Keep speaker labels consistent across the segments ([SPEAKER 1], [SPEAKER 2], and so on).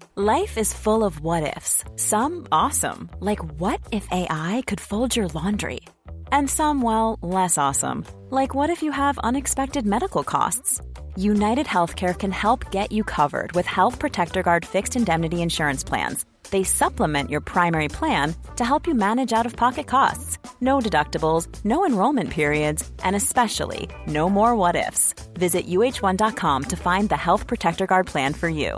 [SPEAKER 1] Life is full of what-ifs. Some awesome, like what if AI could fold your laundry? And some, well, less awesome, like what if you have unexpected medical costs? United Healthcare can help get you covered with Health Protector Guard fixed indemnity insurance plans. They supplement your primary plan to help you manage out-of-pocket costs. No deductibles, no enrollment periods, and especially no more what-ifs. Visit uh1.com to find the Health Protector Guard plan for you.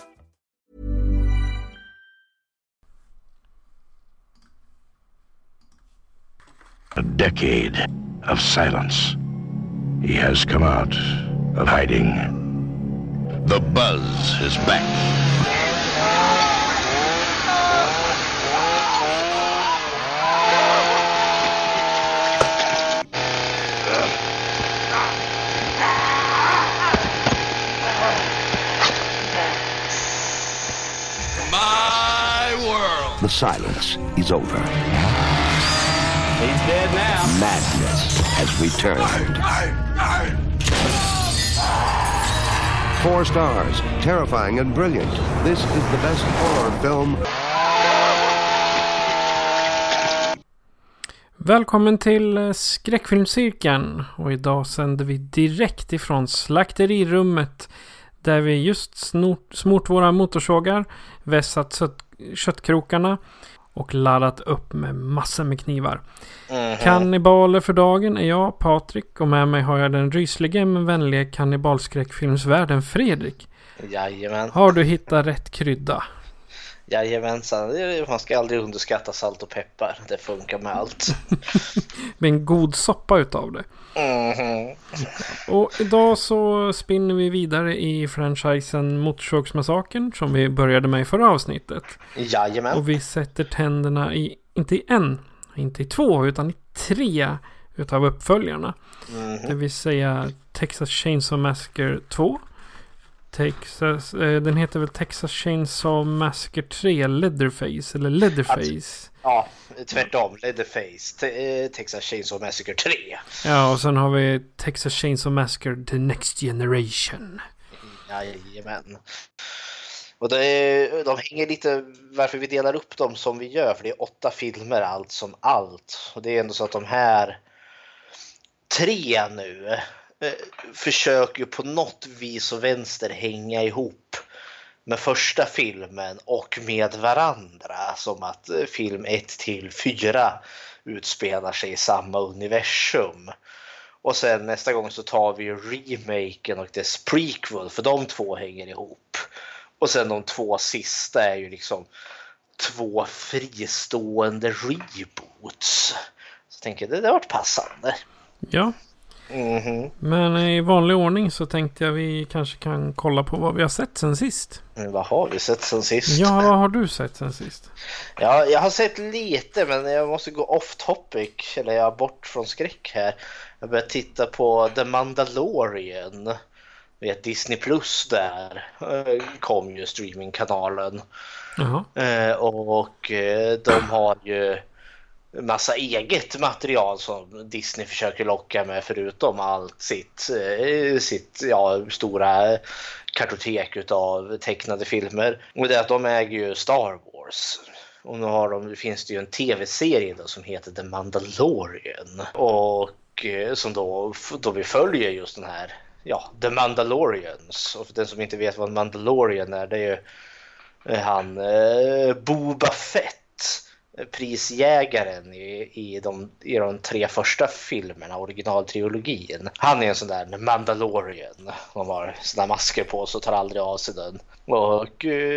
[SPEAKER 2] A decade of silence. He has come out of hiding. The buzz is back.
[SPEAKER 3] My world.
[SPEAKER 2] The silence is over.
[SPEAKER 3] He's dead now.
[SPEAKER 2] Madness has returned. 4 stars, terrifying and brilliant. This is the best horror film.
[SPEAKER 4] Välkommen till Skräckfilmscirkeln, och idag sänder vi direkt ifrån slakterirummet där vi just smort våra motorsågar, vässat köttkrokarna och laddat upp med massor med knivar. Kannibaler för dagen är jag, Patrik, och med mig har jag den rysliga men vänliga kannibalskräckfilmsvärden Fredrik.
[SPEAKER 5] Jajamän.
[SPEAKER 4] Har du hittat rätt krydda?
[SPEAKER 5] Jajamensan, man ska aldrig underskatta salt och peppar. Det funkar med allt.
[SPEAKER 4] Med en god soppa utav det. Och idag så spinner vi vidare i franchisen Motorsågsmassakern som vi började med i förra avsnittet.
[SPEAKER 5] Jajamän.
[SPEAKER 4] Och vi sätter tänderna i, inte i en, inte i 2, utan i 3 utav uppföljarna. Det vill säga Texas Chainsaw Massacre 2. Den heter väl Texas Chainsaw Massacre 3 Leatherface eller Leatherface.
[SPEAKER 5] Ja, tvärtom, Leatherface. Texas Chainsaw Massacre 3.
[SPEAKER 4] Ja, och sen har vi Texas Chainsaw Massacre The Next Generation.
[SPEAKER 5] Jajamän. Och de hänger lite varför vi delar upp dem som vi gör, för det är 8 filmer allt som allt. Och det är ändå så att de här 3 nu försöker på något vis och vänster hänga ihop med första filmen och med varandra, som att film 1-4 utspelar sig i samma universum. Och sen nästa gång så tar vi remaken och dess prequel, för de 2 hänger ihop. Och sen de 2 sista är ju liksom 2 fristående reboots. Så jag tänker det har varit passande.
[SPEAKER 4] Ja. Men i vanlig ordning så tänkte jag vi kanske kan kolla på vad vi har sett sen sist.
[SPEAKER 5] Men vad har vi sett sen sist?
[SPEAKER 4] Ja, vad har du sett sen sist?
[SPEAKER 5] Ja, jag har sett lite, men jag måste gå off topic, eller jag är bort från skräck här. Jag började titta på The Mandalorian. Vet, Disney Plus där kom ju streamingkanalen. Och de har ju massa eget material som Disney försöker locka med, förutom allt sitt stora kartotek utav tecknade filmer. Och det är att de äger ju Star Wars. Och nu finns det ju en tv-serie då som heter The Mandalorian. Och som då vi följer just den här, The Mandalorians. Och för den som inte vet vad Mandalorian är, det är ju han Boba Fett, prisjägaren i de 3 första filmerna, originaltrilogin. Han är en sån där Mandalorian. Han har såna masker på så tar aldrig av sig den. Och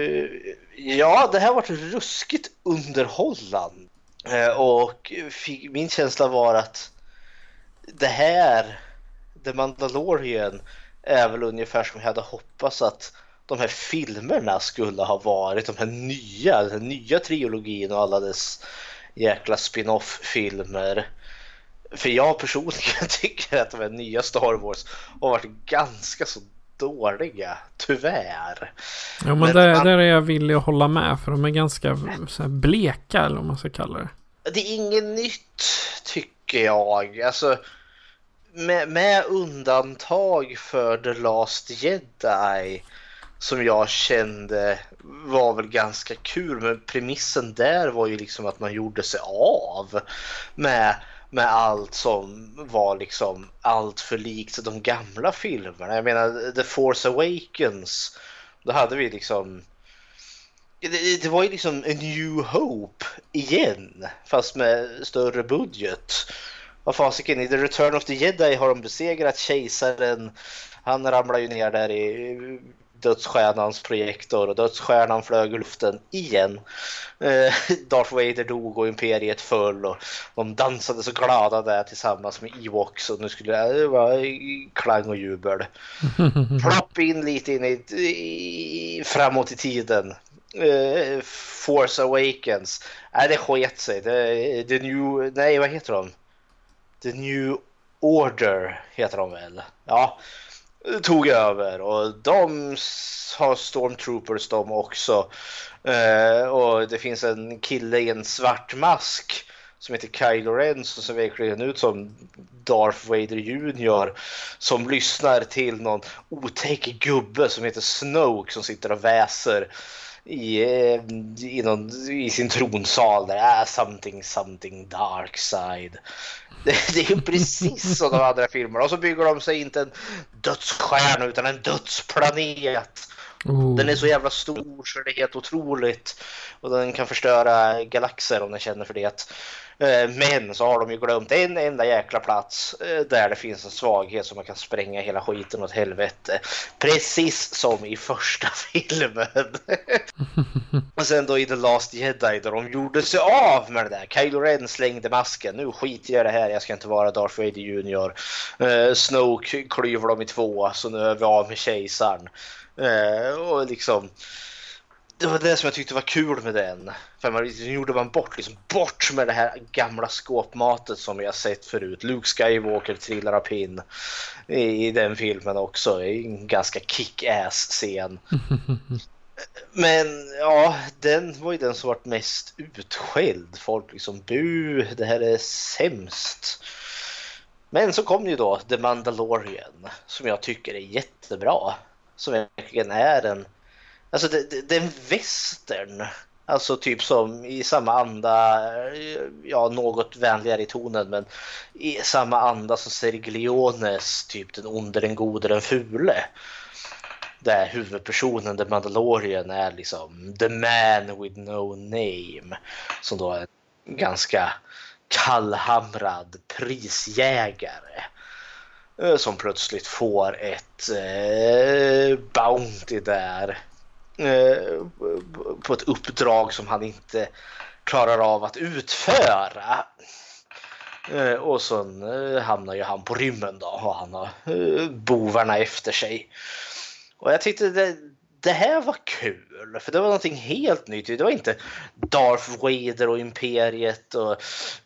[SPEAKER 5] det här var ruskigt underhållande. Och min känsla var att det här, The Mandalorian, är väl ungefär som jag hade hoppats att de här filmerna skulle ha varit, den nya trilogin och alla dess jäkla spin-off-filmer. För jag personligen tycker att de här nya Star Wars har varit ganska så dåliga, tyvärr.
[SPEAKER 4] Ja, men där är jag villig att hålla med, för de är ganska så här bleka, eller vad man ska kalla det.
[SPEAKER 5] Det är inget nytt, tycker jag. Alltså, med undantag för The Last Jedi som jag kände var väl ganska kul, men premissen där var ju liksom att man gjorde sig av med allt som var liksom allt för likt de gamla filmerna. Jag menar, The Force Awakens, då hade vi liksom det var ju liksom A New Hope igen, fast med större budget. Vad fasiken, i The Return of the Jedi har de besegrat kejsaren. Han ramlar ju ner där i dödsstjärnans projektor och dödsstjärnan flög i luften igen. Darth Vader dog och imperiet föll och de dansade så glada där tillsammans med Ewoks, och nu skulle det vara klang och jubel. Plopp in lite in framåt i tiden. Force Awakens. Det sket sig. Vad heter de? The New Order heter de väl. Ja, tog över, och de har Stormtroopers de också. Och det finns en kille i en svart mask som heter Kylo Ren, som ser verkligen ut som Darth Vader Jr., som lyssnar till någon otäck gubbe som heter Snoke, som sitter och väser i sin tronsal där. Something dark side. Det är precis som de andra filmerna. Och så bygger de sig inte en dödsstjärna utan en dödsplanet. Den är så jävla stor så det är helt otroligt. Och den kan förstöra galaxer om den känner för det. Men så har de ju glömt en enda jäkla plats där det finns en svaghet som man kan spränga hela skiten åt helvete. Precis som i första filmen. Och sen då i The Last Jedi, där de gjorde sig av med det där. Kylo Ren slängde masken. Nu skiter jag det här, jag ska inte vara Darth Vader Jr. Snoke klyver dem i två, så nu är vi av med kejsaren. Och liksom det var det som jag tyckte var kul med den. För man gjorde man bort med det här gamla skåpmatet som jag sett förut. Luke Skywalker trillar av pinn i den filmen också. En ganska kick-ass scen. Men ja, den var ju den som varit mest utskälld. Folk liksom, det här är sämst. Men så kom ju då The Mandalorian, som jag tycker är jättebra. Som verkligen är alltså det är en western. Alltså typ som i samma anda, ja, något vänligare i tonen, men i samma anda som Sergio Leones, typ Den onde, den gode, den fule. Där huvudpersonen, The Mandalorian, är liksom the man with no name, som då är en ganska kallhamrad prisjägare som plötsligt får ett bounty där på ett uppdrag som han inte klarar av att utföra. Och så hamnar ju han på rymmen då, och han har bovarna efter sig. Och jag tyckte det här var kul, för det var någonting helt nytt. Det var inte Darth Vader och Imperiet och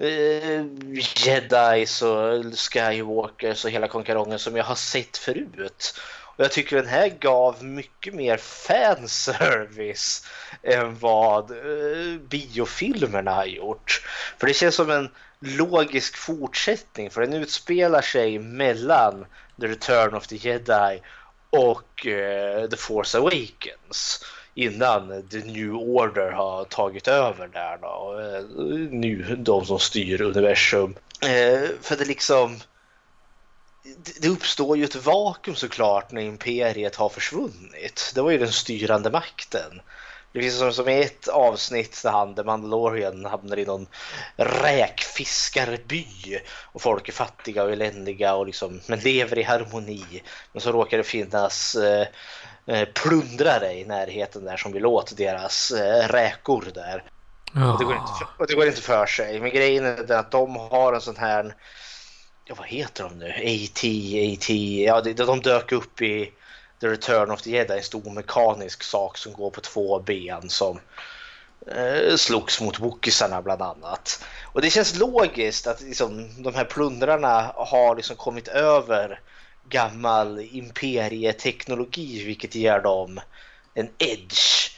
[SPEAKER 5] Jedis och Skywalkers och hela konkarongen som jag har sett förut. Och jag tycker den här gav mycket mer fanservice än vad biofilmerna har gjort. För det känns som en logisk fortsättning, för den utspelar sig mellan The Return of the Jedi och The Force Awakens, innan The New Order har tagit över där då, och nu de som styr universum. För det liksom, det uppstår ju ett vakuum såklart när imperiet har försvunnit. Det var ju den styrande makten. Det finns som i ett avsnitt där han, The Mandalorian, hamnar i någon räkfiskarby och folk är fattiga och eländiga och liksom, men lever i harmoni. Men så råkar det finnas plundrare i närheten där som vill åt deras räkor där. Och det går inte för sig. Men grejen är att de har en sån här, ja, vad heter de nu? AT, ja, de dök upp i The Return of the Jedi, en stor mekanisk sak som går på 2 ben som slogs mot wokisarna bland annat. Och det känns logiskt att liksom, de här plundrarna har liksom kommit över gammal imperieteknologi, vilket ger dem en edge.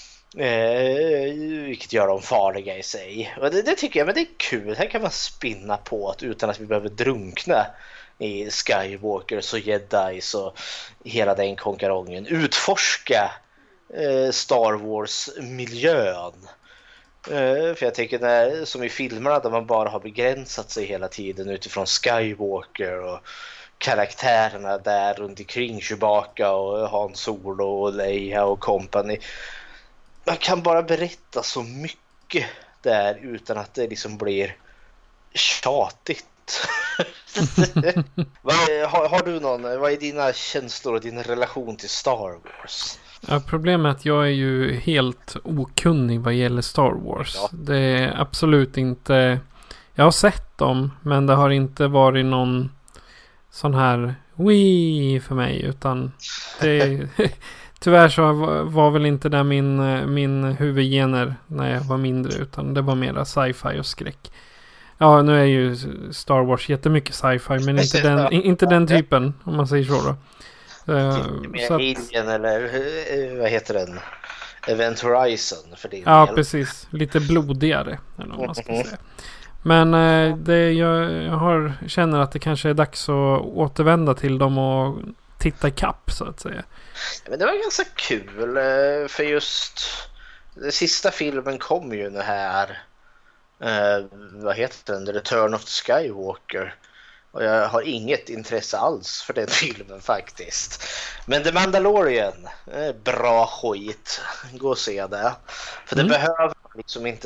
[SPEAKER 5] Vilket gör dem farliga i sig. Och det tycker jag, men det är kul. Här kan man spinna på utan att vi behöver drunkna i Skywalkers och Jedis och hela den konkarongen. Utforska Star Wars-miljön. För jag tycker som i filmerna där man bara har begränsat sig hela tiden utifrån Skywalker och karaktärerna där runt omkring Chewbacca och Han Solo och Leia och company. Man kan bara berätta så mycket där utan att det liksom blir tjatigt. Har du vad är dina känslor och din relation till Star Wars?
[SPEAKER 4] Ja, problemet är att jag är ju helt okunnig vad gäller Star Wars. Ja. Det är absolut inte... Jag har sett dem, men det har inte varit någon sån här för mig, utan det... Tyvärr så var väl inte det min huvudgener när jag var mindre, utan det var mera sci-fi och skräck. Ja, nu är ju Star Wars jättemycket sci-fi, men inte den typen, om man säger så då.
[SPEAKER 5] Så Alien eller vad heter den? Event Horizon för din
[SPEAKER 4] ja,
[SPEAKER 5] del.
[SPEAKER 4] Precis. Lite blodigare, eller vad man ska säga. Men jag känner att det kanske är dags att återvända till dem och titta i kapp, så att säga.
[SPEAKER 5] Men det var ganska kul, för just den sista filmen kom ju nu här. Vad heter den? The Return of the Skywalker. Och jag har inget intresse alls för den filmen faktiskt. Men The Mandalorian, bra skit. Gå och se det. För det behöver liksom inte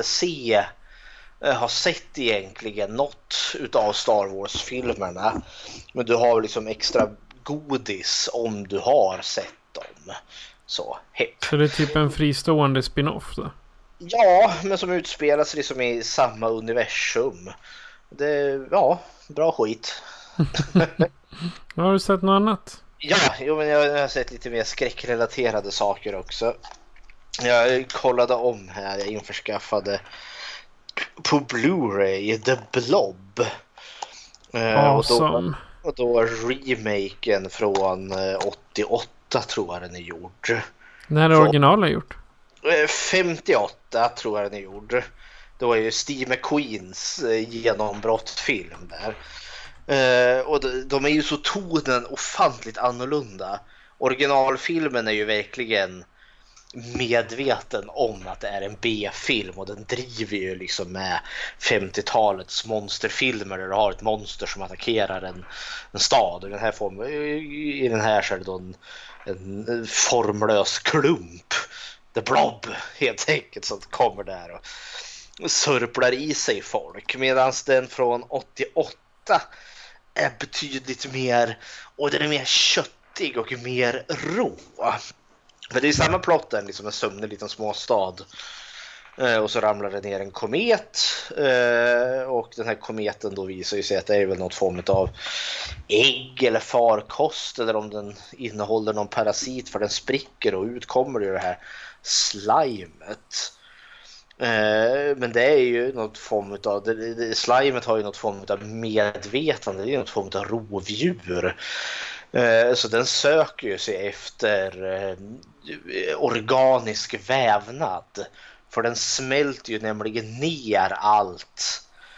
[SPEAKER 5] ha sett egentligen något utav Star Wars-filmerna. Men du har liksom extra godis om du har sett dem. Så
[SPEAKER 4] det är typ en fristående spin-off då?
[SPEAKER 5] Ja, men som utspelas liksom i samma universum. Ja, bra skit.
[SPEAKER 4] Har du sett något annat?
[SPEAKER 5] Ja, men jag har sett lite mer skräckrelaterade saker också. Jag kollade om här, jag införskaffade på Blu-ray The Blob.
[SPEAKER 4] Awesome.
[SPEAKER 5] Och då remaken från 88 tror jag den är gjord.
[SPEAKER 4] När är originalet gjort?
[SPEAKER 5] 58 tror jag den är gjord. Det var ju Steve McQueens genombrottfilm där. Och de är ju så tonen ofantligt annorlunda. Originalfilmen är ju verkligen medveten om att det är en B-film, och den driver ju liksom med 50-talets monsterfilmer där du har ett monster som attackerar en stad. Och i den här så är det då en formlös klump, The Blob helt enkelt, som kommer där och sörplar i sig folk, medan den från 88 är betydligt mer, och den är mer köttig och mer rå. För det är samma plotten, liksom en sömnig liten småstad. Och så ramlar det ner en komet. Och den här kometen då visar ju sig att det är väl något form av ägg eller farkost. Eller om den innehåller någon parasit, för den spricker och ut kommer det här slimet. Men det är ju något form av... Slimet har ju något form av medvetande. Det är något form av rovdjur. Så den söker ju sig efter organisk vävnad. För den smälter ju nämligen ner allt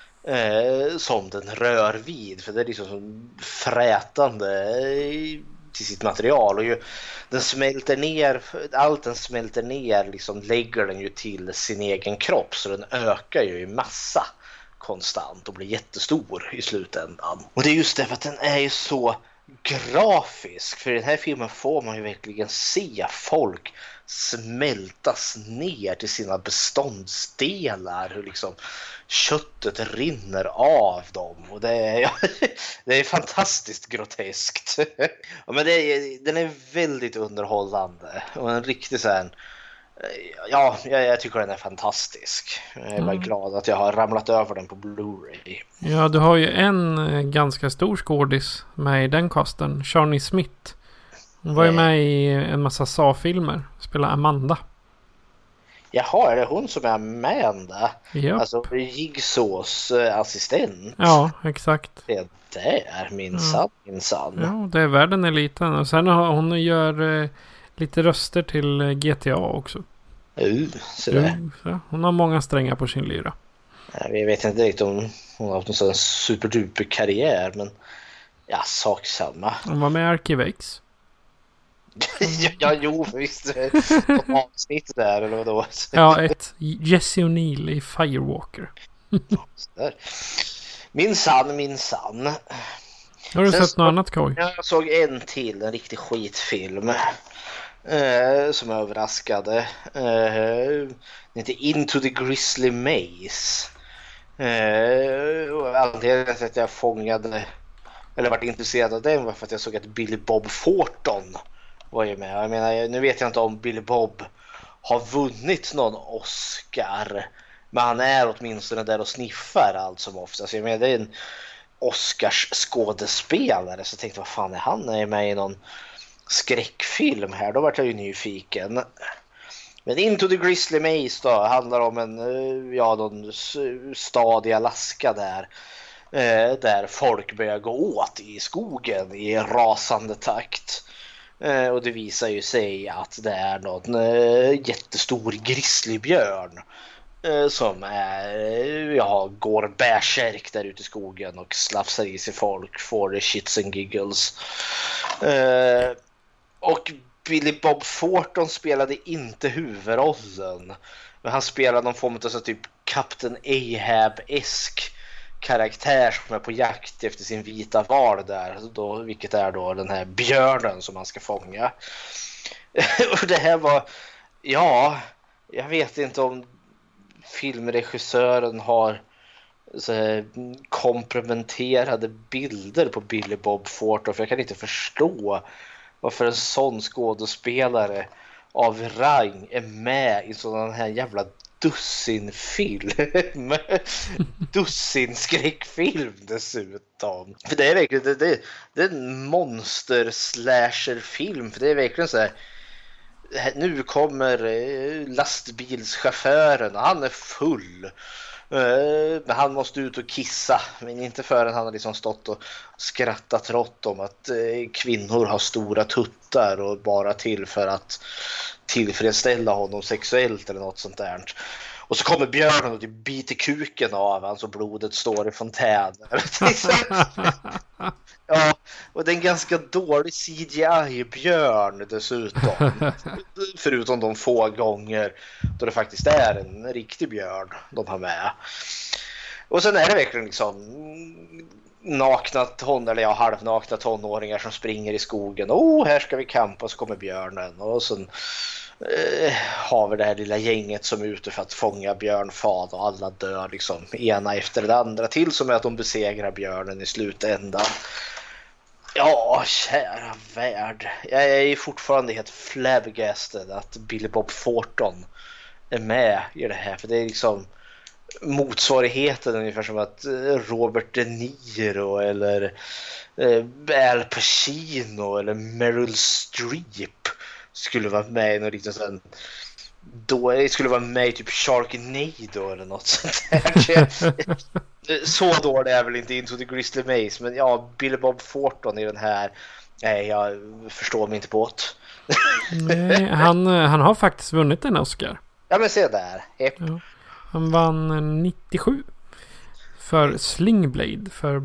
[SPEAKER 5] som den rör vid. För det är liksom frätande till sitt material. Och den smälter ner, allt den smälter ner liksom lägger den ju till sin egen kropp. Så den ökar ju i massa konstant och blir jättestor i slutändan. Och det är just det, för att den är ju så grafisk. För i den här filmen får man ju verkligen se folk smältas ner till sina beståndsdelar, hur liksom köttet rinner av dem, och det är fantastiskt groteskt. Ja, men den är väldigt underhållande och en riktig så här, ja, jag tycker den är fantastisk. Jag är bara glad att jag har ramlat över den på Blu-ray.
[SPEAKER 4] Ja, du har ju en ganska stor skådis med i den casten, Shawnee Smith. Hon var ju med i en massa Saw-filmer. Spelar Amanda.
[SPEAKER 5] Jaha, är det hon som är Amanda?
[SPEAKER 4] Ja.
[SPEAKER 5] Alltså Jigsaws assistent.
[SPEAKER 4] Ja, exakt.
[SPEAKER 5] Det är minsann.
[SPEAKER 4] Ja, det är världen är liten. Och sen har hon gör lite röster till GTA också.
[SPEAKER 5] Så det.
[SPEAKER 4] Ja, hon har många strängar på sin lyra.
[SPEAKER 5] Vi vet inte riktigt om hon har haft en sån superduper karriär, men Ja, sak samma.
[SPEAKER 4] Han var med i Arkivex.
[SPEAKER 5] Ja, jo, visst. Något avsnitt där, eller vadå?
[SPEAKER 4] Ja, ett Jesse O'Neill i Firewalker.
[SPEAKER 5] Minsann.
[SPEAKER 4] Har du sett något annat, Koj?
[SPEAKER 5] Jag såg en riktig skitfilm. Som överraskade. Den heter Into the Grizzly Maze. Anledningen till att jag fångade eller varit intresserad av den var för att jag såg att Billy Bob Thornton var ju med. Jag menar, nu vet jag inte om Billy Bob har vunnit någon Oscar, men han är åtminstone där och sniffar allt som oftast. Jag menar, det är en Oscars skådespelare, så jag tänkte, vad fan är han? Är med i någon skräckfilm här? Då var jag ju nyfiken. Men Into the Grizzly Maze då handlar om någon stad i Alaska där folk börjar gå åt i skogen i rasande takt. Och det visar ju sig att det är någon jättestor grizzlybjörn som går bärsärk där ute i skogen och slafsar i sig folk for the shits and giggles. Och Billy Bob Thornton spelade inte huvudrollen, men han spelade någon form av så typ Captain Ahab-esk karaktär som är på jakt efter sin vita val där då, vilket är då den här björnen som man ska fånga. Och det här var, jag vet inte om filmregissören har så komprimenterade bilder på Billy Bob Thornton, för jag kan inte förstå varför en sån skådespelare av rang är med i sån här jävla dussin skräckfilm dessutom. För det är verkligen det är en monster slasher film, för det är verkligen så här, nu kommer lastbilschauffören och han är full. Men han måste ut och kissa, men inte förrän han har liksom stått och skrattat rått om att kvinnor har stora tuttar och bara till för att tillfredsställa honom sexuellt eller något sånt där. Och så kommer björnen och biter kuken av han så blodet står i fontäner. Ja, och det är en ganska dålig CGI-björn dessutom. Förutom de få gånger då det faktiskt är en riktig björn de har med. Och sen är det verkligen liksom halvnakna tonåringar som springer i skogen. Här ska vi campa, så kommer björnen. Och sen har vi det här lilla gänget som är ute för att fånga björnfad, och alla dör liksom ena efter det andra, till som är att de besegrar björnen i slutändan. Ja, kära värld. Jag är fortfarande helt flabbergasted att Billy Bob Thornton är med i det här, för det är liksom motsvarigheten ungefär som att Robert De Niro eller Al Pacino eller Meryl Streep skulle vara med i någon riktigt sån, då skulle vara med i typ Sharknado eller något sånt där. Så dåligt är väl inte Into the Grizzly Maze, men ja, Billy Bob Thornton i den här, nej, jag förstår mig inte på det.
[SPEAKER 4] Nej, han har faktiskt vunnit en Oscar.
[SPEAKER 5] Ja, men se där. Ja.
[SPEAKER 4] Han vann 97 för Sling Blade för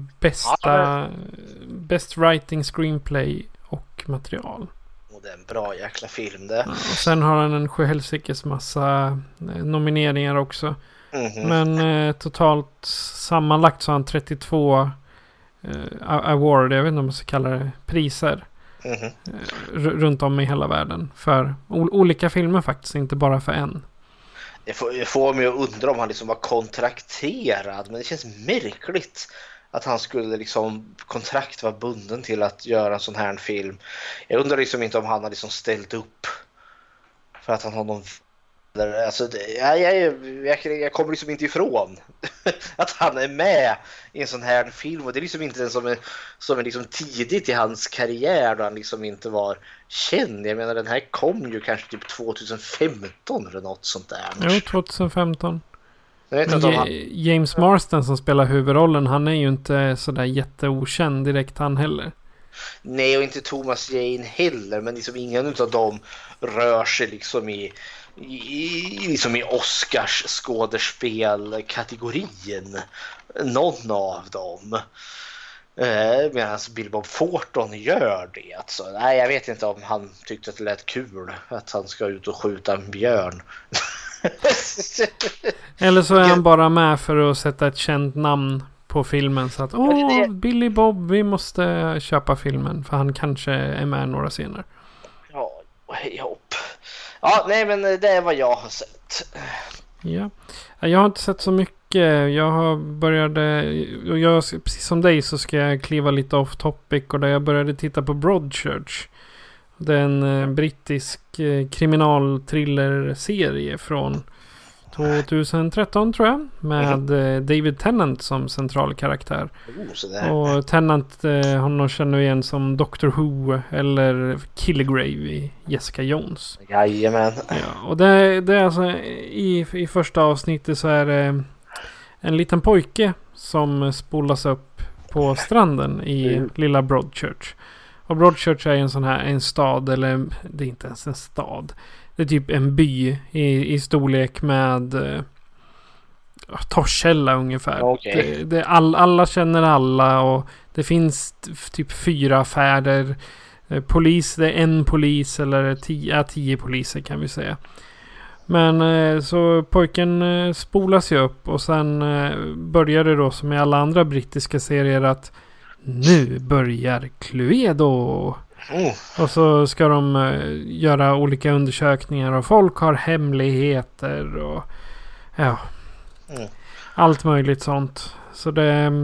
[SPEAKER 4] best writing, screenplay och material.
[SPEAKER 5] Och det är en bra jäkla film det.
[SPEAKER 4] Ja, och sen har han en sjuhelsikes massa nomineringar också. Mm-hmm. Men totalt sammanlagt så har han 32 award, jag vet inte om man ska kalla det, priser. Mm-hmm. Runt om i hela världen för olika filmer faktiskt, inte bara för en.
[SPEAKER 5] Jag får mig att undra om han liksom var kontrakterad, men det känns märkligt att han skulle liksom kontrakt vara bunden till att göra en sån här film. Jag undrar liksom inte om han har liksom ställt upp för att han har någon, alltså jag kommer liksom inte ifrån att han är med i en sån här film, och det är liksom inte den som är liksom tidigt i hans karriär då han liksom inte var känd. Jag menar, den här kom ju kanske typ 2015 eller något sånt där.
[SPEAKER 4] Jo, 2015. James Marsden som spelar huvudrollen, han är ju inte sådär jätteokänd direkt han heller.
[SPEAKER 5] Nej, och inte Thomas Jane heller, men liksom ingen av dem rör sig liksom i Oscars skådespelkategorin. Någon av dem. Medan Billy Bob Thornton gör det. Alltså, nej, jag vet inte om han tyckte att det lät kul att han ska ut och skjuta en björn.
[SPEAKER 4] Eller så är han bara med för att sätta ett känt namn på filmen. Så att, Billy Bob, vi måste köpa filmen. För han kanske är med några scener.
[SPEAKER 5] Ja, hej hopp. Ja, nej, men det är vad jag har sett.
[SPEAKER 4] Ja, jag har inte sett så mycket. Jag har precis som dig så ska jag kliva lite off topic. Och där jag började titta på Broadchurch. Det är en brittisk kriminalthriller-serie från 2013 tror jag. Med David Tennant som central karaktär. Och Tennant honom känner igen som Doctor Who eller Kilgrave i Jessica Jones.
[SPEAKER 5] Jajamän.
[SPEAKER 4] Ja, och det är alltså i första avsnittet så är det en liten pojke som spolas upp på stranden i lilla Broadchurch. Och Broadchurch är en stad, eller det är inte ens en stad. Det är typ en by i storlek med Torshälla ungefär. Okay. Alla känner alla och det finns typ 4 affärer. Det är en polis eller 10 poliser kan vi säga. Men så pojken spolas ju upp och sen börjar det då som i alla andra brittiska serier att nu börjar Cluedo. Och så ska de göra olika undersökningar och folk har hemligheter och allt möjligt sånt. Så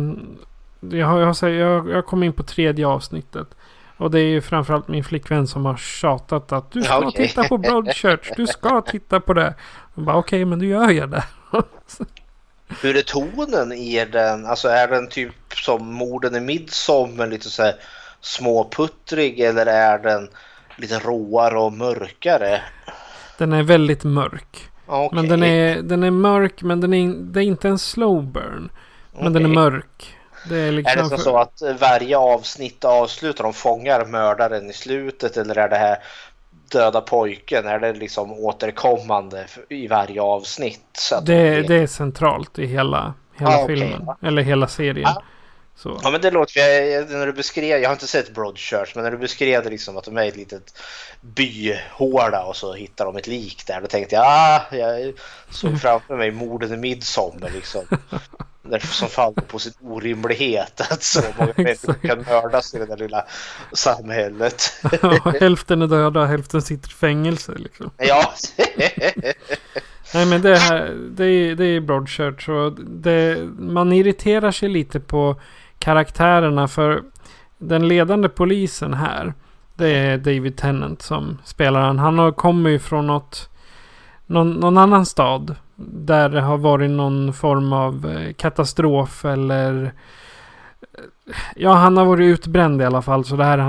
[SPEAKER 4] jag kom in på 3:e avsnittet. Och det är ju framförallt min flickvän som har tjatat att du ska titta på Broadchurch. Du ska titta på det. Och bara okej, men du gör ju det.
[SPEAKER 5] Hur är tonen i den? Alltså är den typ som Morden i Midsommar, lite så här småputtrig, eller är den lite råare och mörkare?
[SPEAKER 4] Den är väldigt mörk.
[SPEAKER 5] Okay.
[SPEAKER 4] Men den är mörk, men det är inte en slow burn. Men den är mörk. Det är liksom
[SPEAKER 5] är det så att varje avsnitt avslutar de fångar mördaren i slutet, eller är det här döda pojken, är det liksom återkommande i varje avsnitt? Så att
[SPEAKER 4] det är centralt i hela filmen. Okay. Eller hela serien.
[SPEAKER 5] Ja. Så. Ja, men det låter när du beskrev, jag har inte sett Broadchurch, men när du beskrev det liksom att de är ett litet byhåla och så hittar de ett lik där, då tänkte jag såg framför mig Morden i Midsommar liksom. Därför som faller på sin orimlighet att så många människor kan mördas i det där lilla samhället.
[SPEAKER 4] Ja, hälften är döda, hälften sitter i fängelse liksom.
[SPEAKER 5] Ja.
[SPEAKER 4] Nej, men det är Broadchurch och man irriterar sig lite på karaktärerna, för den ledande polisen här, det är David Tennant som spelar han. Han kommer ju från någon annan stad där det har varit någon form av katastrof eller han har varit utbränd i alla fall, så det här är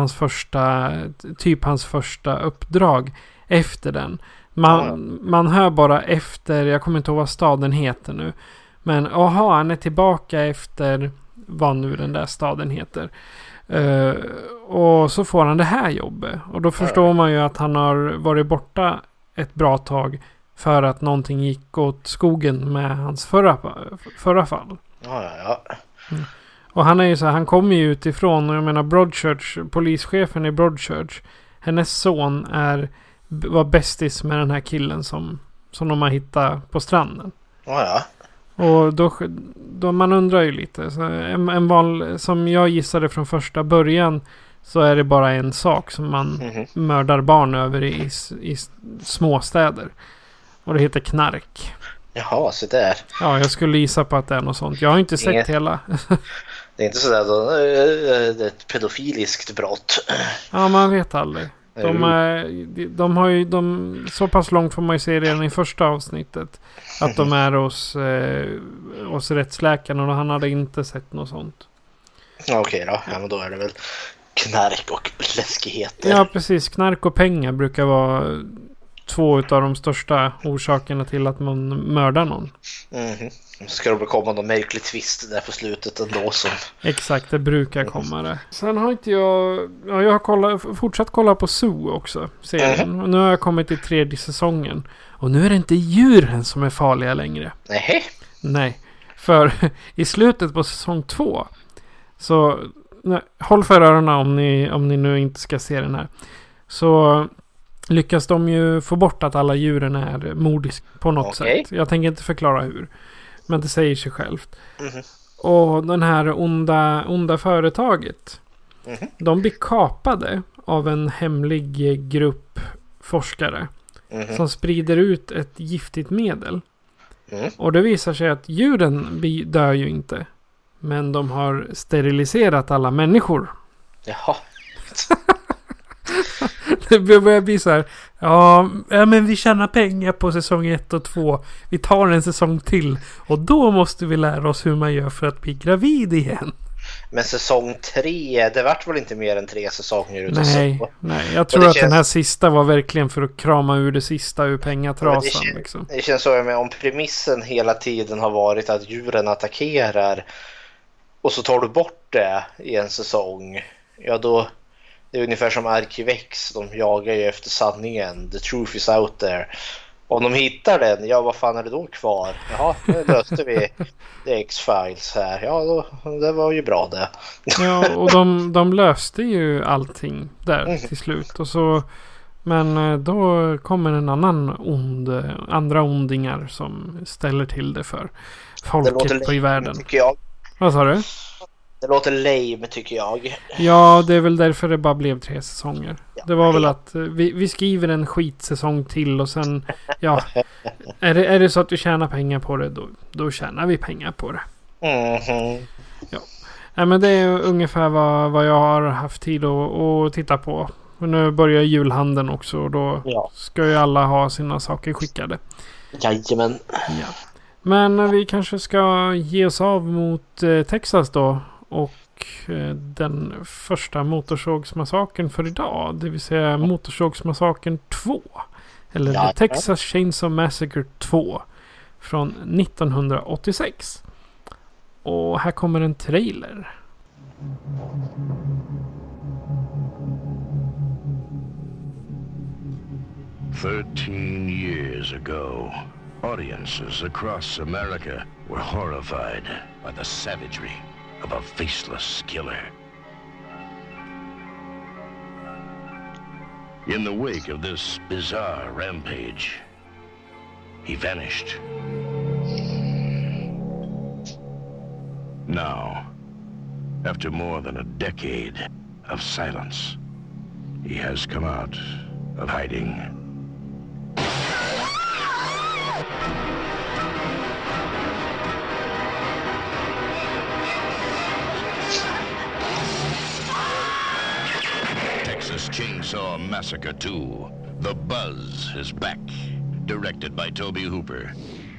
[SPEAKER 4] hans första uppdrag efter den. Man hör bara efter, jag kommer inte ihåg vad staden heter nu, men han är tillbaka efter vad nu den där staden heter. Och så får han det här jobbet. Och då förstår man ju att han har varit borta ett bra tag för att någonting gick åt skogen med hans förra fall.
[SPEAKER 5] Ja.
[SPEAKER 4] Mm. Och han är ju så här, han kommer ju utifrån, och jag menar Broadchurch, polischefen i Broadchurch, hennes son var bästis med den här killen som de har hittat på stranden.
[SPEAKER 5] Ja.
[SPEAKER 4] Och då man undrar ju lite. Så en val som jag gissade från första början, så är det bara en sak som man mördar barn över i småstäder. Och det heter knark.
[SPEAKER 5] Jaha, så där.
[SPEAKER 4] Ja, jag skulle gissa på att det är något sånt. Jag har inte sett hela.
[SPEAKER 5] Det är inte sådär då, det är ett pedofiliskt brott.
[SPEAKER 4] Ja, man vet aldrig. De har ju så pass långt får man ju se redan i första avsnittet att de är hos rättsläkaren, och han hade inte sett något sånt.
[SPEAKER 5] Okej då, ja, men då är det väl knark och läskigheter.
[SPEAKER 4] Ja, precis. Knark och pengar brukar vara 2 av de största orsakerna till att man mördar någon.
[SPEAKER 5] Ska det komma någon märklig twist där på slutet ändå som...
[SPEAKER 4] Exakt, det brukar komma det. Sen har inte jag har fortsatt kolla på Zoo också, serien. Och nu har jag kommit till 3:e säsongen. Och nu är det inte djuren som är farliga längre. Nej. För i slutet på säsong 2 så håll för öronen om ni nu inte ska se den här. Så lyckas de ju få bort att alla djuren är mordiska på något sätt. Jag tänker inte förklara hur. Men det säger sig självt. Och den här onda företaget. De blir kapade av en hemlig grupp forskare. Som sprider ut ett giftigt medel. Och det visar sig att djuren dör ju inte. Men de har steriliserat alla människor.
[SPEAKER 5] Jaha.
[SPEAKER 4] Det börjar bli så här. Ja, men vi tjänar pengar på säsong 1 och 2. Vi tar en säsong till. Och då måste vi lära oss hur man gör för att bli gravid igen.
[SPEAKER 5] Men säsong 3, det vart väl inte mer än 3 säsonger utav
[SPEAKER 4] Nej, jag tror att den här sista var verkligen för att krama ur det sista ur pengatrasan.
[SPEAKER 5] Det känns så med om premissen hela tiden har varit att djuren attackerar och så tar du bort det i en säsong. Ja, då det är ungefär som Arkivex. De jagar ju efter sanningen. The truth is out there. Om de hittar den, ja vad fan är det då kvar? Jaha, nu löste vi The X-Files här. Ja, det var ju bra det.
[SPEAKER 4] Ja, och de löste ju allting där till slut. Och så, men då kommer en andra ondingar som ställer till det för folket på i världen.
[SPEAKER 5] Tycker jag.
[SPEAKER 4] Vad sa du?
[SPEAKER 5] Det låter lame tycker jag.
[SPEAKER 4] Ja, det är väl därför det bara blev 3 säsonger. Ja, det var väl att vi skriver en skitsäsong till och sen, ja, är det så att vi tjänar pengar på det, då tjänar vi pengar på det. Ja. Nej, men det är ungefär vad jag har haft tid att titta på. Och nu börjar julhandeln också och då ska ju alla ha sina saker skickade.
[SPEAKER 5] Jajamän.
[SPEAKER 4] Ja. Men vi kanske ska ge oss av mot Texas då. Och den första motorsågsmassakern för idag. Det vill säga Motorsågsmassakern 2. Eller The Texas Chainsaw Massacre 2. Från 1986. Och här kommer en trailer.
[SPEAKER 2] "13 years ago, audiences across America were horrified by the savagery of a faceless killer. In the wake of this bizarre rampage, he vanished. Now, after more than a decade of silence, he has come out of hiding. Texas Chainsaw Massacre 2. The Buzz is back. Directed by Tobe Hooper.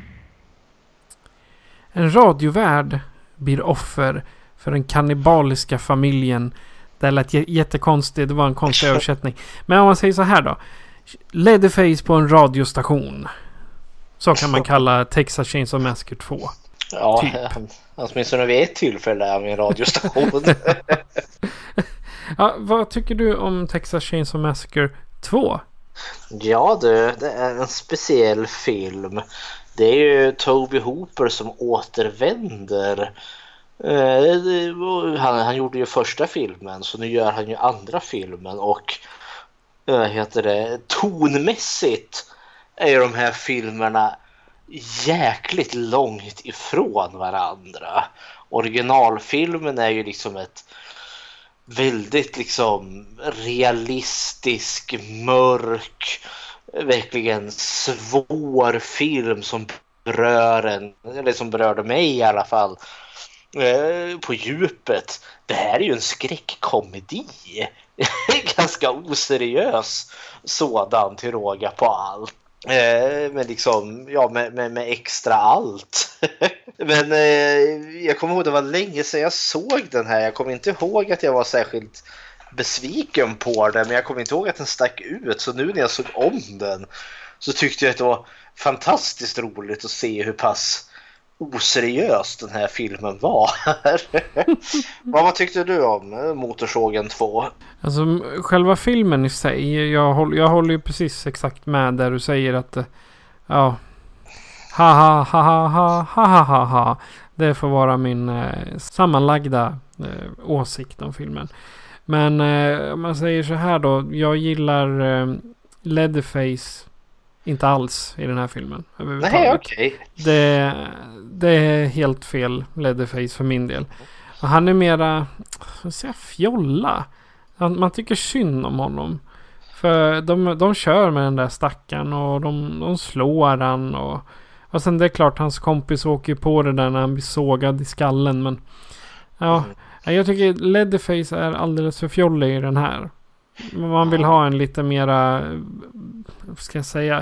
[SPEAKER 4] En radiovärd blir offer för den kannibaliska familjen. Det lät jättekonstigt. Det var en konstig översättning. Men om man säger så här då. Leatherface på en radiostation. Så kan man kalla Texas Chainsaw Massacre 2.
[SPEAKER 5] Ja, åtminstone vid ett tillfälle är min radiostation.
[SPEAKER 4] Ja, vad tycker du om Texas Chainsaw Massacre 2?
[SPEAKER 5] Ja, det är en speciell film. Det är ju Tobe Hooper som återvänder. Han gjorde ju första filmen, så nu gör han ju andra filmen. Och tonmässigt är ju de här filmerna jäkligt långt ifrån varandra. Originalfilmen är ju liksom ett väldigt liksom realistisk, mörk, verkligen svår film som berörde mig i alla fall på djupet. Det här är ju en skräckkomedi. Ganska oseriös sådan till råga på allt. Men liksom, ja, med extra allt. Men jag kommer ihåg, det var länge sedan jag såg den här. Jag kommer inte ihåg att jag var särskilt besviken på den, men jag kommer inte ihåg att den stack ut. Så nu när jag såg om den så tyckte jag att det var fantastiskt roligt att se hur pass oseriös den här filmen var. Vad tyckte du om Motorsågen 2?
[SPEAKER 4] Alltså själva filmen i sig, jag håller ju precis exakt med där du säger att ja, ha. Det får vara min sammanlagda åsikt om filmen. Men om man säger så här då. Jag gillar Leatherface inte alls i den här filmen.
[SPEAKER 5] Nej, okej.
[SPEAKER 4] Det är helt fel Leatherface för min del. Och han är mera, vad säger jag, fjolla. Man tycker synd om honom. För de kör med den där stackaren och de slår han. Och sen det är klart hans kompis åker på det där när han blir sågad i skallen. Men ja, jag tycker Leatherface är alldeles för fjollig i den här. Man vill ha en lite mera, vad ska jag säga,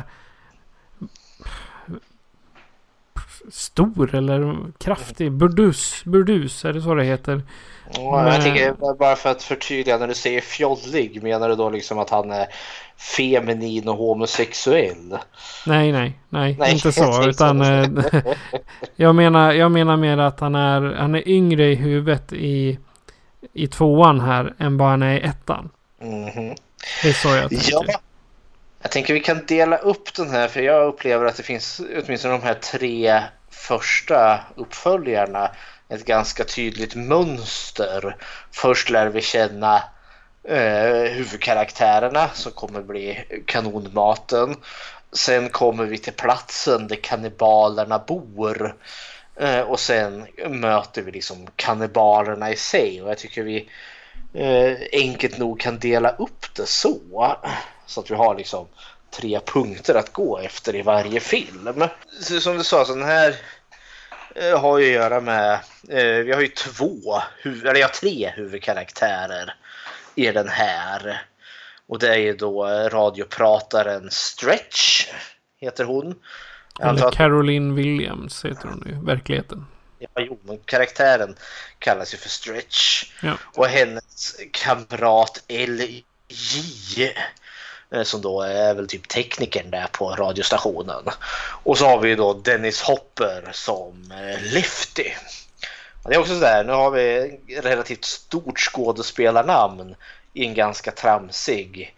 [SPEAKER 4] stor eller kraftig burdus, är det så det heter?
[SPEAKER 5] Ja, jag tänker bara för att förtydliga, när du säger fjollig, menar du då liksom att han är feminin och homosexuell?
[SPEAKER 4] Nej, inte så, utan jag menar mer att han är yngre i huvudet i tvåan här än vad han är i ettan. Det är så jag tänker.
[SPEAKER 5] Ja. Jag tänker vi kan dela upp den här, för jag upplever att det finns åtminstone de här 3 första uppföljarna ett ganska tydligt mönster. Först lär vi känna huvudkaraktärerna som kommer bli kanonmaten. Sen kommer vi till platsen där kannibalerna bor. Och sen möter vi liksom kannibalerna i sig. Och jag tycker vi enkelt nog kan dela upp det så att vi har liksom 3 punkter att gå efter i varje film. Så som du sa, så den här har ju att göra med vi har ju 3 huvudkaraktärer i den här. Och det är ju då radioprataren Stretch, heter hon.
[SPEAKER 4] Eller Caroline Williams heter hon i verkligheten.
[SPEAKER 5] Ja, jo, men karaktären kallas ju för Stretch.
[SPEAKER 4] Ja.
[SPEAKER 5] Och hennes kamrat LJ, som då är väl typ teknikern där på radiostationen. Och så har vi då Dennis Hopper som Lefty. Det är också så där, nu har vi relativt stort skådespelarnamn i en ganska tramsig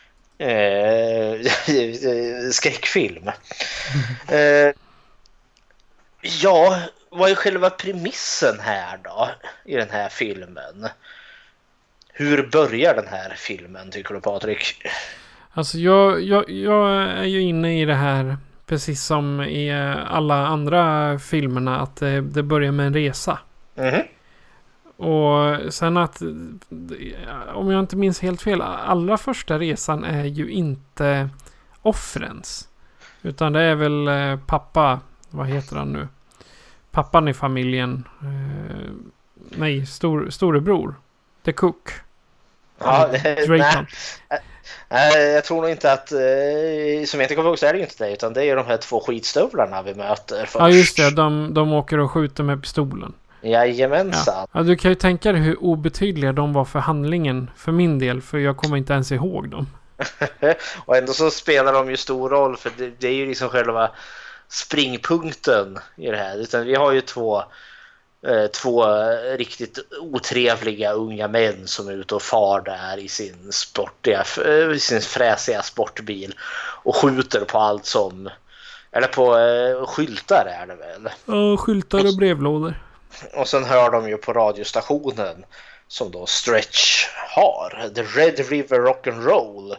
[SPEAKER 5] skräckfilm. Ja, vad är själva premissen här då i den här filmen? Hur börjar den här filmen, tycker du, Patrik?
[SPEAKER 4] Alltså jag är ju inne i det här precis som i alla andra filmerna, att det börjar med en resa. Och sen att, om jag inte minns helt fel, allra första resan är ju inte offrens, utan det är väl pappa, vad heter han nu? Pappan i familjen, storebror, The Cook.
[SPEAKER 5] Ja, jag tror nog inte att, som jag inte kommer ihåg, så är det ju inte det, utan det är ju de här 2 skitstövlarna vi möter först.
[SPEAKER 4] Ja, just det, de åker och skjuter med pistolen.
[SPEAKER 5] Jajamensan.
[SPEAKER 4] Ja, du kan ju tänka dig hur obetydliga de var för handlingen för min del, för jag kommer inte ens ihåg dem.
[SPEAKER 5] Och ändå så spelar de ju stor roll, för det är ju liksom själva springpunkten i det här. Utan vi har ju två riktigt otrevliga unga män som är ute och far där i sin fräsiga sportbil och skjuter på allt som, eller på skyltar är det väl?
[SPEAKER 4] Ja, skyltar och brevlådor.
[SPEAKER 5] Och sen hör de ju på radiostationen som då Stretch har, The Red River Rock'n'Roll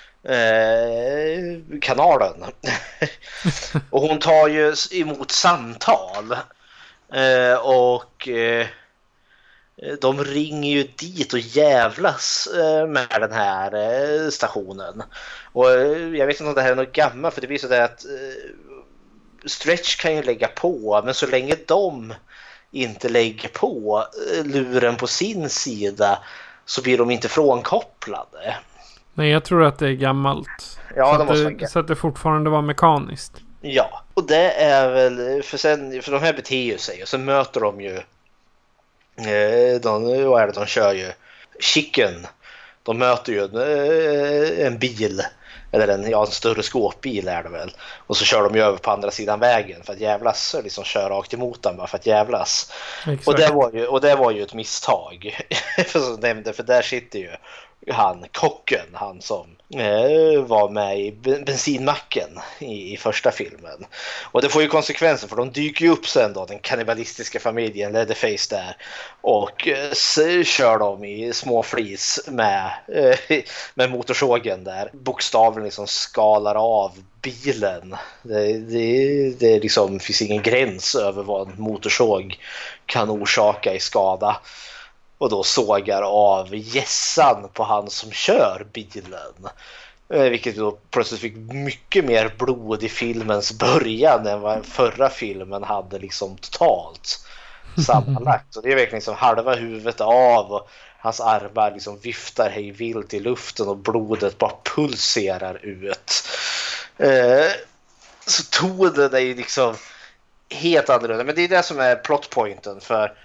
[SPEAKER 5] kanalen. Och hon tar ju emot samtal och de ringer ju dit och jävlas med den här stationen. Och jag vet inte om det här är något gammalt, för det blir så där att Stretch kan ju lägga på, men så länge de inte lägger på luren på sin sida så blir de inte frånkopplade.
[SPEAKER 4] Nej, jag tror att det är gammalt.
[SPEAKER 5] Ja,
[SPEAKER 4] så att det fortfarande var mekaniskt.
[SPEAKER 5] Ja, och det är väl för de här beter ju sig och så möter de ju de kör ju Chicken. De möter ju en bil, eller en större skåpbil är det väl. Och så kör de ju över på andra sidan vägen för att jävlas, liksom kör rakt emot dem bara för att jävlas. Och det var ju ett misstag. För där sitter ju han kocken, han som var med i bensinmacken i första filmen. Och det får ju konsekvenser, för de dyker ju upp sen då, den kannibalistiska familjen Leatherface där, och kör dem i små flis med motorsågen där, bokstavligen liksom skalar av bilen. Det liksom finns ingen gräns över vad en motorsåg kan orsaka i skada. Och då sågar av gässan på han som kör bilen. Vilket då plötsligt fick mycket mer blod i filmens början än vad förra filmen hade liksom totalt sammanlagt. Så det är verkligen liksom halva huvudet av, och hans armar liksom viftar hej vilt i luften och blodet bara pulserar ut. Så tonen är ju liksom helt annorlunda. Men det är det som är plotpointen, för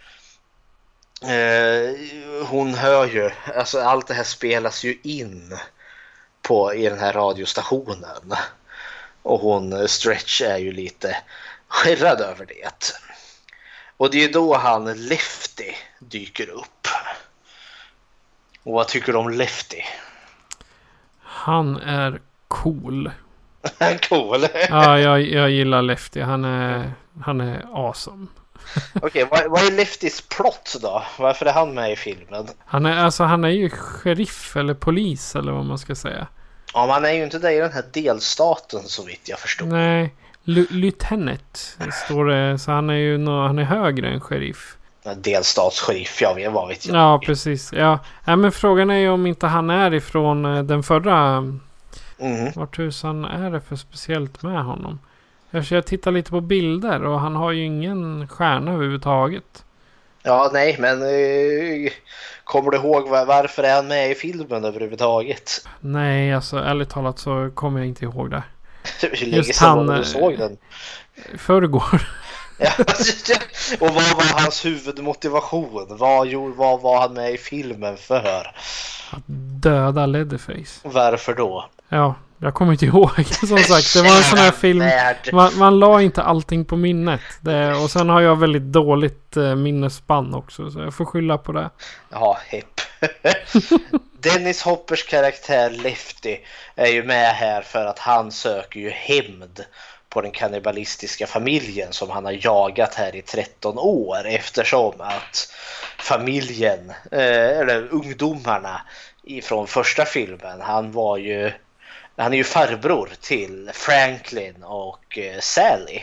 [SPEAKER 5] hon hör ju, alltså allt det här spelas ju in i den här radiostationen, och hon Stretch är ju lite skärrad över det. Och det är då han Lefty dyker upp. Och vad tycker du om Lefty?
[SPEAKER 4] Han är cool.
[SPEAKER 5] Cool.
[SPEAKER 4] Ja, jag gillar Lefty. Han är awesome.
[SPEAKER 5] Okej, vad är Leftys plott då? Varför är han med i filmen?
[SPEAKER 4] Han är ju sheriff eller polis eller vad man ska säga.
[SPEAKER 5] Ja, men han är ju inte där i den här delstaten så vitt jag förstår.
[SPEAKER 4] Nej, lieutenant står det, så han är högre än sheriff.
[SPEAKER 5] Delstatssheriff, vad vet jag.
[SPEAKER 4] Ja, precis. Ja, men frågan är ju om inte han är ifrån den förra. Vad tusan är det för speciellt med honom? Jag tittar lite på bilder och han har ju ingen stjärna överhuvudtaget. Ja,
[SPEAKER 5] nej, men kommer du ihåg varför är han med i filmen överhuvudtaget?
[SPEAKER 4] Nej, alltså ärligt talat så kommer jag inte ihåg det.
[SPEAKER 5] Hur länge sedan du såg den?
[SPEAKER 4] Förrgår.
[SPEAKER 5] Ja, och vad var hans huvudmotivation? Vad var han med i filmen för?
[SPEAKER 4] Att döda Leatherface.
[SPEAKER 5] Varför då?
[SPEAKER 4] Ja, jag kommer inte ihåg. Som sagt, det var en sån här film. Man la inte allting på minnet. Och sen har jag väldigt dåligt minnesspann också. Så jag får skylla på det.
[SPEAKER 5] Ja, hepp. Dennis Hoppers karaktär Lefty är ju med här för att han söker ju hämnd på den kannibalistiska familjen som han har jagat här i 13 år, eftersom att familjen, eller ungdomarna från första filmen, han är ju farbror till Franklin och Sally.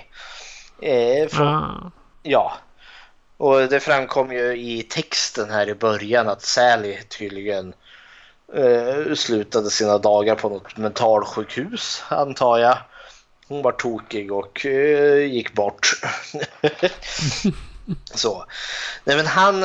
[SPEAKER 5] Ja. Och det framkom ju i texten här i början att Sally tydligen slutade sina dagar på något mentalsjukhus, antar jag. Hon var tokig och gick bort. Så. Nej, men han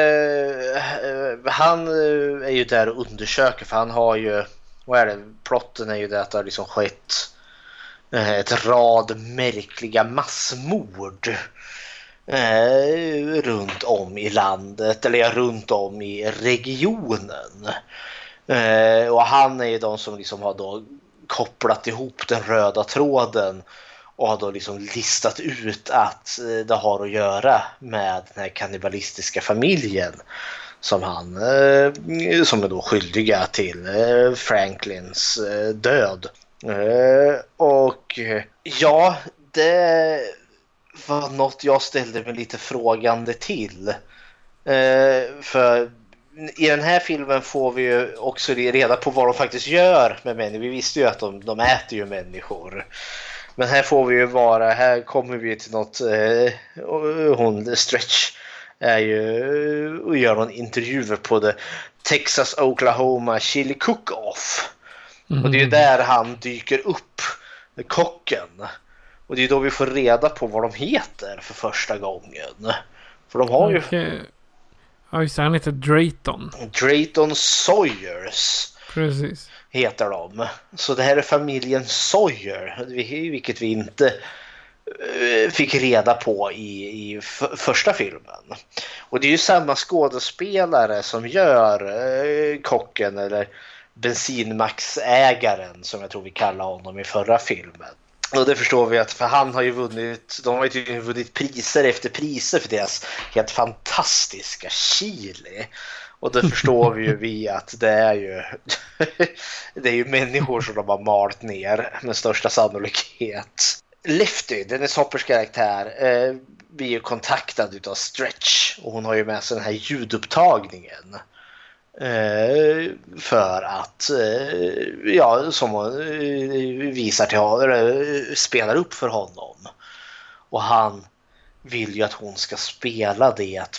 [SPEAKER 5] är ju där och undersöker, för han har ju, vad är det? Plotten är ju det att det har liksom skett ett rad märkliga massmord runt om i landet, eller runt om i regionen. Och han är ju de som liksom har då kopplat ihop den röda tråden och har då liksom listat ut att det har att göra med den här kannibalistiska familjen som som är då skyldiga till Franklins död. Och ja, det var något jag ställde mig lite frågande till. För i den här filmen får vi ju också reda på vad de faktiskt gör med människor. Vi visste ju att de äter ju människor. Men här kommer vi till något, hon Stretch är ju och gör någon intervjuer på det Texas Oklahoma Chili Cook-Off. Och det är ju där han dyker upp, kocken. Och det är då vi får reda på vad de heter för första gången. För de har ju...
[SPEAKER 4] Ja, just det, han heter Drayton.
[SPEAKER 5] Drayton Sawyers.
[SPEAKER 4] Precis.
[SPEAKER 5] Heter de. Så det här är familjen Sawyer, vilket vi inte fick reda på i första filmen. Och det är ju samma skådespelare som gör kocken, eller bensinmaxägaren som jag tror vi kallar honom i förra filmen. Och det förstår vi att, för han har ju vunnit priser efter priser för deras helt fantastiska chili. Och då förstår vi att det är ju människor som de har malt ner med största sannolikhet. Lefty, Dennis Hoppers karaktär, blir ju kontaktad utav Stretch och hon har ju med sig den här ljudupptagningen för att som hon visar till honom, eller spelar upp för honom, och han vill ju att hon ska spela det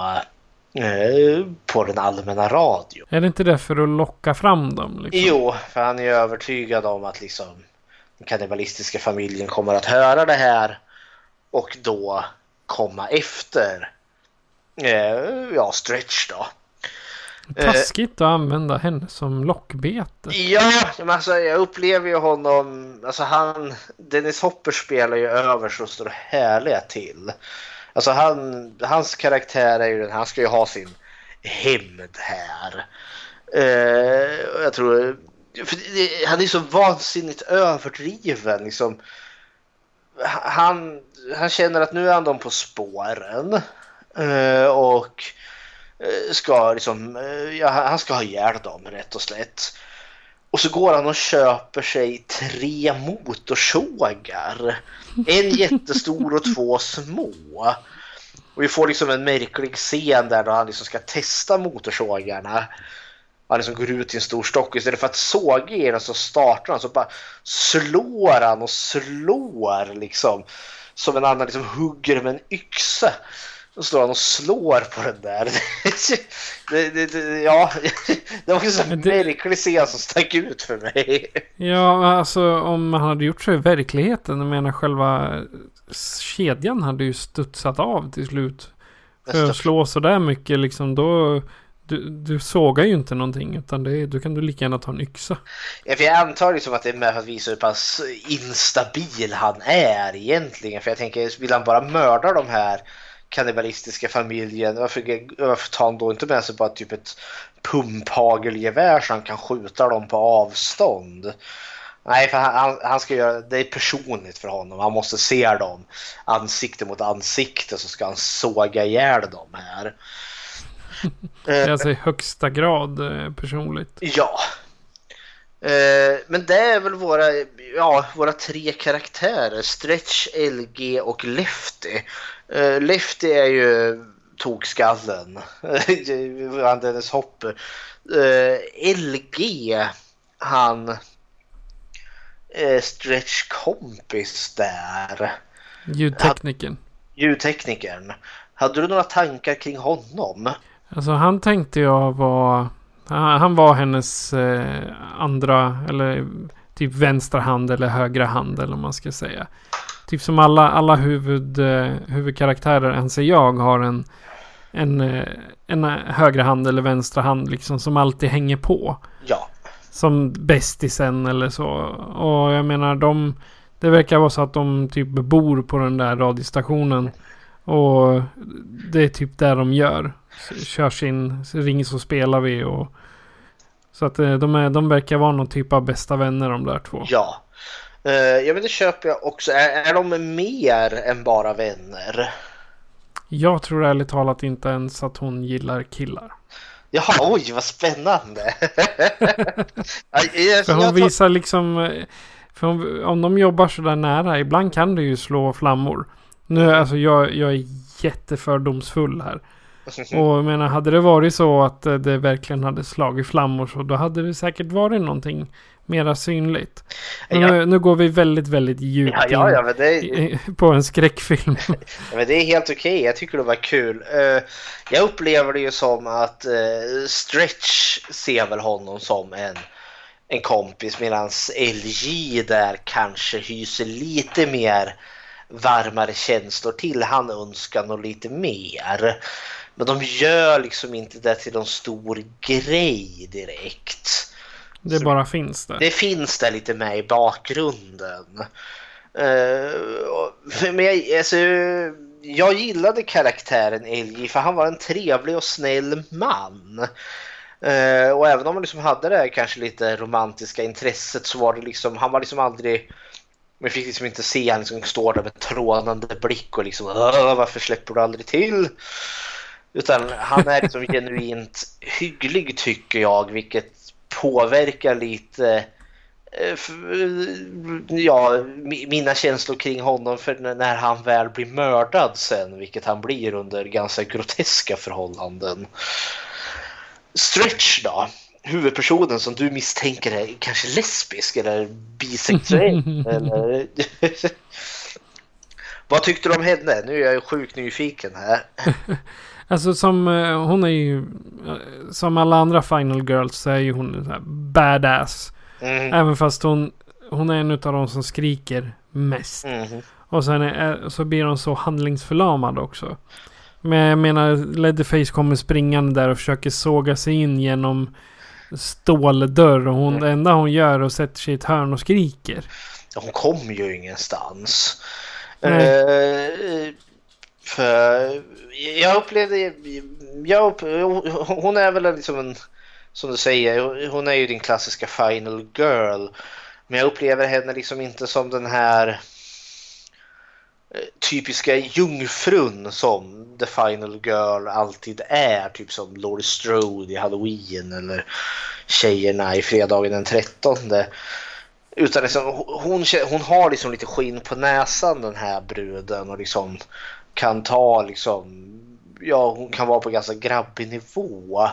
[SPEAKER 5] på den allmänna radio.
[SPEAKER 4] Är det inte det för att locka fram dem? Liksom?
[SPEAKER 5] Jo, för han är övertygad om att liksom den kannibalistiska familjen kommer att höra det här och då komma efter Stretch då.
[SPEAKER 4] Taskigt att använda henne som lockbete.
[SPEAKER 5] Ja, men alltså, jag upplever ju honom, alltså Dennis Hopper spelar ju över så står härliga till. Alltså hans karaktär är ju han ska ju ha sin hämnd här. Jag tror han är så vansinnigt överdriven liksom. Han känner att nu är han på spåren och ska liksom han ska ha ihjäl dem rätt och slätt. Och så går han och köper sig 3 motorsågar. En jättestor och 2 små. Och vi får liksom en märklig scen där då han liksom ska testa motorsågarna. Han liksom går ut i en stor stock. Istället för att såga i den så startar han, så bara slår han och slår liksom. Som en annan liksom hugger med en yxa. Så står han och slår på den där. Det var också en märklig scen som stack ut för mig.
[SPEAKER 4] Ja, alltså om man hade gjort så i verkligheten, jag menar själva kedjan hade ju studsat av till slut. För att slå så där mycket liksom, då du sågar ju inte någonting, utan du kan lika gärna ta en yxa. Ja,
[SPEAKER 5] för jag antar liksom att det är med för att visa hur pass instabil han är egentligen. För jag tänker, vill han bara mörda de här kannibalistiska familjen, varför tar han då inte med sig bara typ ett pumphagelgevär så han kan skjuta dem på avstånd? Nej, för han ska göra det är personligt för honom. Han måste se dem ansikte mot ansikte, så ska han såga ihjäl dem här.
[SPEAKER 4] Det är alltså i högsta grad personligt.
[SPEAKER 5] Ja. Men det är väl våra 3 karaktärer: Stretch, LG och Lefty. Lefty är ju tokskallen. Dennis Hopper. LG, han Stretch kompis där. Ljudteknikern. Hade du några tankar kring honom?
[SPEAKER 4] Alltså han tänkte jag han var hennes andra, eller typ vänstra hand eller högra hand, eller om man ska säga. Typ som alla huvudkaraktärer anser jag har en högra hand eller vänstra hand liksom, som alltid hänger på.
[SPEAKER 5] Ja.
[SPEAKER 4] Som bästisen eller så. Och jag menar, det verkar vara så att de typ bor på den där radiostationen. Och det är typ där de gör. Kör sin ring så spelar vi. Och så att de verkar vara någon typ av bästa vänner, de där 2.
[SPEAKER 5] Ja. Men det köper jag också. Är de mer än bara vänner?
[SPEAKER 4] Jag tror ärligt talat inte ens att hon gillar killar.
[SPEAKER 5] Ja, oj vad spännande.
[SPEAKER 4] För hon visar liksom, om de jobbar så där nära, ibland kan det ju slå flammor. Nu alltså jag är jättefördomsfull här. Och jag menar, hade det varit så att det verkligen hade slagit flammor, så då hade det säkert varit någonting mera synligt. Nu går vi väldigt, väldigt djupt på en skräckfilm.
[SPEAKER 5] Ja, men det är helt okej. Jag tycker det var kul. Jag upplever det ju som att Stretch ser väl honom som en kompis, medan LG där kanske hyser lite mer varmare känslor till han önskar nog lite mer. Men de gör liksom inte det till någon stor grej direkt.
[SPEAKER 4] Det så bara finns där.
[SPEAKER 5] Det finns där lite med i bakgrunden. Men jag gillade karaktären LG, för han var en trevlig och snäll man. Och även om man liksom hade det här kanske lite romantiska intresset, så var det liksom, han var liksom aldrig, man fick liksom inte se han liksom står där med trånande blick och liksom varför släpper du aldrig till? Utan han är liksom genuint hygglig tycker jag, vilket påverkar lite mina känslor kring honom för när han väl blir mördad sen, vilket han blir under ganska groteska förhållanden. Stretch då, huvudpersonen som du misstänker är kanske lesbisk eller bisexuell eller... Vad tyckte du om henne? Nu är jag sjukt nyfiken här.
[SPEAKER 4] Alltså som hon är ju som alla andra Final Girls så är ju hon en sån här badass. Även fast hon är en av de som skriker mest. Och sen så blir hon så handlingsförlamad också. Men jag menar, Leatherface kommer springande där och försöker såga sig in genom ståldörr. Och det enda hon gör är att sätta sig i ett hörn och skriker.
[SPEAKER 5] Hon kommer ju ingenstans. För jag upplevde hon är väl liksom en, som du säger, hon är ju din klassiska final girl, men jag upplever henne liksom inte som den här typiska jungfrun som the final girl alltid är, typ som Laurie Strode i Halloween eller tjejerna i fredagen den 13:e. Utan liksom, hon har liksom lite skinn på näsan, den här bruden, och liksom kan ta liksom, hon kan vara på ganska grabbig nivå.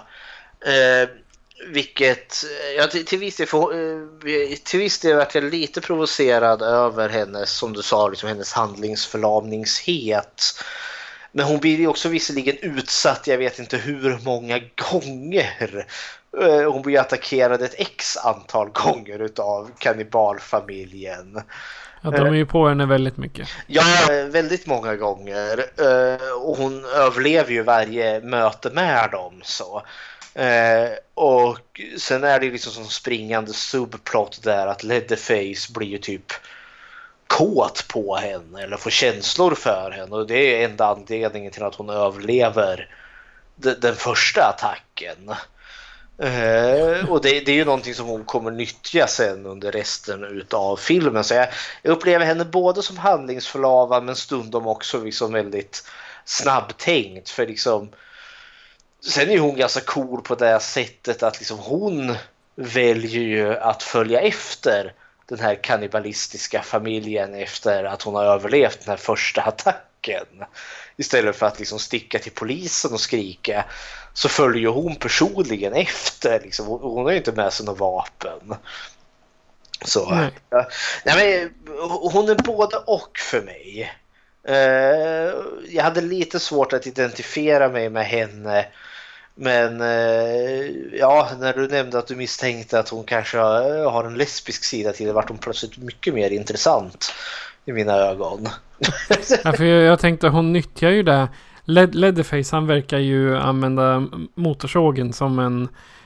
[SPEAKER 5] Vilket till viss del vart jag lite provocerad över hennes, som du sa, liksom hennes handlingsförlamningshet. Men hon blir ju också visserligen utsatt, jag vet inte hur många gånger. Hon blir attackerad ett x antal gånger utav kannibalfamiljen.
[SPEAKER 4] Ja, de är ju på henne väldigt mycket.
[SPEAKER 5] Ja, väldigt många gånger. Och hon överlever ju varje möte med dem så. Och sen är det liksom som springande subplot där att Leatherface blir ju typ kåt på henne eller får känslor för henne, och det är enda anledningen till att hon överlever den första attacken. Och det är ju någonting som hon kommer nyttja sen under resten utav filmen, så jag upplever henne både som handlingsförlavad men stundom också liksom väldigt snabbtänkt, för liksom sen är hon ganska cool på det sättet att liksom hon väljer ju att följa efter den här kannibalistiska familjen efter att hon har överlevt den här första attacken. Istället för att liksom sticka till polisen och skrika, så följer hon personligen efter. Liksom. Hon har ju inte med sig något vapen. Så. Nej, men hon är både och för mig. Jag hade lite svårt att identifiera mig med henne. Men när du nämnde att du misstänkte att hon kanske har en lesbisk sida till det, vart hon plötsligt mycket mer intressant i mina ögon.
[SPEAKER 4] Ja, för jag tänkte hon nyttjar ju det. Leatherface, han verkar ju använda motorsågen som en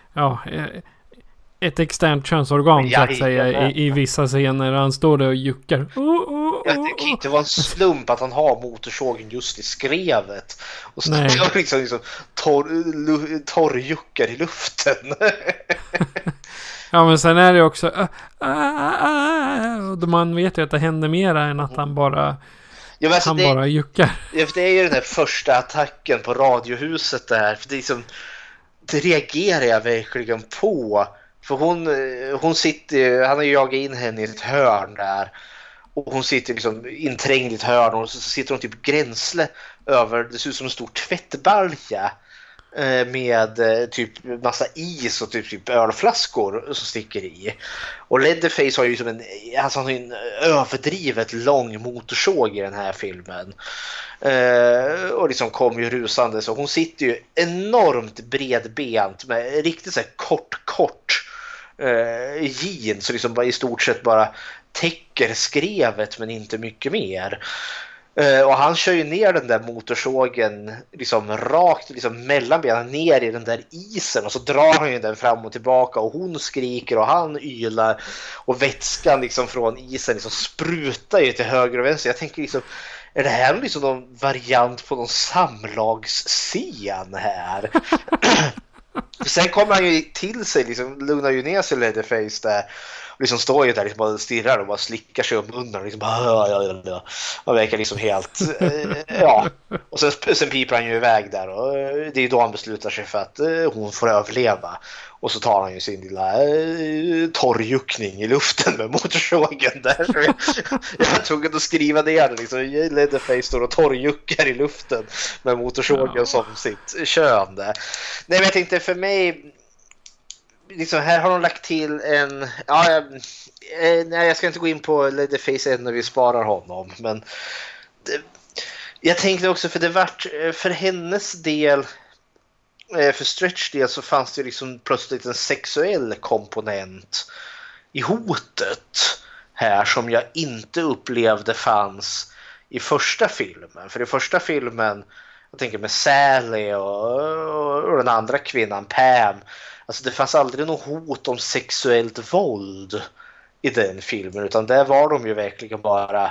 [SPEAKER 4] ett externt könsorgan så att säga i vissa scener. Han står där och juckar.
[SPEAKER 5] Det kan inte vara en slump att han har motorsågen just i skrevet och står liksom torrjuckar i luften.
[SPEAKER 4] Ja, men sen är det också man vet ju att det händer mer än att han bara bara juckar.
[SPEAKER 5] Det är ju den här första attacken på radiohuset där, för det reagerar jag verkligen på. För hon sitter, han har ju jagat in henne i ett hörn där. Och hon sitter liksom inträngd i ett hörn, och så sitter hon typ gränsle över, det ser ut som en stor tvättbalja med typ massa is och typ ölflaskor som sticker i. Och Leatherface har ju som han har en överdrivet lång motorsåg i den här filmen. Och liksom kommer ju rusande, så hon sitter ju enormt bredbent med riktigt så här kort jeans, så liksom bara i stort sett bara täcker skrevet men inte mycket mer. Och han kör ju ner den där motorsågen liksom rakt liksom mellan benen ner i den där isen, och så drar han ju den fram och tillbaka, och hon skriker och han ylar, och vätskan liksom från isen liksom sprutar ju till höger och vänster. Jag tänker liksom, är det här liksom någon variant på någon samlagsscen här? Sen kommer han ju till sig, liksom lugnar ju ner sig Leatherface där. Och liksom står ju där liksom bara stirrar och bara slickar sig om munnen och liksom bara och verkar liksom helt ja. Och sen piper han ju iväg där och det är ju då han beslutar sig för att hon får överleva. Och så tar han ju sin lilla torrjuckning i luften med motorsågen där. Så jag var tvungen att skriva ner det liksom. Leatherface står och torrjuckar i luften med motorsågen som sitt kön där. Nej, men jag tänkte för mig liksom, här har de lagt till en nej, jag ska inte gå in på Leatherface än när vi sparar honom, men jag tänkte också för det vart för hennes del, för Stretch del så fanns det liksom plötsligt en sexuell komponent i hotet här som jag inte upplevde fanns i första filmen. För i första filmen, jag tänker med Sally och den andra kvinnan Pam, alltså det fanns aldrig något hot om sexuellt våld i den filmen, utan där var de ju verkligen bara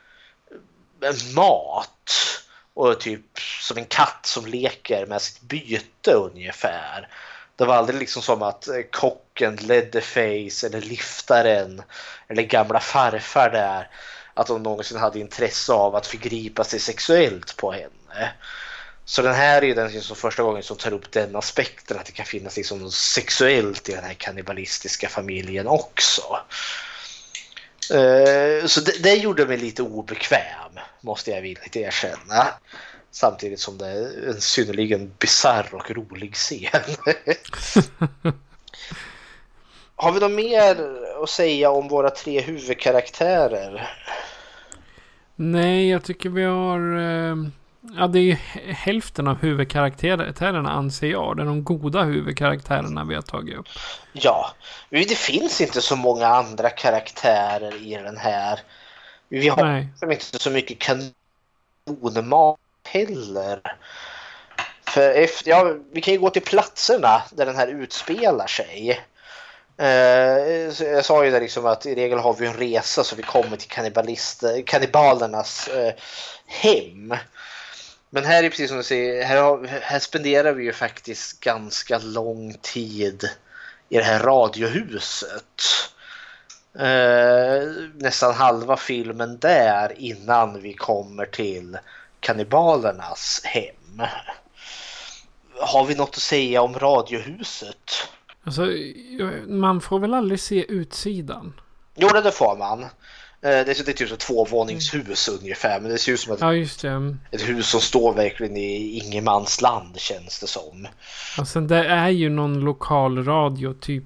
[SPEAKER 5] mat och typ som en katt som leker med sitt byte ungefär. Det var aldrig liksom som att kocken, Leatherface eller liftaren eller gamla farfar där, att de någonsin hade intresse av att förgripa sig sexuellt på henne. Så den här är ju den som första gången som tar upp den aspekten, att det kan finnas liksom sexuellt i den här kannibalistiska familjen också. Så det gjorde mig lite obekväm, måste jag villigt erkänna. Samtidigt som det är en synnerligen bizarr och rolig scen. Har vi något mer att säga om våra 3 huvudkaraktärer?
[SPEAKER 4] Nej, jag tycker vi har... Ja, det är ju hälften av huvudkaraktärerna anser jag. Det är de goda huvudkaraktärerna vi har tagit upp.
[SPEAKER 5] Ja, det finns inte så många andra karaktärer i den här. Vi har inte så mycket kanonmat heller. För vi kan ju gå till platserna där den här utspelar sig. Jag sa ju där liksom att i regel har vi en resa så vi kommer till kannibalernas hem. Men här är precis som du säger, här spenderar vi ju faktiskt ganska lång tid i det här radiohuset. Nästan halva filmen där innan vi kommer till kannibalernas hem. Har vi något att säga om radiohuset?
[SPEAKER 4] Alltså, man får väl aldrig se utsidan?
[SPEAKER 5] Jo, det får man. Det är typ ett 2-våningshus ungefär, men det ser ut som ett hus som står verkligen i ingenmansland, känns det som.
[SPEAKER 4] Alltså det är ju någon lokal radio, typ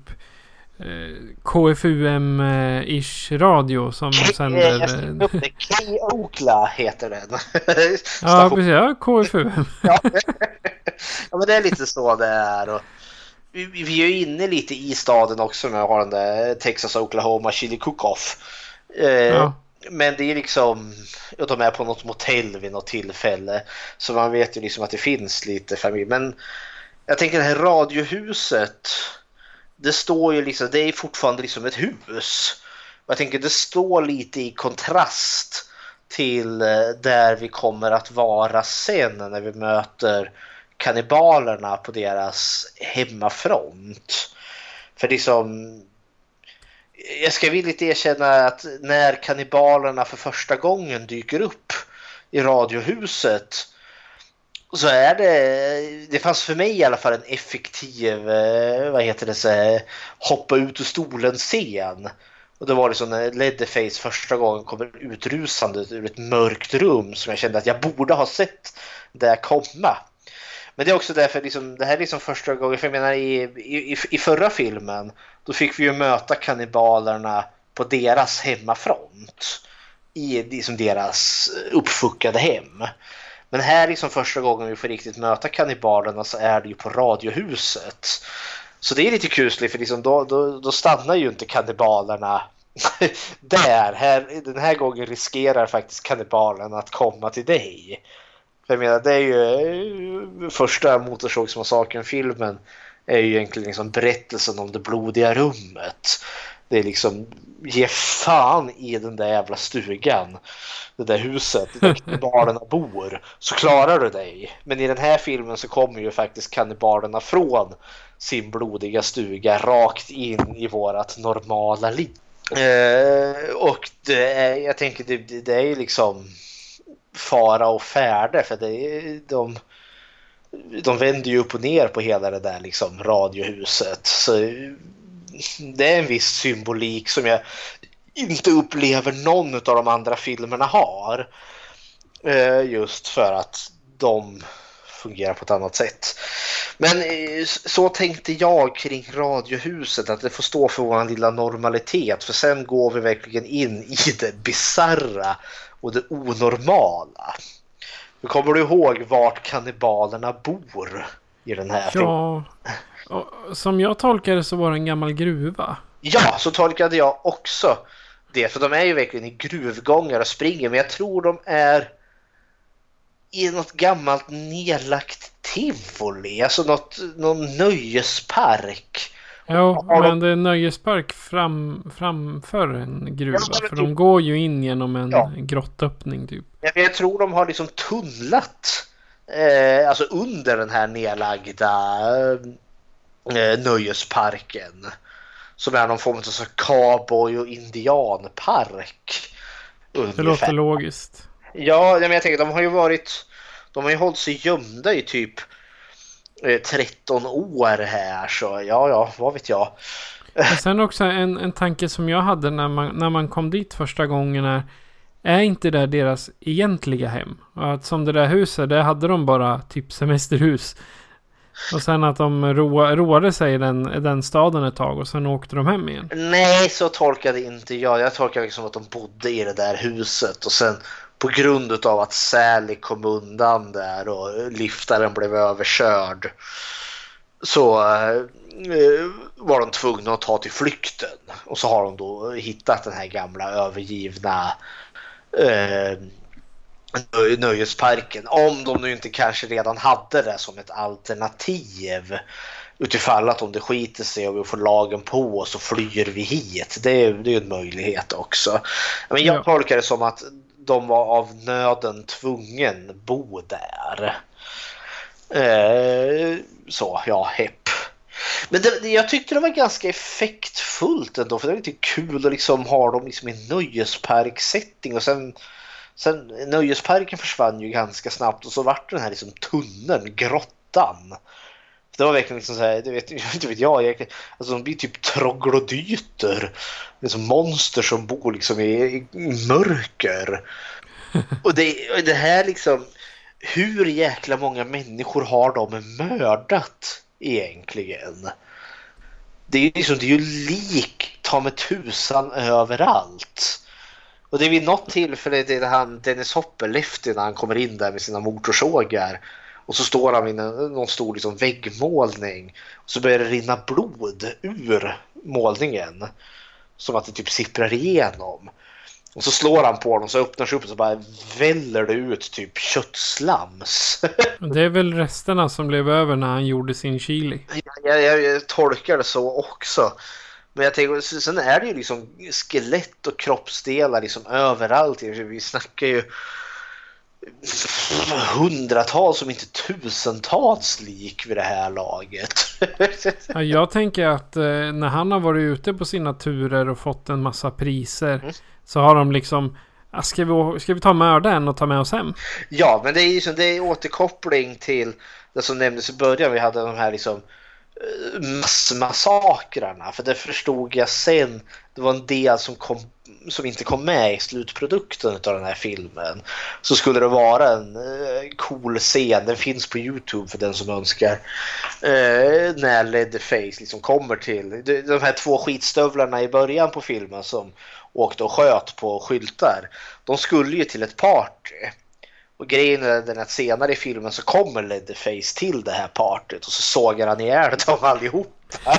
[SPEAKER 4] KFUM-ish radio som sänder...
[SPEAKER 5] K-Okla heter den.
[SPEAKER 4] Ja, precis. Ja, KFUM.
[SPEAKER 5] Ja, men det är lite så det är. Och vi är ju inne lite i staden också med att ha den där Texas Oklahoma Chili Cook-Off. Men det är liksom, de är på något motell vid något tillfälle, så man vet ju liksom att det finns lite familj. Men jag tänker det här radiohuset, det står ju liksom, det är fortfarande liksom ett hus. Och jag tänker det står lite i kontrast till där vi kommer att vara sen när vi möter kannibalerna på deras hemmafront. För liksom, jag ska villigt erkänna att när kannibalerna för första gången dyker upp i radiohuset, så är det fanns för mig i alla fall en effektiv hoppa ut ur stolen scen. Och det var liksom när Leatherface första gången kommer utrusande ur ett mörkt rum som jag kände att jag borde ha sett det komma. Men det är också därför liksom, det här är liksom första gången, för jag menar i förra filmen då fick vi ju möta kannibalerna på deras hemmafront i liksom deras uppfuckade hem. Men här liksom första gången vi får riktigt möta kannibalerna så är det ju på radiohuset. Så det är lite kusligt, för liksom då stannar ju inte kannibalerna där. Den här gången riskerar faktiskt kannibalerna att komma till dig. För jag menar, det är ju första Motorsågsmassakern-filmen är ju egentligen liksom berättelsen om det blodiga rummet. Det är liksom, ge fan i den där jävla stugan, det där huset där kannibalerna bor, så klarar du dig. Men i den här filmen så kommer ju faktiskt kannibalerna från sin blodiga stuga rakt in i vårat normala liv. Och jag tänker det är liksom fara och färde, för de vänder ju upp och ner på hela det där liksom radiohuset. Så det är en viss symbolik som jag inte upplever någon av de andra filmerna har. Just för att de fungerar på ett annat sätt. Men så tänkte jag kring radiohuset, att det får stå för vår lilla normalitet. För sen går vi verkligen in i det bizarra och det onormala. Kommer du ihåg vart kannibalerna bor i den här filmen?
[SPEAKER 4] Ja, som jag tolkade så var det en gammal gruva.
[SPEAKER 5] Ja, så tolkade jag också det. För de är ju verkligen i gruvgångar och springer. Men jag tror de är i något gammalt nedlagt tivoli. Alltså någon nöjespark.
[SPEAKER 4] Ja, men det är en nöjespark framför en gruva. Ja, för de går ju in genom en grottöppning typ.
[SPEAKER 5] Jag tror de har liksom tunnlat alltså under den här nedlagda nöjesparken. Som är någon form av cowboy- och indianpark.
[SPEAKER 4] Det låter logiskt.
[SPEAKER 5] Ja, men jag tänker de har ju hållit sig gömda i typ 13 år här, så ja, vad vet jag.
[SPEAKER 4] Och sen också en tanke som jag hade när man kom dit första gången är inte det deras egentliga hem? Att som det där huset, det hade de bara typ semesterhus. Och sen att de roade sig i den staden ett tag och sen åkte de hem igen.
[SPEAKER 5] Nej, så tolkade inte jag. Jag tolkade liksom att de bodde i det där huset och sen på grund av att Sally kom undan där och liftaren blev överkörd så var de tvungna att ta till flykten. Och så har de då hittat den här gamla övergivna nöjesparken. Om de nu inte kanske redan hade det som ett alternativ utifall att om det skiter sig och vi får lagen på så flyr vi hit. Det är en möjlighet också. Men jag tolkar det som att de var av nöden tvungen bo där. Så, ja, hepp. Men jag tyckte det var ganska effektfullt ändå, för det är lite kul att liksom ha dem liksom i nöjesparksetting och sen nöjesparken försvann ju ganska snabbt och så vart den här liksom tunneln, grottan. Det var verkligen liksom så här, det vet jag, alltså de blir typ troglodyter, liksom monster som bor liksom i mörker. Och det här liksom, hur jäkla många människor har de mördat egentligen? Det är ju lik ta med tusan överallt. Och det är vid något tillfälle det är han Dennis Hopper lyfter när han kommer in där med sina motorsågar. Och så står han vid någon stor liksom väggmålning. Och så börjar det rinna blod ur målningen. Som att det typ sipprar igenom. Och så slår han på dem och så öppnar sig upp och så bara väller det ut typ köttslams. Det
[SPEAKER 4] är väl resterna som blev över när han gjorde sin chili.
[SPEAKER 5] Jag tolkar det så också. Men jag tänker, sen är det ju liksom skelett och kroppsdelar liksom överallt. Vi snackar ju hundratals om inte tusentals lik vid det här laget.
[SPEAKER 4] Ja, jag tänker att när han har varit ute på sina turer och fått en massa priser så har de liksom, ska vi ta mördaren och ta med oss hem? Ja, men det är återkoppling till det som nämndes i början. Vi hade de här liksom massmassakrarna, för det förstod jag sen. Det var en del som inte kom med i slutprodukten av den här filmen. Så skulle det vara en cool scen, den finns på YouTube för den som önskar, när Leatherface liksom kommer till de här 2 skitstövlarna i början på filmen som åkte och sköt på skyltar. De skulle ju till ett party. Och grejen är den att senare i filmen så kommer Leatherface till det här partyt och så sågar han ihjäl dem allihopa.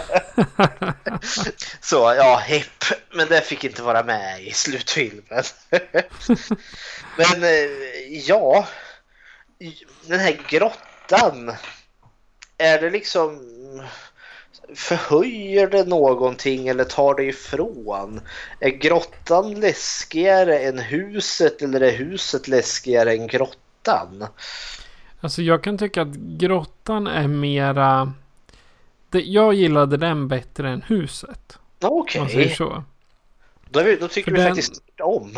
[SPEAKER 4] Så ja, hepp. Men det fick inte vara med i slutfilmen. Men ja, den här grottan, är det liksom,
[SPEAKER 5] Förhöjer det någonting eller tar det ifrån? Är grottan läskigare än huset eller är huset läskigare än grottan?
[SPEAKER 4] Alltså jag kan tycka att grottan är mera... Jag gillade den bättre än huset.
[SPEAKER 5] Okej.
[SPEAKER 4] Okay. Så.
[SPEAKER 5] Då tycker vi faktiskt om.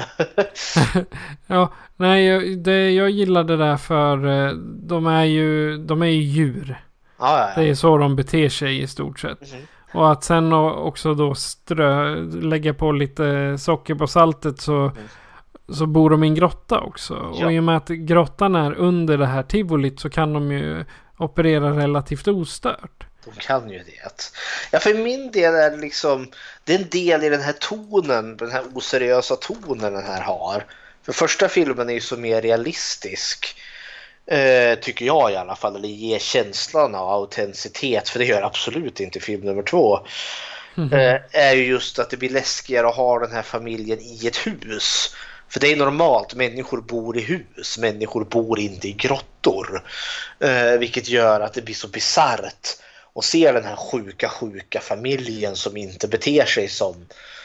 [SPEAKER 4] Ja, nej, jag gillade det för de är ju djur.
[SPEAKER 5] Ja.
[SPEAKER 4] Det är så de beter sig i stort sett. Mm. Och att sen också då lägga på lite socker på saltet så bor de i en grotta också. Ja. Och i och med att grottan är under det här tivolit så kan de ju operera relativt ostört.
[SPEAKER 5] De kan ju det. Ja, för min del är liksom, det är en del i den här tonen, den här oseriösa tonen den här har. För första filmen är ju så mer realistisk. Tycker jag i alla fall, eller ger känslan av autenticitet, för det gör absolut inte film nummer 2. Är ju just att det blir läskigare att ha den här familjen i ett hus. För det är normalt, människor bor i hus, människor bor inte i grottor. Vilket gör att det blir så bizarrt och ser den här sjuka familjen som inte beter sig som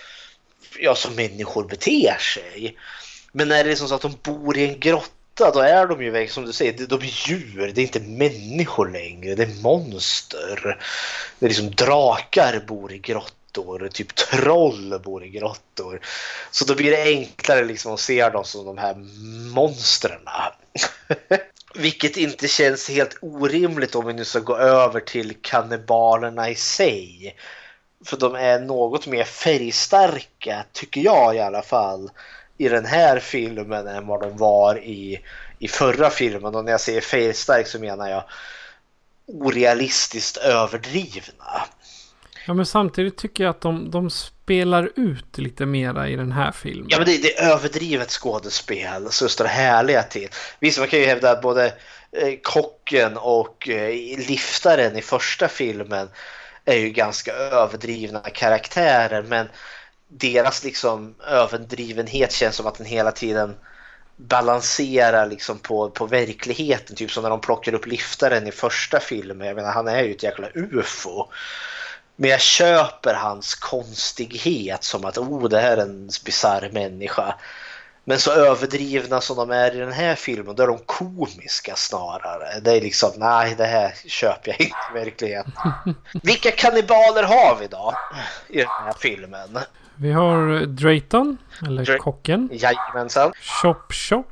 [SPEAKER 5] människor beter sig. Men när det är så att de bor i en grotta, då är de ju, som du säger, de är djur, det är inte människor längre, det är monster. Det är liksom drakar bor i grottor, typ troll bor i grottor. Så då blir det enklare liksom att se dem som de här monsterna. Vilket inte känns helt orimligt om vi nu ska gå över till kannibalerna i sig. För de är något mer färgstarka, tycker jag i alla fall, i den här filmen än vad de var i förra filmen. Och när jag säger färgstark så menar jag orealistiskt överdrivna. Ja,
[SPEAKER 4] men samtidigt tycker jag att de spelar ut lite mera i den här filmen.
[SPEAKER 5] Ja, men det är överdrivet skådespel, så står det härliga till. Visst, man kan ju hävda att både kocken och liftaren i första filmen är ju ganska överdrivna karaktärer, men deras liksom överdrivenhet känns som att den hela tiden balanserar liksom på verkligheten, typ som när de plockar upp liftaren i första filmen. Jag menar, han är ju ett jäkla UFO. Men jag köper hans konstighet som att det här är en bizarr människa. Men så överdrivna som de är i den här filmen, då är de komiska snarare. Det är liksom, nej, det här köper jag inte i verkligheten. Vilka kannibaler har vi då i den här filmen?
[SPEAKER 4] Vi har Drayton, eller kocken.
[SPEAKER 5] Jajamensan.
[SPEAKER 4] Chop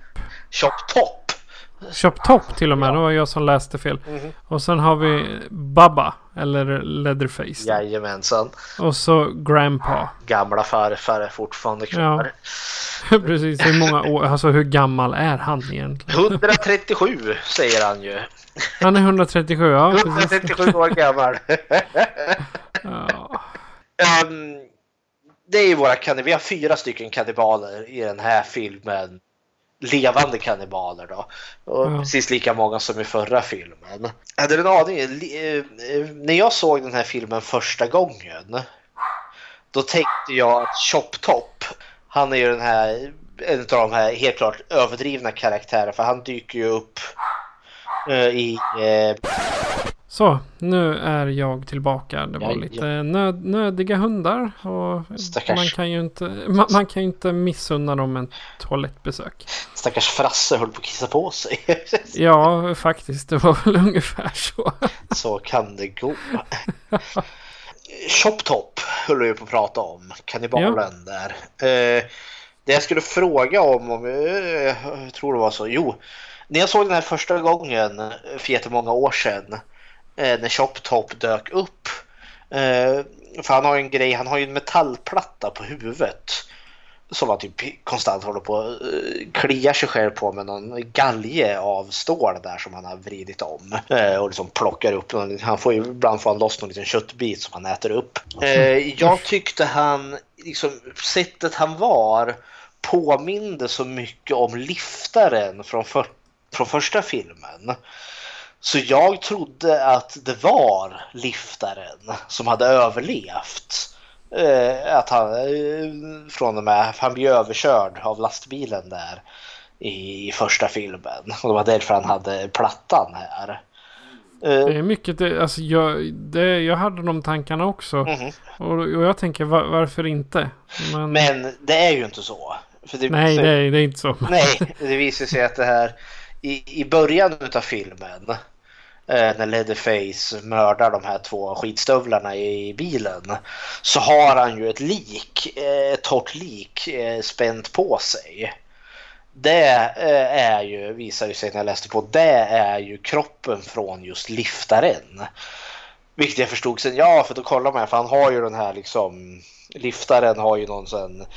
[SPEAKER 5] Top
[SPEAKER 4] till och med, det var jag som läste fel. Och sen har vi Bubba, eller Leatherface.
[SPEAKER 5] Jajamensan.
[SPEAKER 4] Och så Grandpa.
[SPEAKER 5] Gamla farfar är fortfarande kvar.
[SPEAKER 4] Ja. Precis, hur många år, alltså hur gammal är han egentligen?
[SPEAKER 5] 137 säger han ju.
[SPEAKER 4] Han är 137, ja.
[SPEAKER 5] 137 år gammal.
[SPEAKER 4] Ja.
[SPEAKER 5] Det är ju vi har 4 stycken kannibaler i den här filmen. Levande kannibaler då. Och precis lika många som i förra filmen. Jag hade en aning. När jag såg den här filmen första gången, då tänkte jag att Chop Top, han är ju en av de här helt klart överdrivna karaktärer, för han dyker ju upp i...
[SPEAKER 4] Så, nu är jag tillbaka. Det var lite nödiga hundar. Och man kan ju inte missunna dem en toalettbesök.
[SPEAKER 5] Stackars Frasse höll på att kissa på sig.
[SPEAKER 4] Ja, faktiskt. Det var väl ungefär så.
[SPEAKER 5] Så kan det gå. Chop Top höll vi på att prata om. Kannibalen där. Det jag skulle fråga om jag tror det var så. Jo, när jag såg den här första gången för jättemånga år sedan, när Chop Top dök upp, för han har ju en grej, han har ju en metallplatta på huvudet som han typ konstant håller på kliar sig själv på med någon galge av stål där som han har vridit om och liksom plockar upp. Han får ju ibland få loss någon liten köttbit som han äter upp. Jag tyckte han liksom, sättet han var påminde så mycket om liftaren från första filmen. Så jag trodde att det var liftaren som hade överlevt. Att han blev överkörd av lastbilen där i första filmen. Och det var därför han hade plattan här.
[SPEAKER 4] Det är mycket, alltså jag hade de tankarna också. Och jag tänker, varför inte?
[SPEAKER 5] Men det är ju inte så. För det
[SPEAKER 4] är inte så.
[SPEAKER 5] Nej, det visar sig att det här i början av filmen, när Leatherface mördar de här 2 skitstövlarna i bilen, så har han ju ett torrt lik spänt på sig. Det är ju, visar ju sig när jag läste på, det är ju kroppen från just liftaren. Vilket jag förstod sen, för då kollar man, för han har ju den här liksom, liftaren har ju någon sån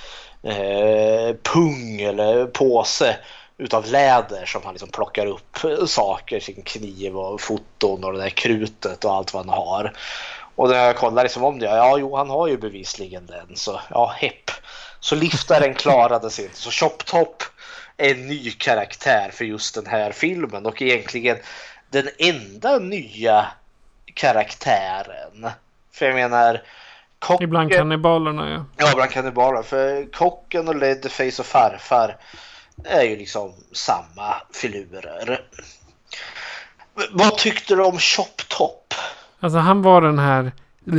[SPEAKER 5] pung eller påse utav läder som han liksom plockar upp saker, sin kniv och foton och det där krutet och allt vad han har. Och när jag kollar liksom om det, han har ju bevisligen den, så hepp. Så liftaren klarade sig inte, så Chop Top är en ny karaktär för just den här filmen och egentligen den enda nya karaktären. För jag menar,
[SPEAKER 4] ibland kannibalerna,
[SPEAKER 5] ja, bland kannibalerna, för kocken och Leatherface och farfar är ju liksom samma filurer. Vad tyckte du om Chop Top?
[SPEAKER 4] Alltså han var den här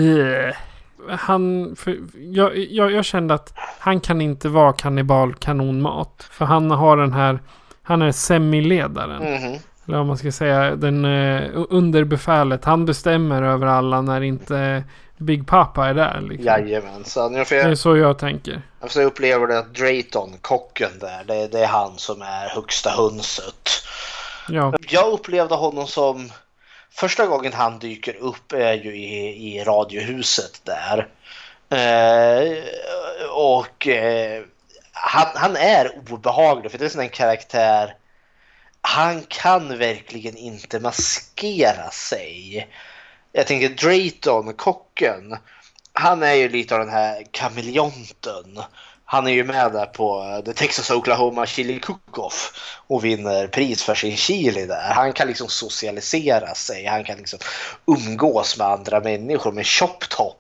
[SPEAKER 4] jag kände att han kan inte vara kannibal kanonmat, för han har den här, han är semiledaren. Eller vad man ska säga, den underbefälet, han bestämmer över alla när inte Big Papa är där liksom.
[SPEAKER 5] Jajamensan.
[SPEAKER 4] Det är så jag tänker.
[SPEAKER 5] Jag upplever det att Drayton, kocken där, det är han som är högsta hönset.
[SPEAKER 4] Ja.
[SPEAKER 5] Jag upplevde honom som, första gången han dyker upp är ju i radiohuset där. Han är obehaglig, för det är en sån en karaktär. Han kan verkligen inte maskera sig. Jag tänker Drayton, kocken, han är ju lite av den här kameleonten. Han är ju med där på The Texas Oklahoma Chili Cook-Off och vinner pris för sin chili där. Han kan liksom socialisera sig, han kan liksom umgås med andra människor. Med Chop Top,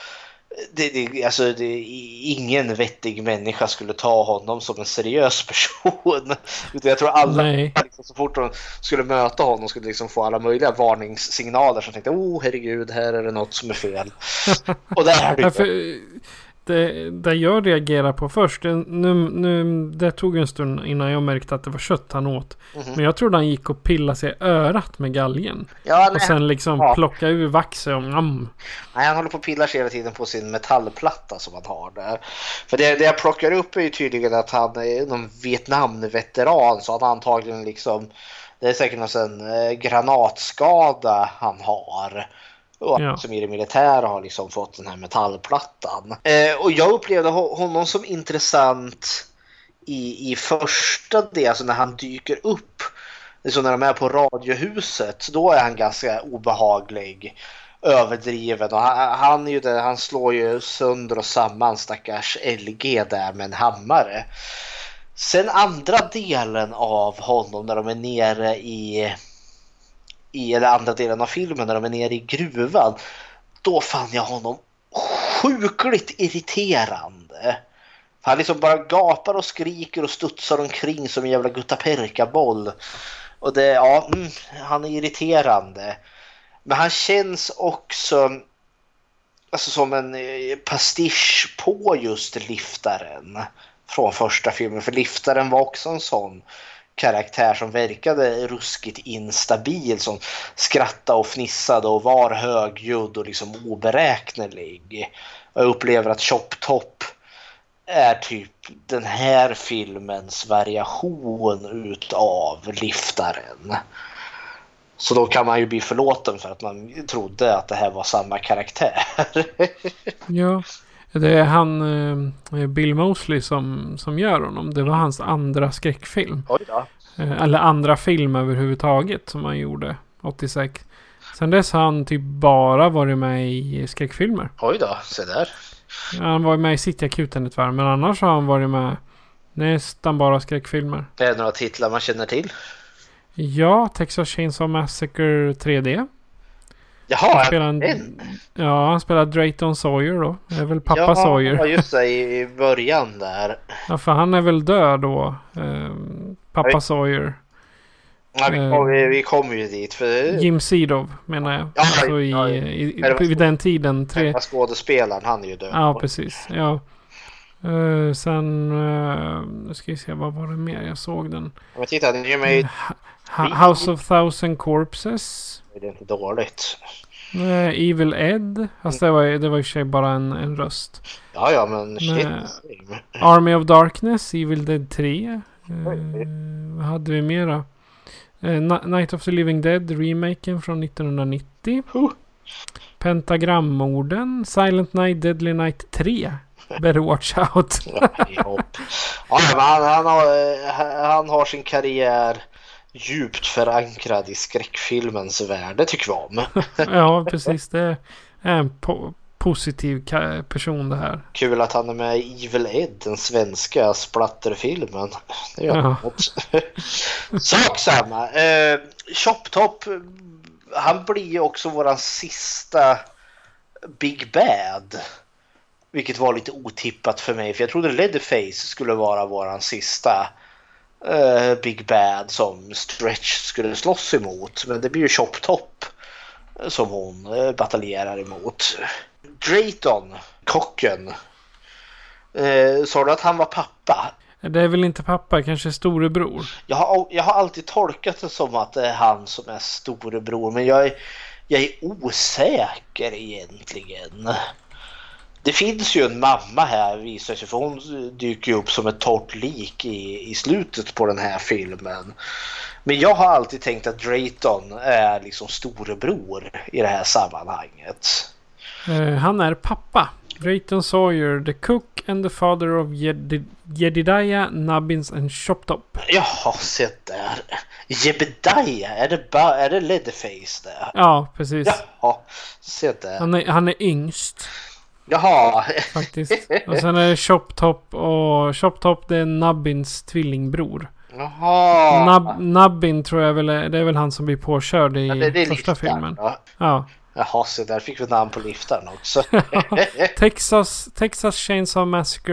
[SPEAKER 5] ingen vettig människa skulle ta honom som en seriös person. Jag tror alla liksom, så fort de skulle möta honom skulle liksom få alla möjliga varningssignaler som tänkte, herregud, här är det något som är fel. Och där är
[SPEAKER 4] det jag reagerar på först, det tog en stund innan jag märkte att det var kött han åt. Men jag trodde han gick och pillade sig i örat med galgen. Och sen liksom plocka ur vaxet och
[SPEAKER 5] Nej, han håller på att pilla sig hela tiden på sin metallplatta som han har där. För det jag plockar upp är ju tydligen att han är någon Vietnam-veteran, så han antagligen liksom, det är säkert någon granatskada han har. Och som i det militära har liksom fått den här metallplattan. Och jag upplevde honom som intressant i första del, alltså när han dyker upp. Så när de är på radiohuset, då är han ganska obehaglig, överdriven. Och han är ju där, han slår ju sönder och samman stackars LG där med en hammare. Sen andra delen av honom, när de är nere eller andra delen av filmen när de är nere i gruvan, då fann jag honom sjukligt irriterande. Han liksom bara gapar och skriker och studsar omkring som en jävla guttaperkaboll. Och han är irriterande. Men han känns också alltså som en pastisch på just liftaren från första filmen. För liftaren var också en sån karaktär som verkade ruskigt instabil, som skrattade och fnissade och var högljudd och liksom oberäknelig. Jag upplever att Chop Top är typ den här filmens variation utav liftaren. Så då kan man ju bli förlåten för att man trodde att det här var samma karaktär.
[SPEAKER 4] Ja, det är han Bill Moseley som gör honom. Det var hans andra skräckfilm.
[SPEAKER 5] Oj då.
[SPEAKER 4] Eller andra film överhuvudtaget som han gjorde 86. Sen dess har han typ bara varit med i skräckfilmer.
[SPEAKER 5] Oj då, se där.
[SPEAKER 4] Han var med i City Akuten ett varv, men annars har han varit med nästan bara skräckfilmer.
[SPEAKER 5] Är det några titlar man känner till?
[SPEAKER 4] Ja, Texas Chainsaw Massacre 3D.
[SPEAKER 5] Jaha,
[SPEAKER 4] han spelar Drayton Sawyer då. Det är väl pappa Sawyer.
[SPEAKER 5] Ja, just det, i början där.
[SPEAKER 4] Ja, för han är väl död då. Pappa Sawyer.
[SPEAKER 5] Ja, vi kommer ju dit. För...
[SPEAKER 4] Jim Seedov menar jag.
[SPEAKER 5] Ja,
[SPEAKER 4] alltså vid den tiden.
[SPEAKER 5] Skådespelaren, han är ju död.
[SPEAKER 4] Ja, precis. Ja. Sen nu ska vi se, vad var det mer? Jag såg den.
[SPEAKER 5] Men titta, den är med
[SPEAKER 4] House of Thousand Corpses.
[SPEAKER 5] Det är inte dåligt.
[SPEAKER 4] Evil Ed. Alltså det var i sig bara en röst.
[SPEAKER 5] Ja, men shit.
[SPEAKER 4] Army of Darkness, Evil Dead 3. Vad hade vi mera? Night of the Living Dead, remaken från 1990. Pentagrammorden, Silent Night, Deadly Night 3. Better watch out.
[SPEAKER 5] Han har sin karriär djupt förankrad i skräckfilmens värld. Det tycker vi om.
[SPEAKER 4] Ja, precis. Det är en positiv person det här.
[SPEAKER 5] Kul att han är med i Evil Ed, den svenska splatterfilmen. Det gör något. Sak samma. Chop Top, han blir ju också våran sista Big Bad. Vilket var lite otippat för mig. För jag trodde Leatherface skulle vara våran sista Big Bad som Stretch skulle slåss emot. Men det blir ju Chop Top som hon bataljerar emot. Drayton, kocken. Sa du att han var pappa?
[SPEAKER 4] Det är väl inte pappa, kanske storebror.
[SPEAKER 5] Jag har alltid tolkat det som att det är han som är storebror. Men jag är osäker egentligen. Det finns ju en mamma här, visar sig, för hon dyker ju upp som ett torrt lik i slutet på den här filmen. Men jag har alltid tänkt att Drayton är liksom storebror i det här sammanhanget.
[SPEAKER 4] Han är pappa. Drayton Sawyer, the cook and the father of Jedediah, Nubbins and Chop Top.
[SPEAKER 5] Jaha, se där. Jedediah, är det Leatherface där?
[SPEAKER 4] Ja, precis.
[SPEAKER 5] Jaha, se där.
[SPEAKER 4] Han är yngst.
[SPEAKER 5] Jaha.
[SPEAKER 4] Faktiskt. Och sen är det Chop Top, och Chop Top, det är Nubbins tvillingbror.
[SPEAKER 5] Jaha.
[SPEAKER 4] Nubbin tror jag väl det är väl han som blir påkörd i
[SPEAKER 5] det
[SPEAKER 4] första
[SPEAKER 5] liftar,
[SPEAKER 4] filmen.
[SPEAKER 5] Ja.
[SPEAKER 4] Ja.
[SPEAKER 5] Jaha, så där fick vi namn på liftaren också.
[SPEAKER 4] Texas Chainsaw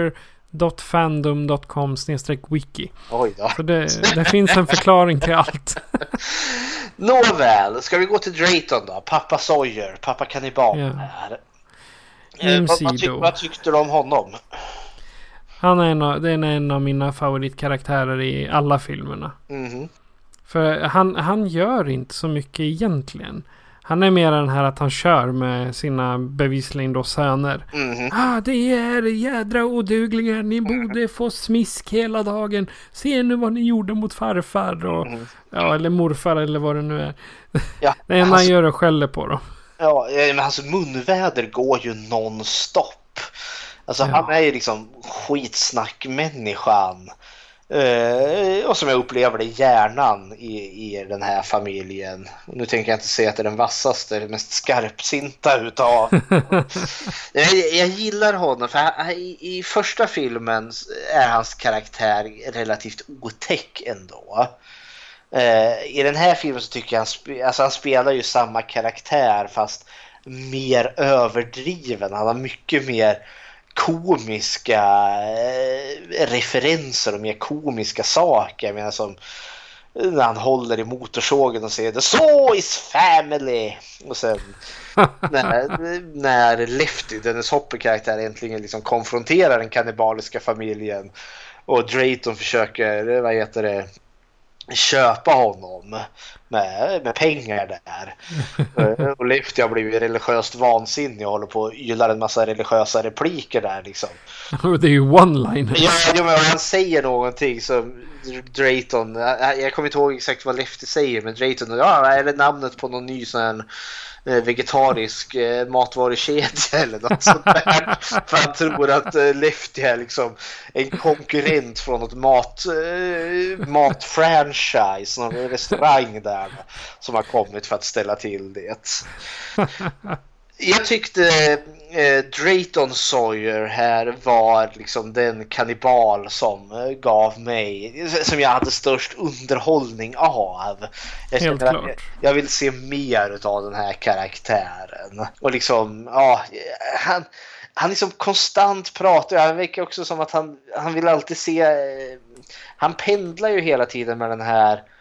[SPEAKER 4] Massacre.fandom.com/wiki.
[SPEAKER 5] Oj då.
[SPEAKER 4] Så det finns en förklaring till allt.
[SPEAKER 5] Nåväl, ska vi gå till Drayton då? Pappa Sawyer, pappa kannibal här. Vad tyckte du om honom?
[SPEAKER 4] Han är en av mina favoritkaraktärer i alla filmerna.
[SPEAKER 5] Mm-hmm.
[SPEAKER 4] För han gör inte så mycket egentligen. Han är mer den här att han kör med sina bevisligen då söner.
[SPEAKER 5] Mm-hmm.
[SPEAKER 4] Det är jädra oduglingar. Ni borde få smisk hela dagen. Se nu vad ni gjorde mot farfar. Och, eller morfar eller vad det nu är.
[SPEAKER 5] Ja,
[SPEAKER 4] det ena han gör och skäller på dem.
[SPEAKER 5] Ja, men hans munväder går ju non-stop. Alltså han är ju liksom skitsnackmänniskan. Och som jag upplever det, hjärnan i den här familjen. Nu tänker jag inte säga att det är den vassaste, den mest skarpsinta utav. Jag gillar honom, för i första filmen är hans karaktär relativt otäck ändå. I den här filmen så tycker jag han spelar ju samma karaktär fast mer överdriven. Han har mycket mer komiska referenser och mer komiska saker. Jag menar som när han håller i motorsågen och säger "So is family", och sen när Lefty, Dennis Hopper-karaktär, äntligen liksom konfronterar den kannibaliska familjen och Drayton försöker köpa honom med pengar där. Och Lefty har blivit religiöst vansinnig och håller på att ylar en massa religiösa repliker där liksom.
[SPEAKER 4] Det är ju one-liner.
[SPEAKER 5] Ja, men han säger någonting som Drayton, jag kommer inte ihåg exakt vad Lefty säger, men Drayton, är det namnet på någon ny sån här vegetarisk matvarukedja eller något sånt där. För han tror att Lefty är liksom en konkurrent från något matfranchise, någon restaurang där som har kommit för att ställa till det. Jag tyckte Drayton Sawyer här var liksom den kannibal som gav mig, som jag hade störst underhållning av. Jag vill se mer av den här karaktären. Och liksom, han liksom konstant pratar. Jag verkar också som att han vill alltid se, han pendlar ju hela tiden med den här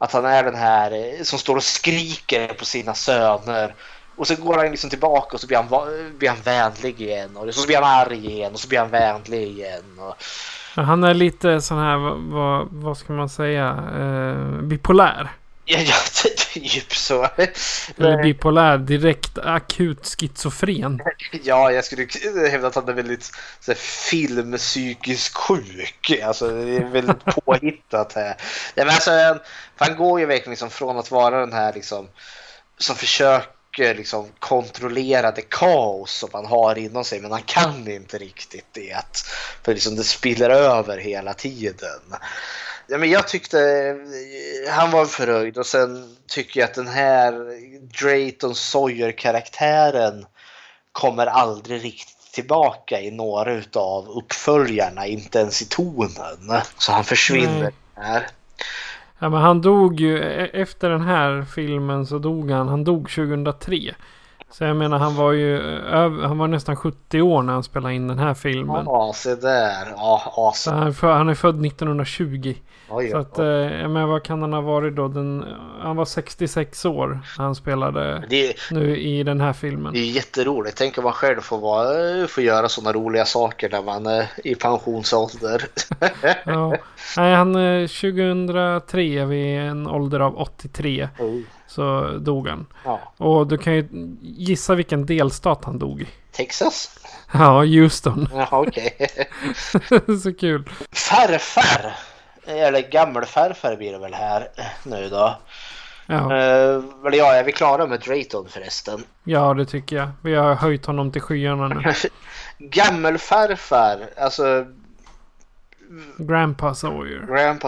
[SPEAKER 5] Att han är den här som står och skriker på sina söner. Och så går han liksom tillbaka och så blir han vänlig igen. Och så blir han arg igen och så blir han vänlig igen. Och...
[SPEAKER 4] Han är lite sån här, vad ska man säga, bipolär.
[SPEAKER 5] Ja, typ så.
[SPEAKER 4] Eller bipolär, direkt akut schizofren.
[SPEAKER 5] Ja, jag skulle hävda att han är väldigt så här, filmpsykiskt sjuk. Alltså, det är väldigt påhittat här. Ja, men alltså, han går ju verkligen liksom från att vara den här liksom, som försöker liksom kontrollera det kaos som han har inom sig, men han kan inte riktigt det. För liksom det spiller över hela tiden. Ja, men jag tyckte han var förröjd, och sen tycker jag att den här Drayton Sawyer-karaktären kommer aldrig riktigt tillbaka i några utav uppföljarna, inte ens i tonen. Så han försvinner här.
[SPEAKER 4] Ja, men han dog ju efter den här filmen, så dog han dog 2003. Så jag menar, han var nästan 70 år när han spelade in den här filmen.
[SPEAKER 5] Ja, se där. Ja, awesome.
[SPEAKER 4] Så han är född 1920.
[SPEAKER 5] Oj,
[SPEAKER 4] så att, men vad kan han ha varit då? Han var 66 år när han spelade nu i den här filmen.
[SPEAKER 5] Det är jätteroligt. Tänk om man själv får göra sådana roliga saker när man är i pensionsålder.
[SPEAKER 4] Ja. Nej, han 2003 vid en ålder av 83 så dog han. Ja. Och du kan ju gissa vilken delstat han dog i.
[SPEAKER 5] Texas?
[SPEAKER 4] Ja, Houston.
[SPEAKER 5] Ja, okej.
[SPEAKER 4] Så kul.
[SPEAKER 5] Farfar. Eller gammelfarfar blir det väl här nu då.
[SPEAKER 4] Ja.
[SPEAKER 5] Är vi klara med Drayton förresten?
[SPEAKER 4] Ja, det tycker jag. Vi har höjt honom till skyarna nu.
[SPEAKER 5] Gammelfarfar, alltså
[SPEAKER 4] Grandpa Sawyer.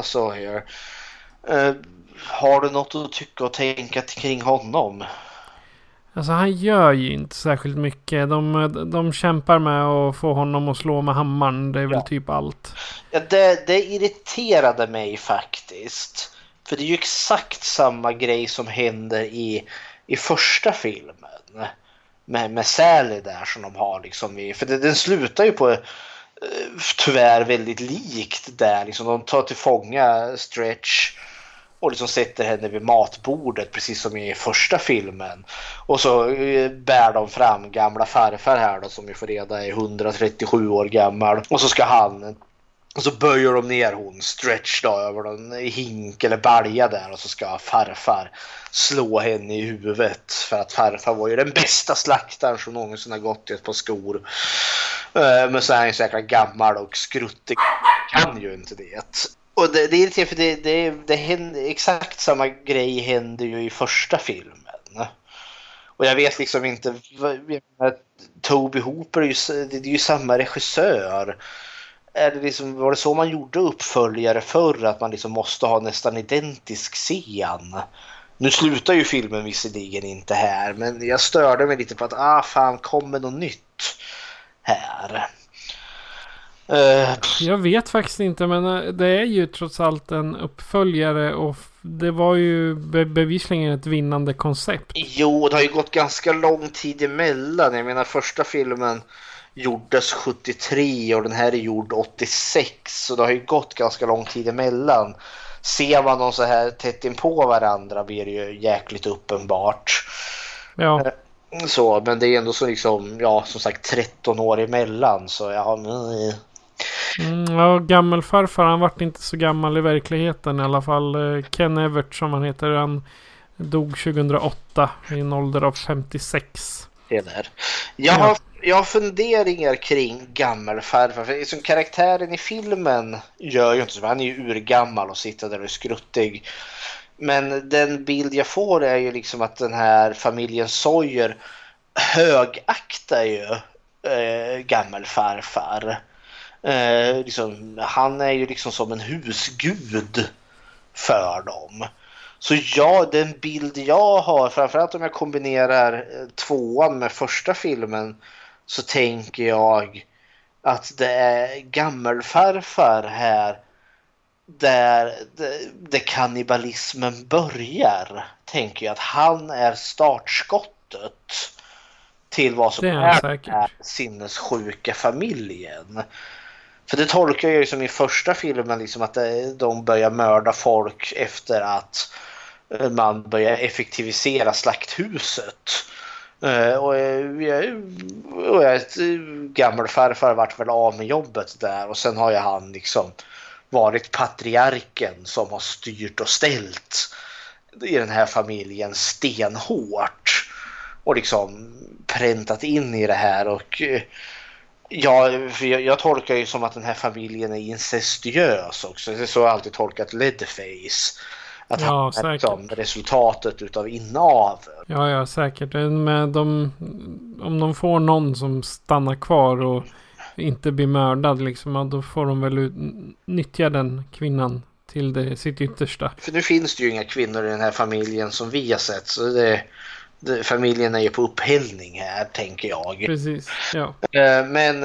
[SPEAKER 5] Har du något att tycka och tänka kring honom?
[SPEAKER 4] Alltså, han gör ju inte särskilt mycket. De kämpar med att få honom att slå med hammaren. Det är väl typ allt. Ja,
[SPEAKER 5] det irriterade mig faktiskt. För det är ju exakt samma grej som händer i första filmen. Med Sally där som de har liksom. För den slutar ju på tyvärr väldigt likt där. Liksom, de tar till fånga Stretch och liksom sätter henne vid matbordet precis som i första filmen. Och så bär de fram gamla farfar här då, som vi får reda är 137 år gammal. Och så ska och så böjer de ner hon Stretch då över någon hink eller balja där, och så ska farfar slå henne i huvudet. För att farfar var ju den bästa slaktaren som någonsin har gått i ett par skor. Men så är han ju så jäkla gammal och skruttig. Kan ju inte det. Och det är irriterande, för det händer, exakt samma grej händer ju i första filmen. Och jag vet liksom inte, Toby Hooper det är ju samma regissör. Var det så man gjorde uppföljare förr, att man liksom måste ha nästan identisk scen? Nu slutar ju filmen visserligen inte här, men jag störde mig lite på att fan, kommer något nytt här.
[SPEAKER 4] Jag vet faktiskt inte, men det är ju trots allt en uppföljare, och det var ju bevisligen ett vinnande koncept.
[SPEAKER 5] Jo, det har ju gått ganska lång tid emellan. Jag menar, första filmen gjordes 73 och den här är gjord 86, så det har ju gått ganska lång tid emellan. Ser man dem så här tätt in på varandra blir det ju jäkligt uppenbart.
[SPEAKER 4] Ja.
[SPEAKER 5] Så, men det är ändå så liksom, som sagt 13 år emellan, så
[SPEAKER 4] gammelfarfar, han vart inte så gammal i verkligheten i alla fall. Ken Evert som han heter, han dog 2008 i en ålder av 56.
[SPEAKER 5] Det där. Jag har funderingar kring gammelfarfar, för som karaktären i filmen gör ju inte så, han är ju urgammal och sitter där och är skruttig. Men den bild jag får är ju liksom att den här familjen Sawyer högaktar ju gammelfarfar. Liksom, han är ju liksom som en husgud för dem. Så den bild jag har, framförallt om jag kombinerar tvåan med första filmen, så tänker jag att det är gammelfarfar här där kannibalismen börjar. Tänker jag att han är startskottet till vad som är den här sinnessjuka familjen. För det tolkar jag ju som i första filmen liksom att de börjar mörda folk efter att man börjar effektivisera slakthuset. Och ett gammelfarfar vart väl av med jobbet där, och sen har ju han liksom varit patriarken som har styrt och ställt i den här familjen stenhårt och liksom präntat in i det här. Och jag tolkar ju som att den här familjen är incestuös också. Det är så jag alltid tolkat Leatherface. Att han är liksom resultatet utav inavel.
[SPEAKER 4] Ja, säkert. Men om de får någon som stannar kvar och inte blir mördad liksom, då får de väl nyttja den kvinnan till sitt yttersta. För
[SPEAKER 5] nu finns det ju inga kvinnor i den här familjen som vi har sett, så familjen är ju på upphällning här, tänker jag.
[SPEAKER 4] Precis, ja.
[SPEAKER 5] Men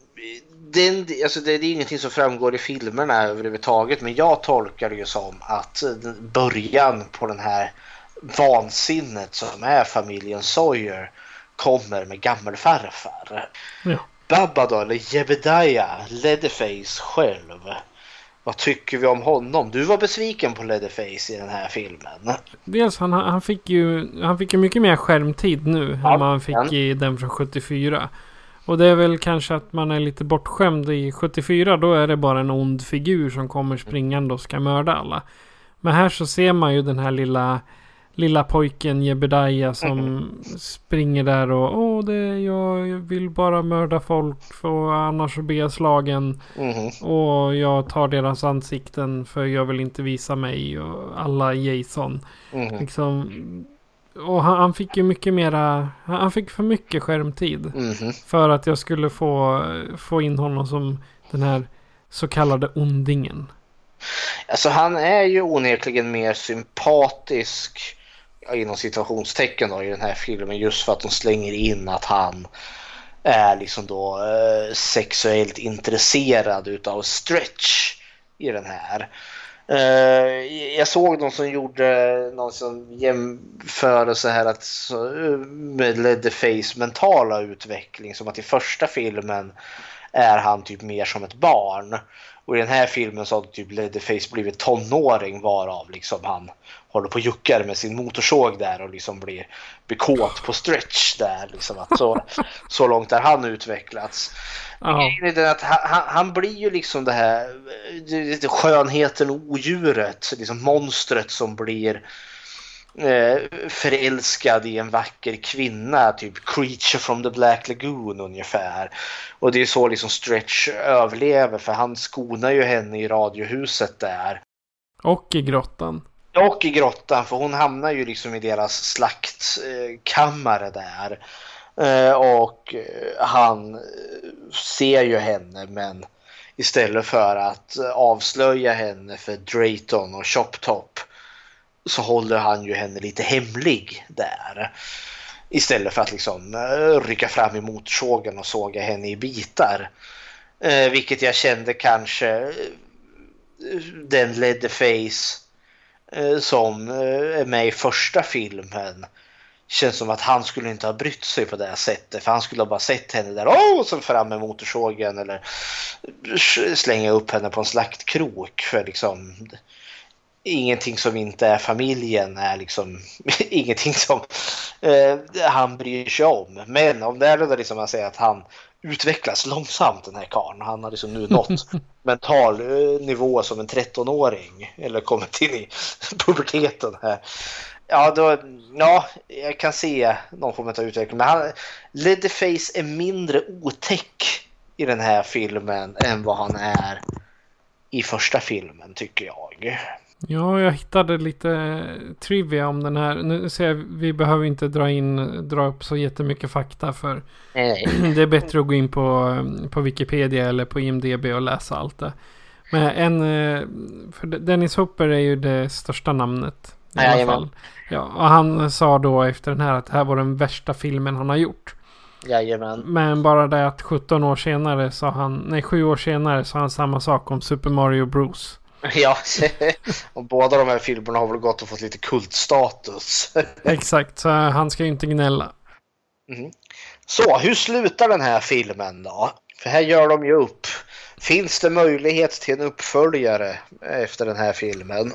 [SPEAKER 5] det är ingenting som framgår i filmerna överhuvudtaget, men jag tolkar det ju som att början på den här vansinnet som är familjen Sawyer kommer med gammelfarfar.
[SPEAKER 4] Ja.
[SPEAKER 5] Baba då, eller Jebediah, Leatherface själv. Vad tycker vi om honom? Du var besviken på Leatherface i den här filmen.
[SPEAKER 4] Dels han fick ju mycket mer skärmtid nu än man fick i den från 74. Och det är väl kanske att man är lite bortskämd. I 74 då är det bara en ond figur som kommer springande och ska mörda alla. Men här så ser man ju den här lilla pojken Jebediah som springer där och jag vill bara mörda folk för annars så blir jag slagen. Och jag tar deras ansikten för jag vill inte visa mig och alla Jason. Liksom, och han fick ju mycket mera, han fick för mycket skärmtid för att jag skulle få in honom som den här så kallade ondingen.
[SPEAKER 5] Alltså han är ju onekligen mer sympatisk inom situationstecken då, i den här filmen, just för att de slänger in att han är liksom då sexuellt intresserad utav Stretch i den här. Jag såg någon som gjorde någon som jämförelse här att med Leatherface mentala utveckling, som att i första filmen är han typ mer som ett barn, och i den här filmen så har typ Leatherface blivit tonåring, varav liksom han håller på och juckar med sin motorsåg där och liksom blir kåt på Stretch där liksom, att så långt har han utvecklats. Att han blir ju liksom det här skönheten och odjuret, liksom monstret som blir förälskad i en vacker kvinna, typ Creature from the Black Lagoon ungefär. Och det är så liksom Stretch överlever, för han skonar ju henne i radiohuset där.
[SPEAKER 4] Och i grottan.
[SPEAKER 5] För hon hamnar ju liksom i deras slaktkammare där. Och han ser ju henne, men istället för att avslöja henne för Drayton och Chop Top så håller han ju henne lite hemlig där. Istället för att liksom rycka fram i motorsågen och såga henne i bitar. Vilket jag kände kanske den Leatherface som är med i första filmen känns som att han skulle inte ha brytt sig på det här sättet, för han skulle ha bara sett henne där och så fram med motorsågen eller slänga upp henne på en slaktkrok, för liksom ingenting som inte är familjen är liksom ingenting som han bryr sig om. Men om det är då liksom man säger att han utvecklas långsamt, den här karln. Han har liksom nu nått mental nivå som en 13-åring eller kommit in i puberteten här. Ja, jag kan se någon form av utveckling. Men Leatherface är mindre otäck i den här filmen än vad han är i första filmen, tycker jag.
[SPEAKER 4] Ja, jag hittade lite trivia om den här. Nu ser jag, vi behöver inte dra upp så jättemycket fakta, för det är bättre att gå in på Wikipedia eller på IMDb och läsa allt det. Men för Dennis Hopper är ju det största namnet i alla fall. Ja, och han sa då efter den här att det här var den värsta filmen han har gjort.
[SPEAKER 5] Jajamän.
[SPEAKER 4] Men bara det att 7 år senare sa han samma sak om Super Mario Bros.
[SPEAKER 5] Ja, och båda de här filmerna har väl gått och fått lite kultstatus.
[SPEAKER 4] Exakt, så han ska ju inte gnälla.
[SPEAKER 5] Så, hur slutar den här filmen då? För här gör de ju upp Finns det möjlighet till en uppföljare efter den här filmen?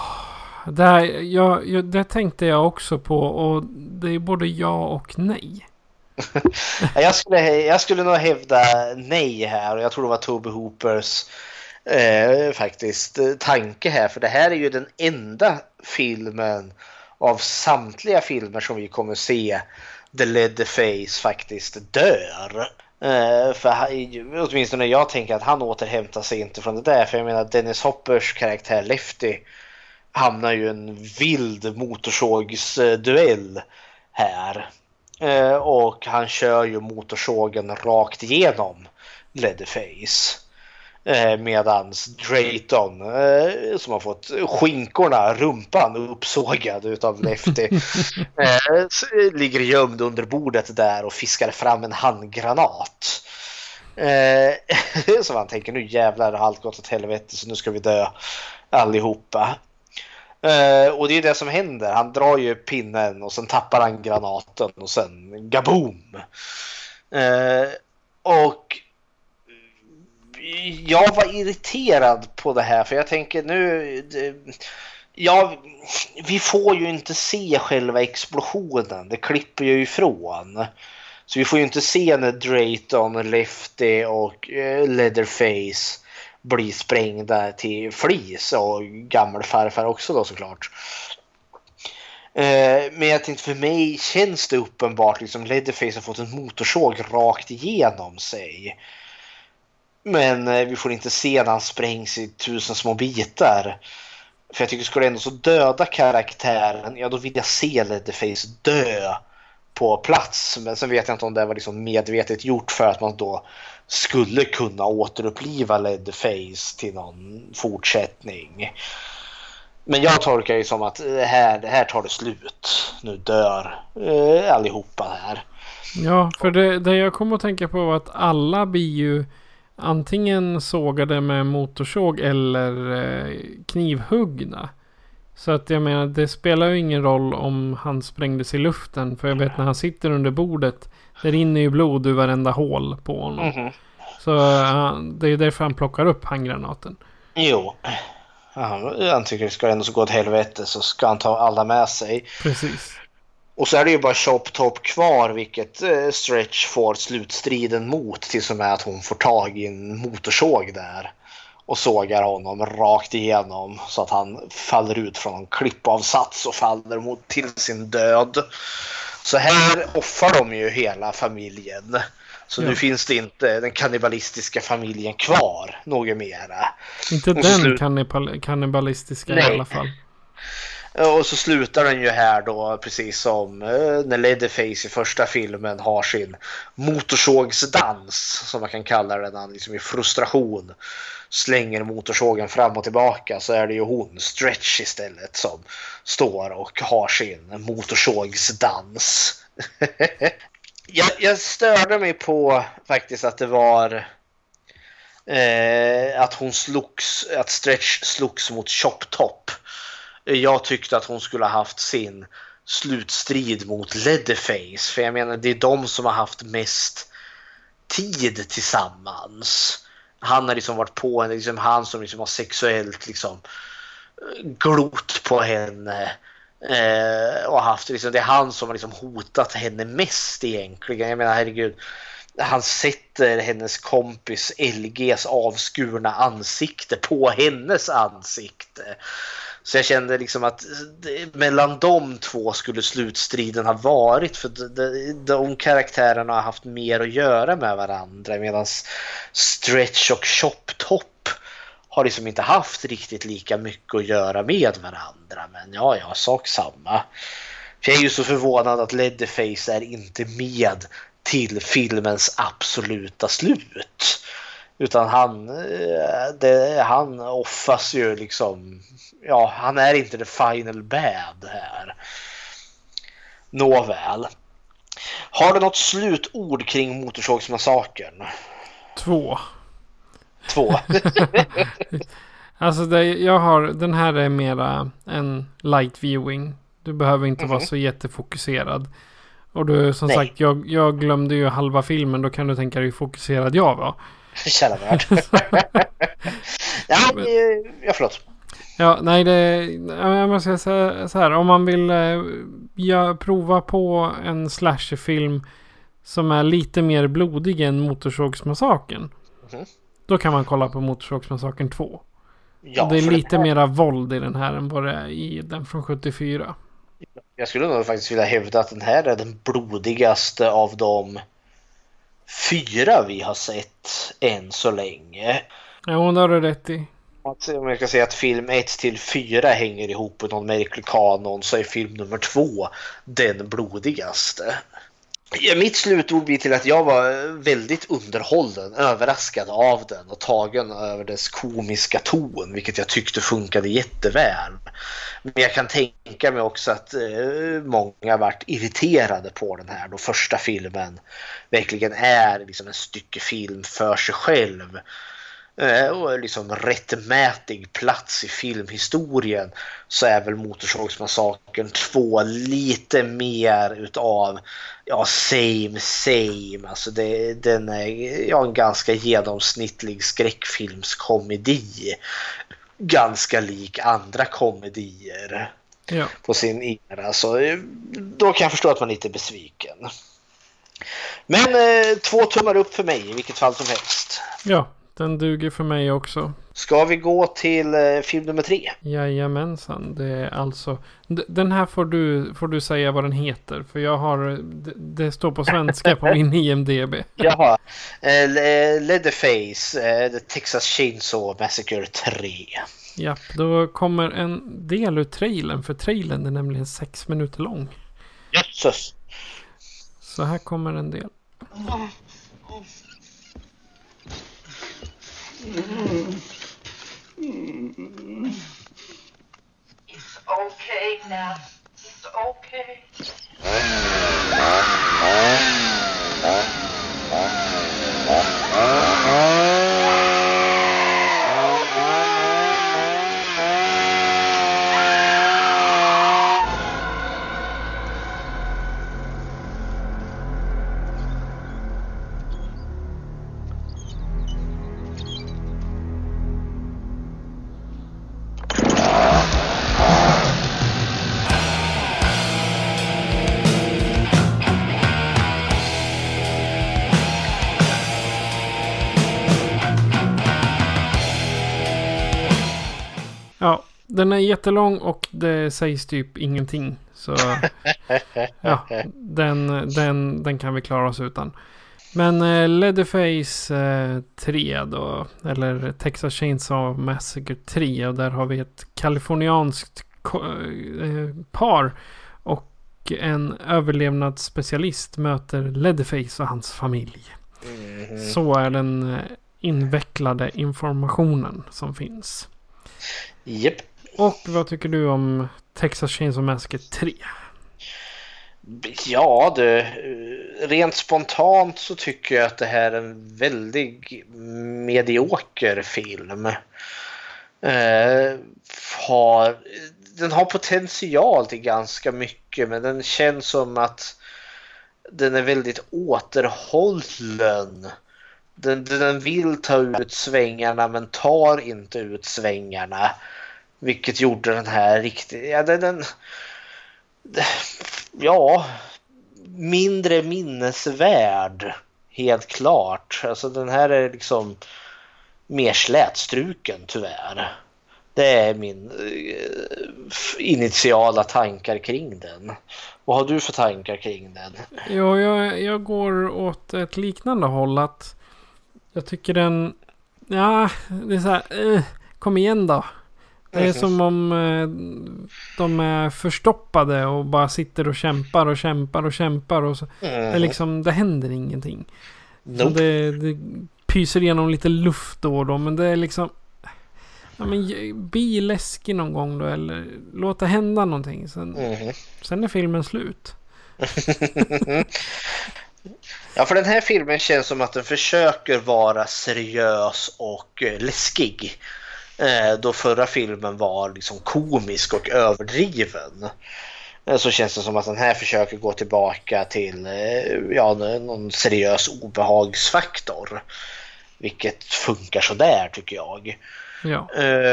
[SPEAKER 4] Det tänkte jag också på, och det är både ja och nej.
[SPEAKER 5] Jag skulle nog hävda nej här, och jag tror det var Tobe Hoopers faktiskt tanke här, för det här är ju den enda filmen av samtliga filmer som vi kommer se där Leatherface faktiskt dör. För åtminstone jag tänker att han återhämtar sig inte från det där, för jag menar Dennis Hoppers karaktär Lefty hamnar ju en vild motorsågsduell här. Och han kör ju motorsågen rakt igenom Leatherface. Medans Drayton som har fått skinkorna, rumpan uppsågad utav Lefty ligger gömd under bordet där och fiskar fram en handgranat. Så man tänker, nu jävlar har allt gått åt helvete, så nu ska vi dö allihopa. Och det är det som händer. Han drar ju pinnen och sen tappar han granaten och sen gaboom. Och jag var irriterad på det här, för jag tänker vi får ju inte se själva explosionen. Det klipper ju ifrån. Så vi får ju inte se när Drayton, Lefty och Leatherface blir sprängda till flis, och gammelfarfar också då såklart. Men jag tänkte, för mig känns det uppenbart liksom Leatherface har fått en motorsåg rakt igenom sig. Men vi får inte se när han sprängs i 1000 små bitar. För jag tycker, skulle ändå så döda karaktären, ja då vill jag se Leatherface dö på plats. Men sen vet jag inte om det var liksom medvetet gjort för att man då skulle kunna återuppliva Leatherface till någon fortsättning. Men jag tolkar ju som att det här tar det slut. Nu dör allihopa här. Ja,
[SPEAKER 4] för det jag kommer att tänka på var att alla blir ju antingen sågade med motorsåg eller knivhuggna. Så att jag menar, det spelar ju ingen roll om han sprängdes i luften. För jag vet när han sitter under bordet, det rinner ju blod ur varenda hål på honom. Mm-hmm. Så det är därför han plockar upp handgranaten.
[SPEAKER 5] Jo. Han tycker det ska ändå så gå åt helvete, så ska han ta alla med sig.
[SPEAKER 4] Precis.
[SPEAKER 5] Och så är det ju bara Chop Top kvar, vilket Stretch får slutstriden mot, till som är att hon får tag i en motorsåg där och sågar honom rakt igenom så att han faller ut från en klippavsats och faller till sin död. Så här offrar de ju hela familjen. Så nu finns det inte den kannibalistiska familjen kvar något mera.
[SPEAKER 4] Inte den kannibalistiska i alla fall.
[SPEAKER 5] Och så slutar den ju här då, precis som när Leatherface i första filmen har sin motorsågsdans, som man kan kalla den, han liksom i frustration slänger motorsågen fram och tillbaka, så är det ju hon, Stretch istället, som står och har sin motorsågsdans. Jag störde mig på faktiskt att det var att Stretch slogs mot Chop Top. Jag tyckte att hon skulle ha haft sin slutstrid mot Leatherface. För jag menar, det är de som har haft mest tid tillsammans. Han har liksom varit på henne, liksom han som liksom har sexuellt liksom glott på henne. Och haft liksom, det är han som har liksom hotat henne mest egentligen. Jag menar, herregud, han sätter hennes kompis LGs avskurna ansikte på hennes ansikte. Så jag kände liksom att mellan de två skulle slutstriden ha varit, för de karaktärerna har haft mer att göra med varandra, medan Stretch och Chop Top har liksom inte haft riktigt lika mycket att göra med varandra. Men ja, sak samma. För jag är ju så förvånad att Leatherface är inte med till filmens absoluta slut. Utan han offas ju liksom. Ja, han är inte the final bad här. Nåväl. Har du något slutord kring Motorsågsmassakern?
[SPEAKER 4] 2. Alltså den här är mera en light viewing. Du behöver inte vara så jättefokuserad. Och du, som
[SPEAKER 5] Nej.
[SPEAKER 4] sagt, jag glömde ju halva filmen. Då kan du tänka dig hur fokuserad jag var.
[SPEAKER 5] Kära värld. Ja, förlåt.
[SPEAKER 4] Ja, nej, jag måste säga så här. Om man vill prova på en slasherfilm som är lite mer blodig än Motorsågsmassakern. Då kan man kolla på Motorsågsmassakern 2.
[SPEAKER 5] Ja,
[SPEAKER 4] det är
[SPEAKER 5] för
[SPEAKER 4] lite
[SPEAKER 5] här,
[SPEAKER 4] mera våld i den här än vad det är i den från 74.
[SPEAKER 5] jag skulle nog faktiskt vilja hävda att den här är den blodigaste av de 4 vi har sett än så länge.
[SPEAKER 4] Ja, det har du rätt i.
[SPEAKER 5] Om jag ska säga att film 1-4 hänger ihop i någon märklig kanon, så är film nummer 2 den blodigaste. Ja, mitt slutord blir till att jag var väldigt underhållen, överraskad av den och tagen över dess komiska ton, vilket jag tyckte funkade jätteväl. Men jag kan tänka mig också att många varit irriterade på den här då första filmen verkligen är liksom en stycke film för sig själv. Och liksom rättmätig plats i filmhistorien, så är väl Motorsågsmassakern 2 lite mer utav same. Alltså den är en ganska genomsnittlig skräckfilmskomedi, ganska lik andra komedier på sin era, så då kan jag förstå att man är lite besviken. Men 2 tummar upp för mig i vilket fall som helst.
[SPEAKER 4] Ja, den duger för mig också.
[SPEAKER 5] Ska vi gå till film nummer 3?
[SPEAKER 4] Jajamensan, det är alltså... Den här får du säga vad den heter. För jag har... Det står på svenska på min IMDb.
[SPEAKER 5] Jaha. Leatherface, The Texas Chainsaw Massacre 3.
[SPEAKER 4] Ja, då kommer en del ur trailern. För trailern är nämligen 6 minuter lång.
[SPEAKER 5] Jösses.
[SPEAKER 4] Så här kommer en del.
[SPEAKER 6] It's okay now. It's okay.
[SPEAKER 4] Ja, den är jättelång och det sägs typ ingenting. Så ja, den kan vi klara oss utan. Men Leatherface 3 då, eller Texas Chainsaw Massacre 3, och där har vi ett kalifornianskt par och en överlevnadsspecialist möter Leatherface och hans familj. Så är den invecklade informationen som finns.
[SPEAKER 5] Japp.
[SPEAKER 4] Och vad tycker du om Texas Chainsaw Massacre 3?
[SPEAKER 5] Ja, rent spontant så tycker jag att det här är en väldigt medioker film. Den har potential till ganska mycket, men den känns som att den är väldigt återhållen. Den vill ta ut svängarna men tar inte ut svängarna, vilket gjorde den här riktigt mindre minnesvärd, helt klart. Alltså den här är liksom mer slätstruken tyvärr. Det är min initiala tankar kring den. Vad har du för tankar kring den?
[SPEAKER 4] Ja, jag går åt ett liknande håll, att jag tycker den... Ja, det är så här... kom igen då. Det är som om de är förstoppade och bara sitter och kämpar och så det händer ingenting.
[SPEAKER 5] Nope.
[SPEAKER 4] Så det pyser igenom lite luft då, men det är liksom... Ja, men bli läskig någon gång då, eller låta hända någonting. Sen är filmen slut.
[SPEAKER 5] Ja, för den här filmen känns som att den försöker vara seriös och läskig. Då förra filmen var liksom komisk och överdriven. så känns det som att den här försöker gå tillbaka till någon seriös obehagsfaktor. Vilket funkar så där tycker jag.
[SPEAKER 4] Ja.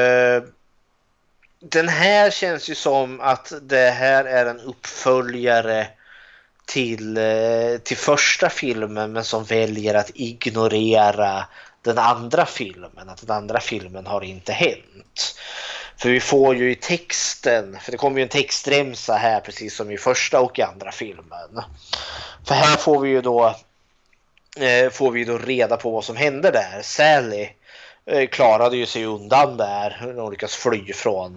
[SPEAKER 5] Den här känns ju som att det här är en uppföljare till första filmen, men som väljer att ignorera den andra filmen. Att den andra filmen har inte hänt. För vi får ju i texten, för det kommer ju en textremsa här precis som i första och i andra filmen. För här får vi då reda på vad som hände där. Sally klarade ju sig undan där. Hon lyckas fly från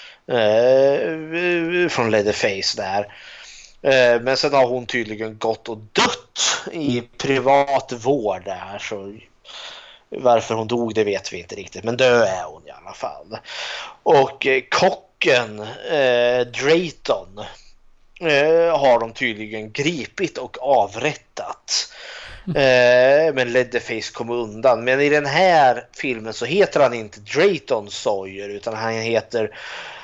[SPEAKER 5] Leatherface där. Men sen har hon tydligen gått och dött i privat vård där. Så varför hon dog det vet vi inte riktigt. Men död är hon i alla fall. Och kocken Drayton har de tydligen gripit och avrättat. Men Leatherface kom undan. Men i den här filmen så heter han inte Drayton Sawyer, utan han heter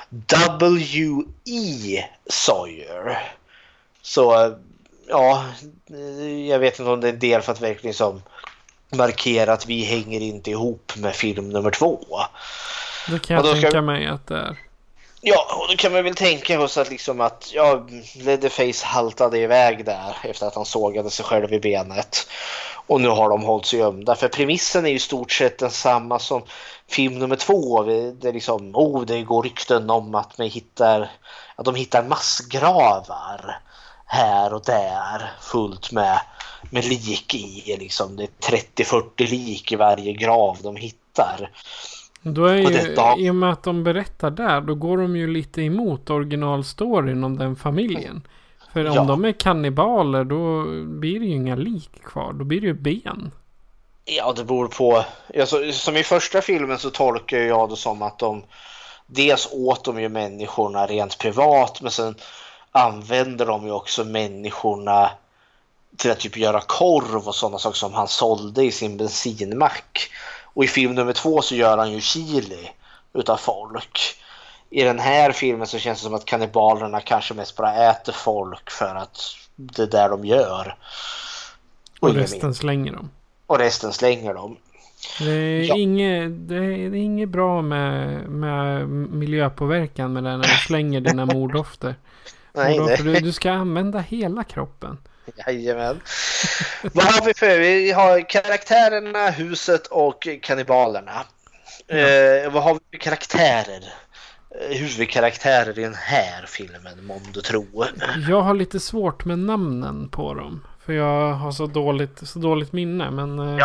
[SPEAKER 5] W.E. Sawyer. Så ja, jag vet inte om det är en del för att verkligen som markera att vi hänger inte ihop med film nummer 2.
[SPEAKER 4] Det kan jag tänka mig att det är.
[SPEAKER 5] Ja, och då kan man väl tänka oss att liksom att Leatherface haltade iväg där efter att han sågade sig själv i benet. Och nu har de hållit sig gömda. För premissen är ju i stort sett densamma som film nummer 2. Det är liksom, det går rykten om att de hittar massgravar här och där fullt med lik i. Liksom. Det är 30-40 lik i varje grav de hittar.
[SPEAKER 4] Då är ju, i och med att de berättar där, då går de ju lite emot originalstoryn om den familjen. För om de är kannibaler, då blir det ju inga lik kvar. Då blir det ju ben.
[SPEAKER 5] Ja, det beror på. Som i första filmen så tolkar jag det som att dels åt de ju människorna rent privat, men sen använder de ju också människorna till att typ göra korv och sådana saker som han sålde i sin bensinmack. Och i film nummer 2 så gör han ju chili utav folk. I den här filmen så känns det som att kannibalerna kanske mest bara äter folk för att det är där de gör.
[SPEAKER 4] Och resten slänger de. Det är inget bra med miljöpåverkan med det när du slänger dina mordofter. Nej. Du ska använda hela kroppen.
[SPEAKER 5] Jajamän. Vad har vi för? Vi har karaktärerna, huset och kannibalerna. Vad har vi för karaktärer? Huvudkaraktärer i den här filmen, måste tro.
[SPEAKER 4] Jag har lite svårt med namnen på dem. För jag har så dåligt minne. Men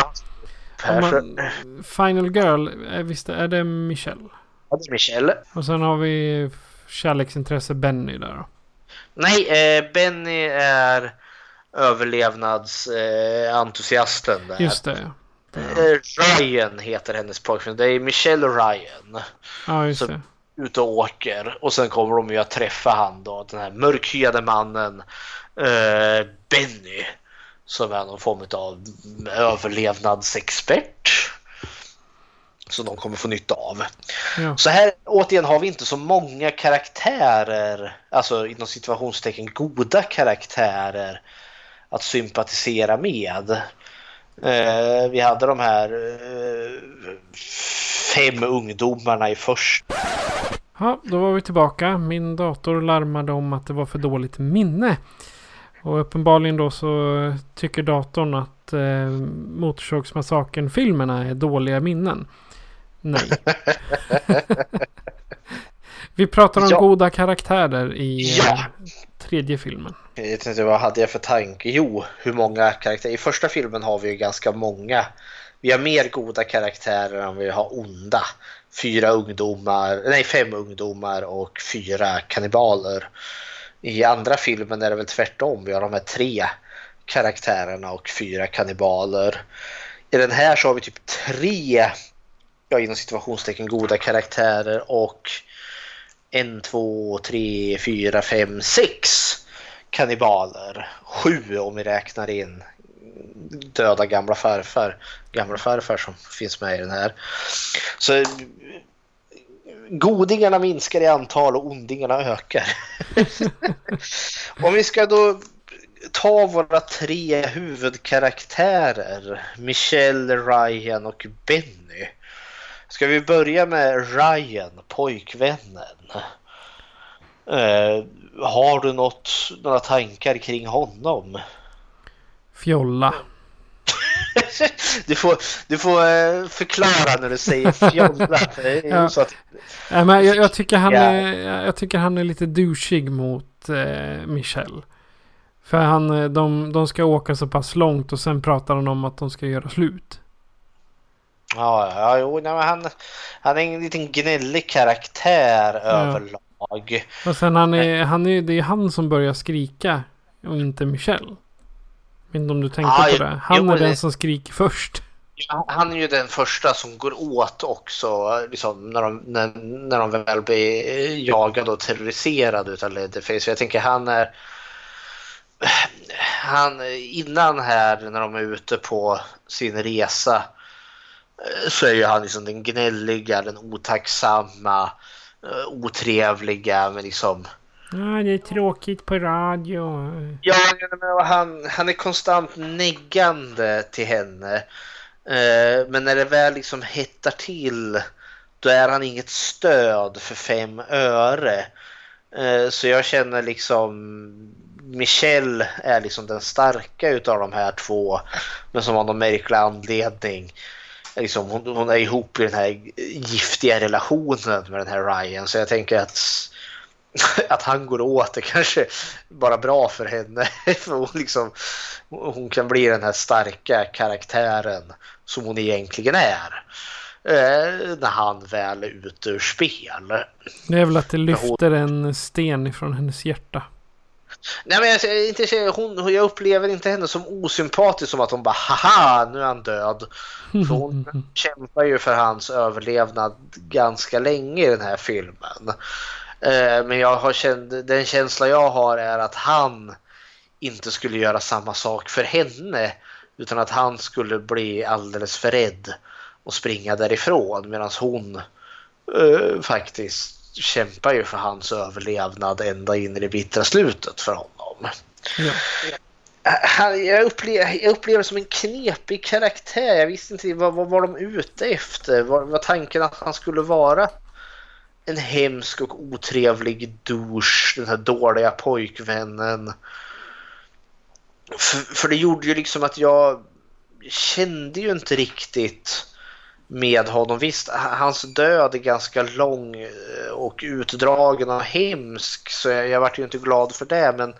[SPEAKER 4] Final Girl, visst är det Michelle?
[SPEAKER 5] Ja, det är Michelle.
[SPEAKER 4] Och sen har vi kärleksintresse Benny där då.
[SPEAKER 5] Nej, Benny är överlevnadsentusiasten där.
[SPEAKER 4] Just det.
[SPEAKER 5] Ryan heter hennes pojkvän. Det är Michelle och Ryan.
[SPEAKER 4] Ja, just det.
[SPEAKER 5] Ut och åker. Och sen kommer de ju att träffa han då, den här mörkhyade mannen Benny, som är någon form av överlevnadsexpert som de kommer få nytta av. Ja. Så här återigen har vi inte så många karaktärer, alltså inom situationstecken goda karaktärer att sympatisera med. Vi hade de här 5 ungdomarna i första.
[SPEAKER 4] Ja, då var vi tillbaka. Min dator larmade om att det var för dåligt minne. Och uppenbarligen då så tycker datorn att Motorsågsmassakern-filmerna är dåliga minnen. Nej. Vi pratar om goda karaktärer i tredje filmen.
[SPEAKER 5] Jag vet inte, vad hade jag för tanke? Jo, hur många karaktärer? I första filmen har vi ju ganska många. Vi har mer goda karaktärer än vi har onda. 5 ungdomar och 4 kannibaler. I andra filmen är det väl tvärtom. Vi har de här 3 karaktärerna och 4 kannibaler. I den här så har vi typ 3 inom situationstecken goda karaktärer och 1, 2, 3, 4, 5, 6 kannibaler. 7 om vi räknar in döda gamla farfar som finns med i den här. Så godingarna minskar i antal och ondingarna ökar. Om vi ska då ta våra 3 huvudkaraktärer, Michelle, Ryan och Benny. Ska vi börja med Ryan, pojkvännen? Har du några tankar kring honom?
[SPEAKER 4] Fjolla.
[SPEAKER 5] Du får förklara när du säger fjolla.
[SPEAKER 4] Ja.
[SPEAKER 5] Så att...
[SPEAKER 4] Ja, men jag tycker han är lite douchig mot Michelle. För de ska åka så pass långt och sen pratar han om att de ska göra slut.
[SPEAKER 5] Ja, men han är en liten gnällig karaktär överlag.
[SPEAKER 4] Och sen det är han som börjar skrika och inte Michelle. Jag vet inte om du tänkte på det. Han är den som skriker först.
[SPEAKER 5] Ja, han är ju den första som går åt också liksom, när de väl blir jagade och terroriserade utav Leatherface. Jag tänker han innan här när de är ute på sin resa så är ju han liksom den gnälliga, den otacksamma, otrevliga, men liksom
[SPEAKER 4] det är tråkigt på radio.
[SPEAKER 5] Ja, han är konstant neggande till henne. Men när det väl liksom hettar till, då är han inget stöd för 5 öre. Så jag känner liksom Michelle är liksom den starka utav de här 2, men som av någon märklig anledning liksom, hon är ihop i den här giftiga relationen med den här Ryan. Så jag tänker att han går åt det kanske bara bra för henne. För hon kan bli den här starka karaktären som hon egentligen är när han väl är ute ur spel.
[SPEAKER 4] Det är väl att det lyfter en sten ifrån hennes hjärta.
[SPEAKER 5] Nej, men jag upplever inte henne som osympatisk, som att hon bara haha, nu är han död. För hon kämpar ju för hans överlevnad ganska länge i den här filmen. Men den känsla jag har är att han inte skulle göra samma sak för henne, utan att han skulle bli alldeles för rädd och springa därifrån, medan hon faktiskt kämpar ju för hans överlevnad ända in i det bittra slutet för honom. Ja. Jag upplever det som en knepig karaktär. Jag visste inte vad var de ute efter. Var tanken att han skulle vara en hemsk och otrevlig douche, den här dåliga pojkvännen. För det gjorde ju liksom att jag kände ju inte riktigt med honom. Visst, hans död är ganska lång och utdragen och hemsk, så jag var ju inte glad för det, men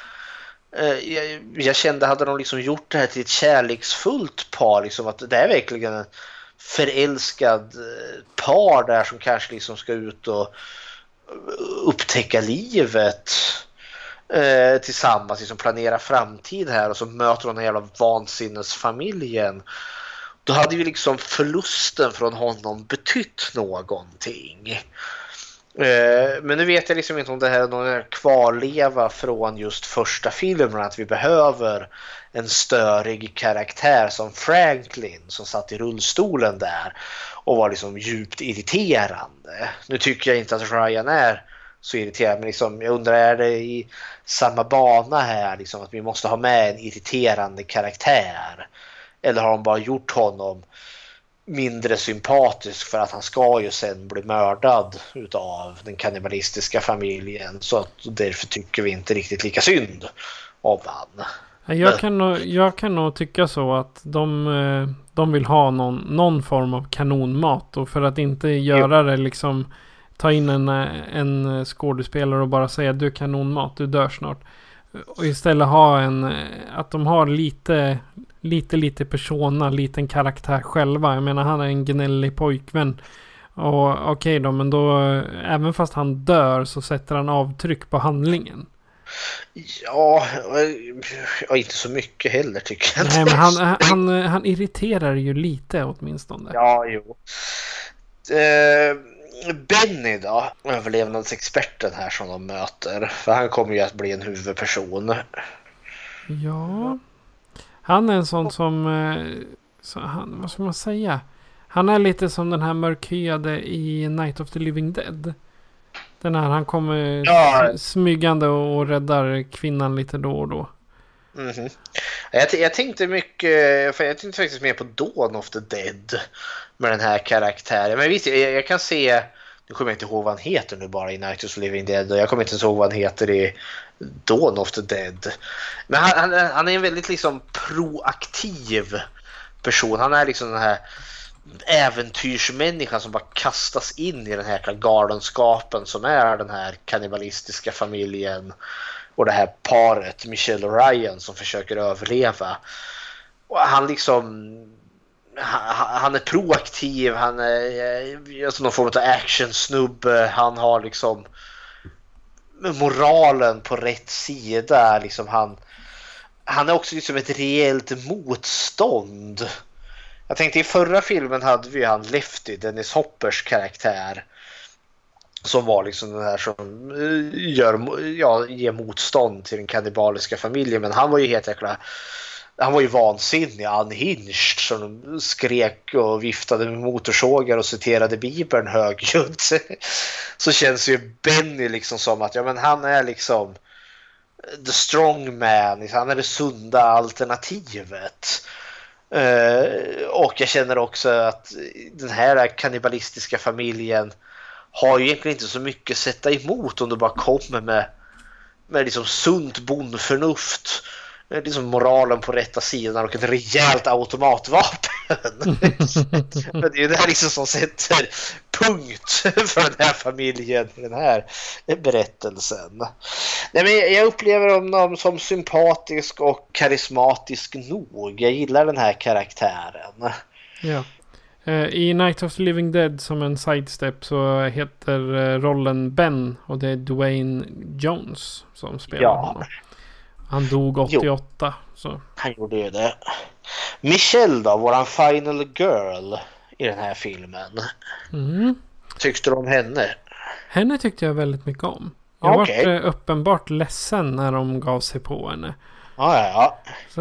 [SPEAKER 5] jag kände, hade de liksom gjort det här till ett kärleksfullt par, liksom, att det är verkligen en förälskad par där som kanske liksom ska ut och upptäcka livet tillsammans, liksom planera framtid här, och så möter de den jävla vansinnesfamiljen. Då hade ju liksom förlusten från honom betytt någonting. Men nu vet jag liksom inte om det här är någon kvarleva från just första filmen, att vi behöver en störig karaktär som Franklin som satt i rullstolen där och var liksom djupt irriterande. Nu tycker jag inte att Ryan är så irriterad, men liksom, jag undrar, är det i samma bana här liksom, att vi måste ha med en irriterande karaktär? Eller har de bara gjort honom mindre sympatisk för att han ska ju sen bli mördad utav den kannibalistiska familjen, så att därför tycker vi inte riktigt lika synd om han.
[SPEAKER 4] Jag kan nog tycka så att de vill ha någon form av kanonmat, och för att inte göra det liksom, ta in en skådespelare och bara säga du är kanonmat, du dör snart, och istället ha att de har lite persona, liten karaktär själva. Jag menar, han är en gnällig pojkvän. Och okej då, men då även fast han dör så sätter han avtryck på handlingen.
[SPEAKER 5] Ja, inte så mycket heller tycker jag.
[SPEAKER 4] Nej, men han irriterar ju lite åtminstone.
[SPEAKER 5] Ja, jo. Benny då, överlevnadsexperten här som de möter. För han kommer ju att bli en huvudperson. Ja.
[SPEAKER 4] Han är en sån som... vad ska man säga? Han är lite som den här mörkhyade i Night of the Living Dead. Den här, han kommer smygande och räddar kvinnan lite då och då.
[SPEAKER 5] Mm-hmm. Jag tänkte mycket, för jag tänkte faktiskt mer på Dawn of the Dead med den här karaktären. Men visst, jag kan se, nu kommer jag inte ihåg vad han heter nu bara i Night of the Living Dead, och jag kommer inte ihåg vad han heter i Dawn of the Dead. Men han är en väldigt liksom proaktiv person. Han är liksom den här äventyrsmänniskan som bara kastas in i den här galenskapen som är den här kannibalistiska familjen och det här paret Michelle och Ryan som försöker överleva. Och han liksom han är proaktiv, han är alltså någon form av actionsnubbe, han har liksom moralen på rätt sida, liksom han är också liksom ett reellt motstånd. Jag tänkte i förra filmen hade vi han Lefty, Dennis Hoppers karaktär, som var liksom den här som ger motstånd till den kannibaliska familjen, men han var ju helt jäkla, han var ju vansinnig, unhinged, som skrek och viftade med motorsågar och citerade Bibeln högljutt. Så känns ju Benny liksom som att men han är liksom the strong man, han är det sunda alternativet. Och jag känner också att den här kannibalistiska familjen har ju egentligen inte så mycket att sätta emot om du bara kommer med liksom sunt bondförnuft, liksom moralen på rätta sidan och ett rejält automatvapen. Men det är ju det här liksom som sätter punkt för den här familjen i den här berättelsen. Nej, men jag upplever honom som sympatisk och karismatisk nog. Jag gillar den här karaktären.
[SPEAKER 4] Ja. I Night of the Living Dead, som en sidestep, så heter rollen Ben, och det är Dwayne Jones som spelar honom. Han dog 88. Så.
[SPEAKER 5] Han gjorde ju det. Michelle då, våran final girl i den här filmen. Tyckte du om henne?
[SPEAKER 4] Henne tyckte jag väldigt mycket om. Jag var uppenbart ledsen när de gav sig på henne.
[SPEAKER 5] Ja.
[SPEAKER 4] Så,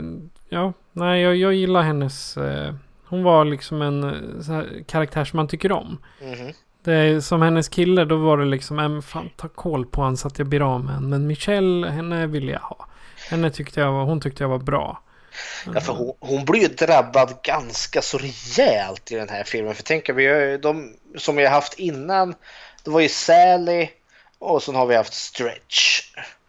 [SPEAKER 4] nej, jag gillar hennes... hon var liksom en så här karaktär som man tycker om. Det är, som hennes kille, då var det liksom fan, ta koll på han så att jag blir av med henne. Men Michelle, henne ville jag ha. Hon tyckte jag var bra.
[SPEAKER 5] Ja, för hon blir ju drabbad ganska så rejält i den här filmen. För tänker vi, de som vi har haft innan, det var ju Sally och så har vi haft Stretch.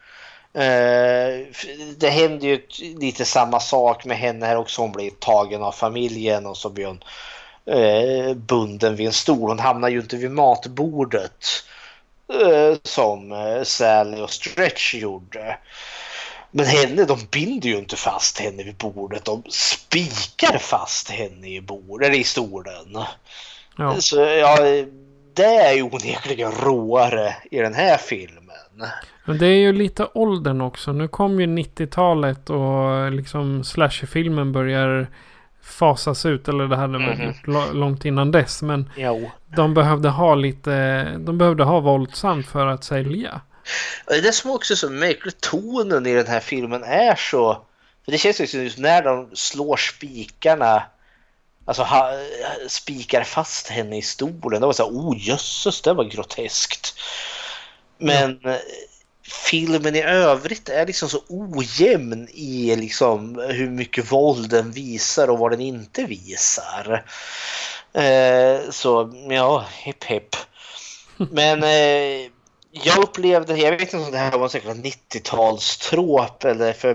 [SPEAKER 5] Det händer ju lite samma sak med henne här också. Hon blir tagen av familjen och så blir hon bunden vid en stol. Hon hamnar ju inte vid matbordet som Sally och Stretch gjorde. Men henne, de binder ju inte fast henne vid bordet. De spikar fast henne i stolen. Ja. Så det är ju onekligen råare i den här filmen.
[SPEAKER 4] Men det är ju lite åldern också. Nu kom ju 90-talet och liksom slasherfilmen börjar fasas ut, eller det hade man gjort långt innan dess, men de behövde ha våldsamt för att sälja.
[SPEAKER 5] Det som också är så märkligt, tonen i den här filmen är så, för det känns liksom just när de slår spikarna, alltså spikar fast henne i stolen, det var så jösses, det var groteskt. Men filmen i övrigt är liksom så ojämn i liksom hur mycket våld den visar och vad den inte visar. Så hipp hipp. Men jag upplevde, jag vet inte om det här var en säkert 90-talstråp eller, för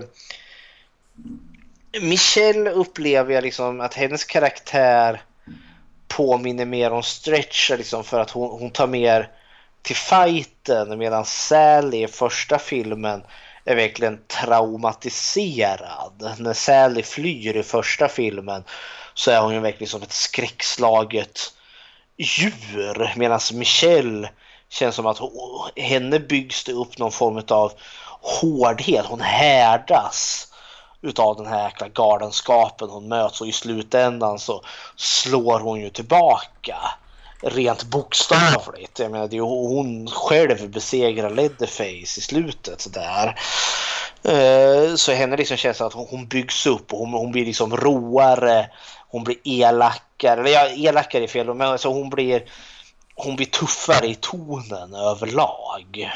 [SPEAKER 5] Michelle upplever jag liksom att hennes karaktär påminner mer om Stretch liksom, för att hon tar mer till fighten, medan Sally i första filmen är verkligen traumatiserad. När Sally flyr i första filmen så är hon ju verkligen som ett skräckslaget djur, medan Michelle känns som att henne byggs det upp någon form av hårdhet. Hon härdas utav den här galenskapen hon möts, och i slutändan så slår hon ju tillbaka rent bokstavligt. Jag menar, det är hon själv besegrar Leatherface i slutet där. Så henne liksom känns att hon byggs upp och hon blir liksom råare, hon blir elakare, eller ja, elakare är fel, men alltså hon blir tuffare i tonen överlag.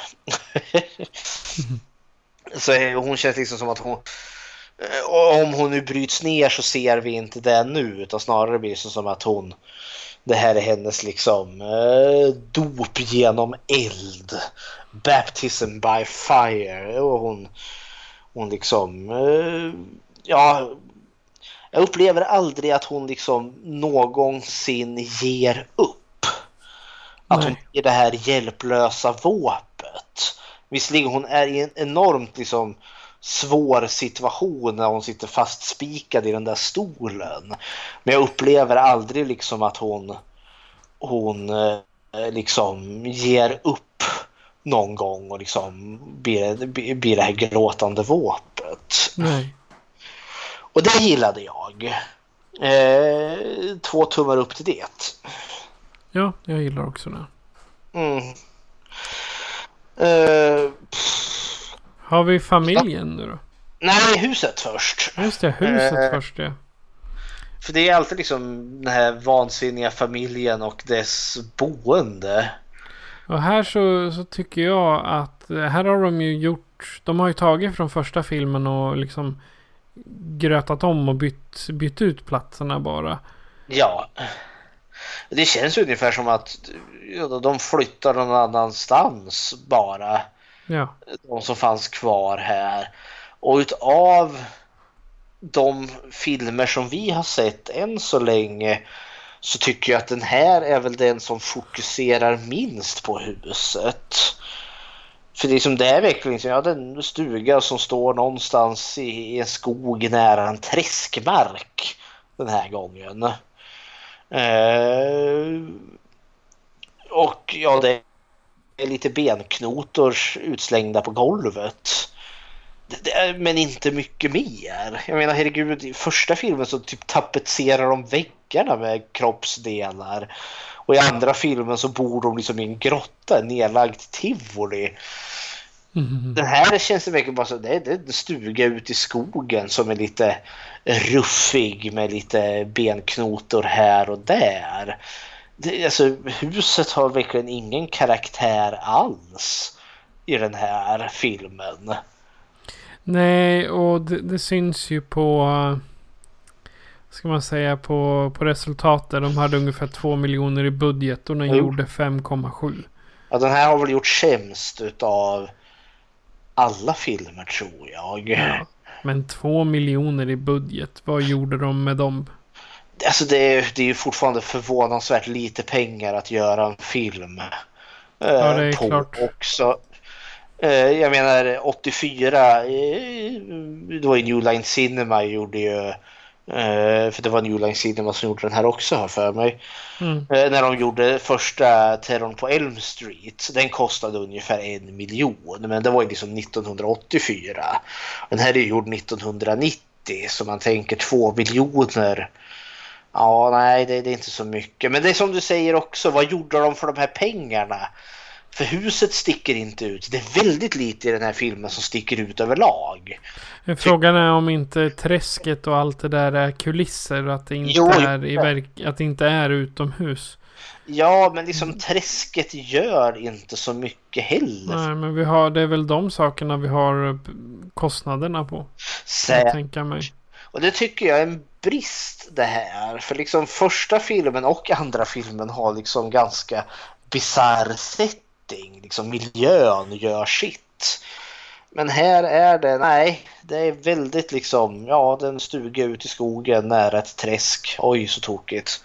[SPEAKER 5] Så hon känns liksom som att hon, om hon nu bryts ner så ser vi inte det nu, utan snarare blir det som att det här är hennes liksom dop genom eld, baptism by fire, och hon liksom ja, jag upplever aldrig att hon liksom någonsin ger upp. Att hon är det här hjälplösa våpet. Visserligen hon är i en enormt liksom svår situation när hon sitter fastspikad i den där stolen. Men jag upplever aldrig liksom att hon liksom ger upp någon gång och liksom blir det här gråtande våpet.
[SPEAKER 4] Nej.
[SPEAKER 5] Och det gillade jag. 2 tummar upp till det.
[SPEAKER 4] Ja, jag gillar också det. Har vi familjen nu då?
[SPEAKER 5] Nej, huset först.
[SPEAKER 4] Just det, huset först, ja.
[SPEAKER 5] För det är alltid liksom den här vansinniga familjen och dess boende.
[SPEAKER 4] Och här så tycker jag att här har de ju gjort, de har ju tagit från första filmen och liksom grötat om och bytt ut platserna bara.
[SPEAKER 5] Ja. Det känns ungefär som att de flyttar någon annanstans bara.
[SPEAKER 4] Ja.
[SPEAKER 5] De som fanns kvar här. Och utav de filmer som vi har sett än så länge så tycker jag att den här är väl den som fokuserar minst på huset. För det är som det är verkligen, ja, den stuga som står någonstans i en skog nära en träskmark den här gången. Och ja, det är lite benknotor utslängda på golvet. Men inte mycket mer. Jag menar, herregud, i första filmen så typ tapetserar de väggarna med kroppsdelar. Och i andra filmen så bor de liksom i en grotta, nedlagd tivoli. Den här känns det verkligen bara så, det är en stuga ute i skogen som är lite ruffig med lite benknotor här och där. Alltså, huset har verkligen ingen karaktär alls i den här filmen.
[SPEAKER 4] Nej, och det syns ju på, ska man säga, på resultatet. De hade ungefär 2 miljoner i budget och den gjorde 5,7. Ja,
[SPEAKER 5] den här har väl gjort sämst utav alla filmer, tror jag.
[SPEAKER 4] Ja, men 2 miljoner i budget, vad gjorde de med dem?
[SPEAKER 5] Alltså det är ju fortfarande förvånansvärt lite pengar att göra en film
[SPEAKER 4] ja, det är
[SPEAKER 5] på
[SPEAKER 4] klart.
[SPEAKER 5] Också. Jag menar 84 då i New Line Cinema gjorde ju för det var New Line Cinema som gjorde den här också, här för mig. När de gjorde första Terrorn på Elm Street, den kostade ungefär 1 miljon, men det var ju liksom 1984. Den här är gjord 1990, så man tänker 2 miljoner. Ja, nej, det är inte så mycket. Men det är som du säger också, vad gjorde de för de här pengarna? För huset sticker inte ut. Det är väldigt lite i den här filmen som sticker ut överlag.
[SPEAKER 4] Frågan är om inte träsket och allt det där är kulisser och att det inte, att det inte är utomhus.
[SPEAKER 5] Ja, men liksom träsket gör inte så mycket heller.
[SPEAKER 4] Nej, men det är väl de sakerna vi har kostnaderna på. Jag tänker mig.
[SPEAKER 5] Och det tycker jag är en brist det här. För liksom första filmen och andra filmen har liksom ganska bizarr setting. Liksom miljön gör sitt. Men här är det är väldigt liksom, ja, den stuga ut i skogen nära ett träsk. Oj, så tokigt.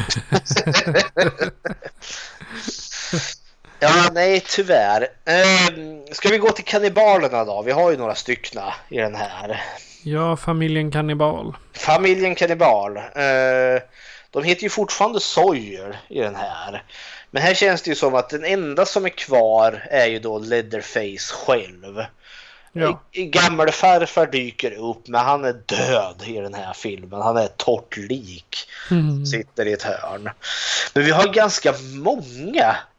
[SPEAKER 5] Ja, nej, tyvärr. Ska vi gå till kannibalerna då? Vi har ju några styckna i den här.
[SPEAKER 4] Ja, familjen kannibal.
[SPEAKER 5] Familjen kannibal. De heter ju fortfarande Sawyer i den här. Men här känns det ju som att den enda som är kvar är ju då Leatherface själv.
[SPEAKER 4] Ja.
[SPEAKER 5] Gammal farfar dyker upp, men han är död i den här filmen. Han är ett torrt lik. Sitter i ett hörn. Men vi har ganska många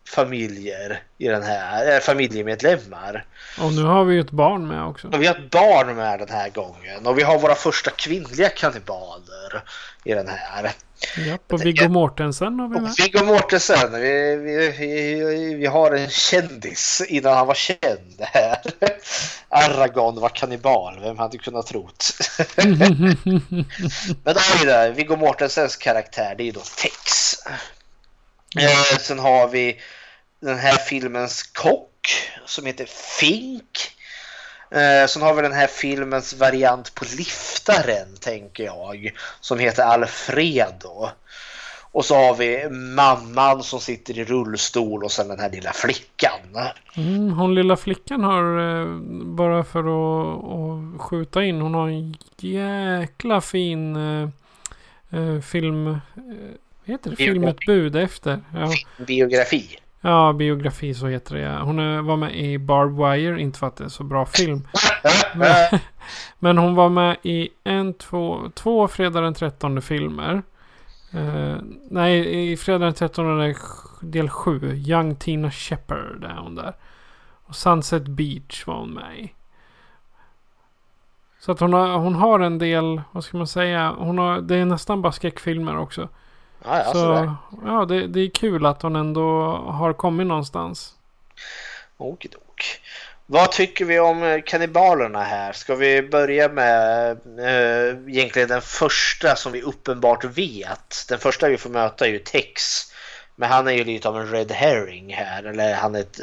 [SPEAKER 5] familjer i den här, familjemedlemmar.
[SPEAKER 4] Och nu har vi ju ett barn med också.
[SPEAKER 5] Och vi har ett barn med den här gången. Och vi har våra första kvinnliga kannibaler i den här.
[SPEAKER 4] Ja, och Viggo Mortensen har vi med.
[SPEAKER 5] Viggo Mortensen, vi har en kändis innan han var känd här. Aragorn var kannibal, vem hade kunnat trott? Men då har vi det, Viggo Mortensens karaktär, det är ju då Tex. Sen har vi den här filmens kock som heter Fink. Sen har vi den här filmens variant på liftaren, tänker jag, som heter Alfredo. Och så har vi mamman som sitter i rullstol och sen den här lilla flickan.
[SPEAKER 4] Hon lilla flickan har, bara för att skjuta in, hon har en jäkla fin film, heter det? Filmutbud efter. Ja.
[SPEAKER 5] Biografi.
[SPEAKER 4] Ja, biografi, så heter det. Hon var med i Barbed Wire, inte för att det är så bra film. Men hon var med i två Fredag den 13 filmer. Nej, i Fredag den 13 del 7. Young Tina Shepard är hon där. Och Sunset Beach var hon med i. Så att hon har en del, vad ska man säga, det är nästan bara skräckfilmer också.
[SPEAKER 5] Ja,
[SPEAKER 4] så ja, det är kul att hon ändå har kommit någonstans.
[SPEAKER 5] Okidok. Vad tycker vi om kannibalerna här? Ska vi börja med egentligen den första som vi uppenbart vet. Den första vi får möta är ju Tex. Men han är ju lite av en red herring här. Eller han är ett...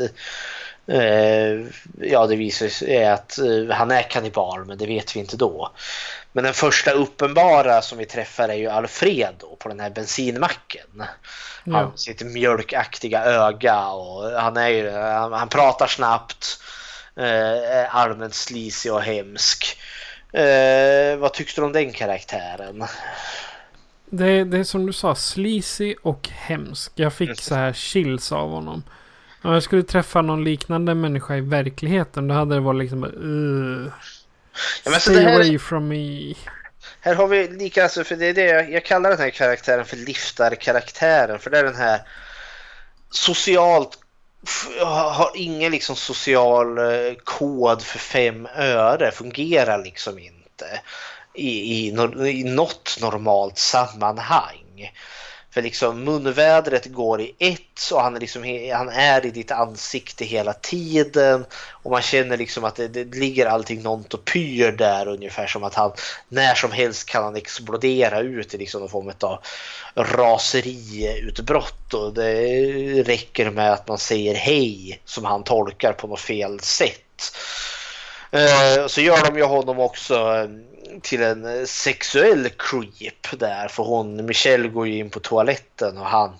[SPEAKER 5] ja, det visar sig att han är kannibal, men det vet vi inte då. Men den första uppenbara som vi träffar är ju Alfredo på den här bensinmacken.
[SPEAKER 4] Ja.
[SPEAKER 5] Han sitter mjölkaktiga öga och han pratar snabbt, allmänt slisig och hemsk. Vad tyckte du om den karaktären?
[SPEAKER 4] Det är som du sa, slisig och hemsk. Jag fick så här chills av honom. Om jag skulle träffa någon liknande människa i verkligheten, då hade det varit liksom stay away from me.
[SPEAKER 5] Här har vi lika, alltså, för det är det jag kallar den här karaktären för liftarkaraktären, för det är den här socialt, har ingen liksom social kod för 5 öre, fungerar liksom inte i något normalt sammanhang. För liksom munvädret går i ett och han är i ditt ansikte hela tiden och man känner liksom att det ligger allting något och pyr där, ungefär som att han när som helst kan han explodera ut i liksom någon form av raseriutbrott, och det räcker med att man säger hej som han tolkar på något fel sätt. Så gör de ju honom också till en sexuell creep där, för Michelle går ju in på toaletten och han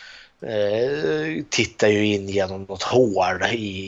[SPEAKER 5] tittar ju in genom något hål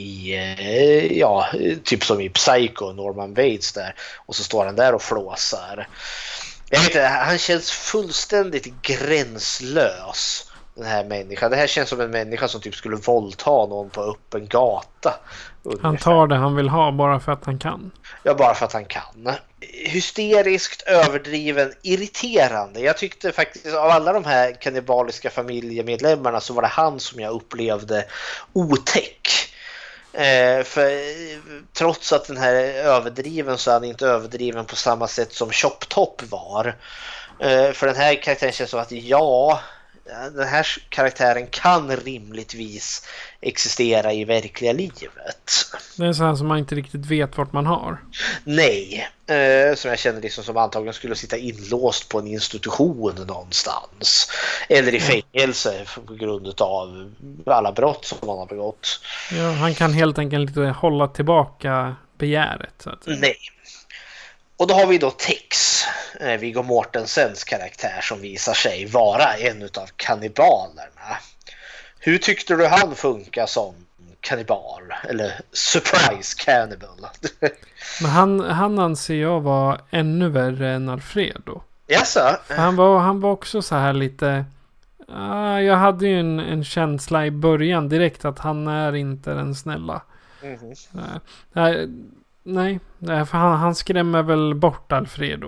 [SPEAKER 5] typ som i Psycho, Norman Bates där, och så står han där och flåsar. Jag vet inte, han känns fullständigt gränslös, den här människan. Det här känns som en människa som typ skulle våldta någon på öppen gata. Ungefär.
[SPEAKER 4] Han tar det han vill ha bara för att han kan.
[SPEAKER 5] Ja, bara för att han kan. Hysteriskt, överdriven, irriterande. Jag tyckte faktiskt av alla de här kannibaliska familjemedlemmarna så var det han som jag upplevde otäck. För trots att den här är överdriven så är han inte överdriven på samma sätt som Chop Top var. För den här karaktären känns som att den här karaktären kan rimligtvis existera i verkliga livet.
[SPEAKER 4] Det är så här som man inte riktigt vet vart man har.
[SPEAKER 5] Nej, som jag känner liksom som antagligen skulle sitta inlåst på en institution någonstans. Eller i fängelse på grund av alla brott som man har begått.
[SPEAKER 4] Ja, han kan helt enkelt inte hålla tillbaka begäret. Så att...
[SPEAKER 5] Nej. Och då har vi då Tex, Viggo Mortensens karaktär, som visar sig vara en utav kannibalerna. Hur tyckte du han funkar som kannibal? Eller surprise cannibal?
[SPEAKER 4] Men han anser jag var ännu värre än Alfredo.
[SPEAKER 5] Jaså?
[SPEAKER 4] Han var också så här lite... jag hade ju en känsla i början direkt att han är inte den snälla. Nej, för han skrämmer väl bort Alfredo.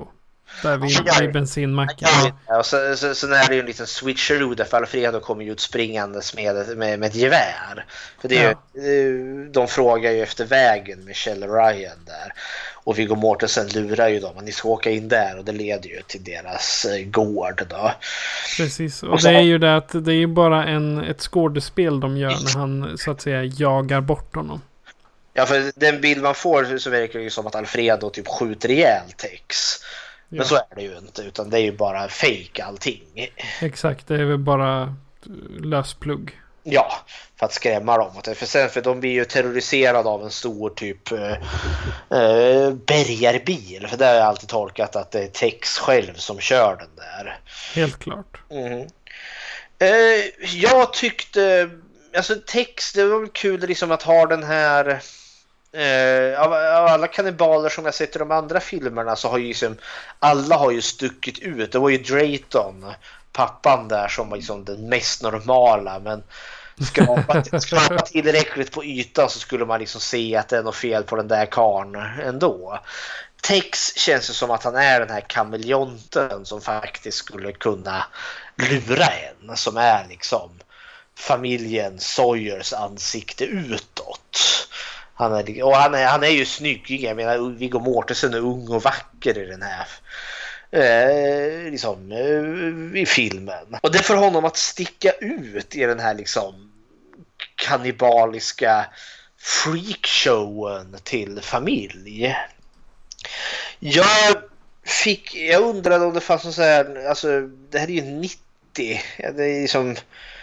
[SPEAKER 4] Där vid bensinmacken.
[SPEAKER 5] Ja, och sen är det ju en liten switcheroo där, för Alfredo kommer ju ut springandes med ett gevär. För det är ju, de frågar ju efter vägen med Kjell och Ryan där. Och Viggo Mortensen lurar ju dem att ni ska åka in där, och det leder ju till deras gård då.
[SPEAKER 4] Precis, och det är ju det att det är ju bara ett skådespel de gör när han så att säga jagar bort honom.
[SPEAKER 5] Ja, för den bild man får så verkar det ju som att Alfredo typ skjuter ihjäl Tex. Men så är det ju inte, utan det är ju bara fake allting.
[SPEAKER 4] Exakt, det är väl bara lösplugg.
[SPEAKER 5] Ja, för att skrämma dem. För de blir ju terroriserade av en stor typ bärgarbil. För det har jag alltid tolkat att det är Tex själv som kör den där.
[SPEAKER 4] Helt klart.
[SPEAKER 5] Jag tyckte, alltså Tex, det var väl kul liksom att ha den här... Av alla kannibaler som jag sett i de andra filmerna så har ju liksom, alla har ju stuckit ut. Det var ju Drayton, pappan där, som var liksom den mest normala, men skrapa tillräckligt på ytan så skulle man liksom se att det är något fel på den där karn ändå. Tex känns det som att han är den här kameleonten som faktiskt skulle kunna lura en, som är liksom familjen Sawyers ansikte utåt. Han är ju snygg. Jag menar, Viggo Mortensen är ung och vacker i den här liksom, i filmen. Och det får honom att sticka ut i den här liksom kannibaliska freakshowen till familj. Jag undrade om det fanns någon så här, alltså det här är ju 90. Det är liksom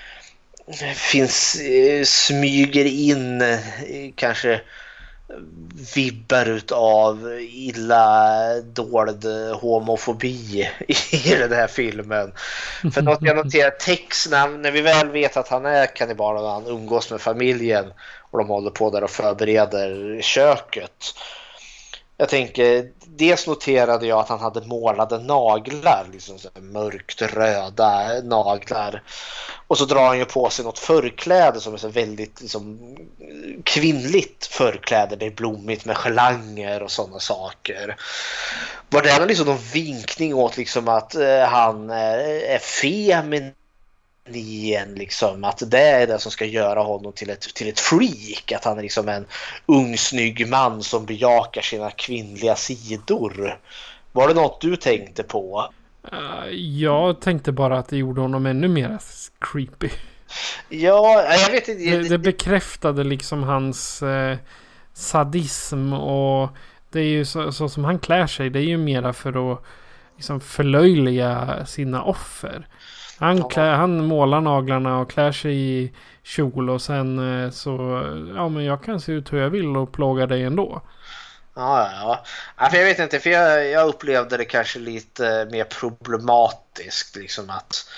[SPEAKER 5] smyger in kanske vibbar utav illa dold homofobi i den här filmen. För något jag noterar, Tex, när vi väl vet att han är kannibal och han umgås med familjen och de håller på där och förbereder köket. Jag tänker, dels noterade jag att han hade målade naglar, liksom så här mörkt röda naglar. Och så drar han ju på sig något förkläde som är så väldigt liksom kvinnligt förkläde. Det är blommigt med gelanger och sådana saker. Var det liksom någon vinkning åt liksom att han är feminin, liksom, att det är det som ska göra honom till ett freak, att han är liksom en ung snygg man som bejakar sina kvinnliga sidor. Var det något du tänkte på?
[SPEAKER 4] Jag tänkte bara att det gjorde honom ännu mer creepy.
[SPEAKER 5] Ja, jag vet inte.
[SPEAKER 4] Det bekräftade liksom hans sadism, och det är ju så som han klär sig, det är ju mera för att liksom förlöjliga sina offer. Han målar naglarna och klär sig i kjol, och sen men jag kan se ut hur jag vill och plåga dig ändå.
[SPEAKER 5] Ja, för jag vet inte, för jag upplevde det kanske lite mer problematiskt liksom att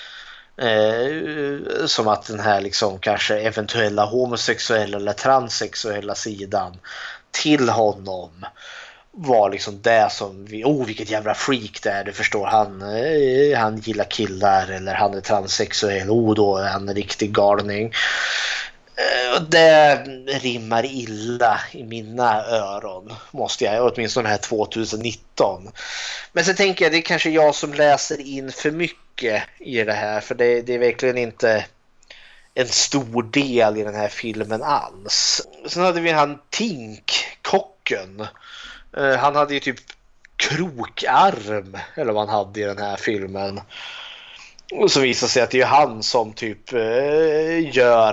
[SPEAKER 5] som att den här liksom kanske eventuella homosexuella eller transsexuella sidan till honom var liksom det som vilket jävla freak det är, du förstår, han gillar killar, eller han är transsexuell, då är han en riktig galning. Och det rimmar illa i mina öron, måste jag, åtminstone här 2019. Men så tänker jag, det är kanske jag som läser in för mycket i det här, för det är verkligen inte en stor del i den här filmen alls. Sen hade vi han Tink, kocken. Han hade ju typ krokarm, eller vad han hade i den här filmen. Och så visar sig att det är han som typ gör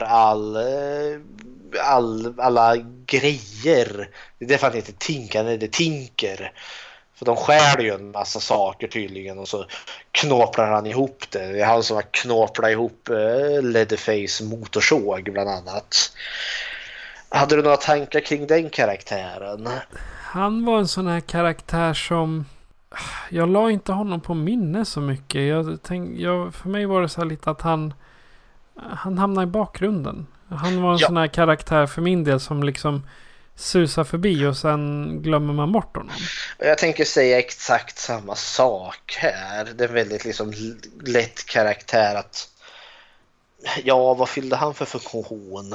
[SPEAKER 5] alla grejer. Det är därför han heter Tinkan, det är Tinker. För de skär ju en massa saker tydligen, och så knåplar han ihop det. Det är han som har knåplat ihop Leatherface motorsåg bland annat. Hade du några tankar kring den karaktären?
[SPEAKER 4] Han var en sån här karaktär som... Jag la inte honom på minne så mycket. För mig var det så här lite att han hamnade i bakgrunden. Han var en sån här karaktär för min del som liksom susar förbi och sen glömmer man bort honom.
[SPEAKER 5] Jag tänker säga exakt samma sak här. Det är väldigt liksom lätt karaktär att... Ja, vad fyllde han för funktion?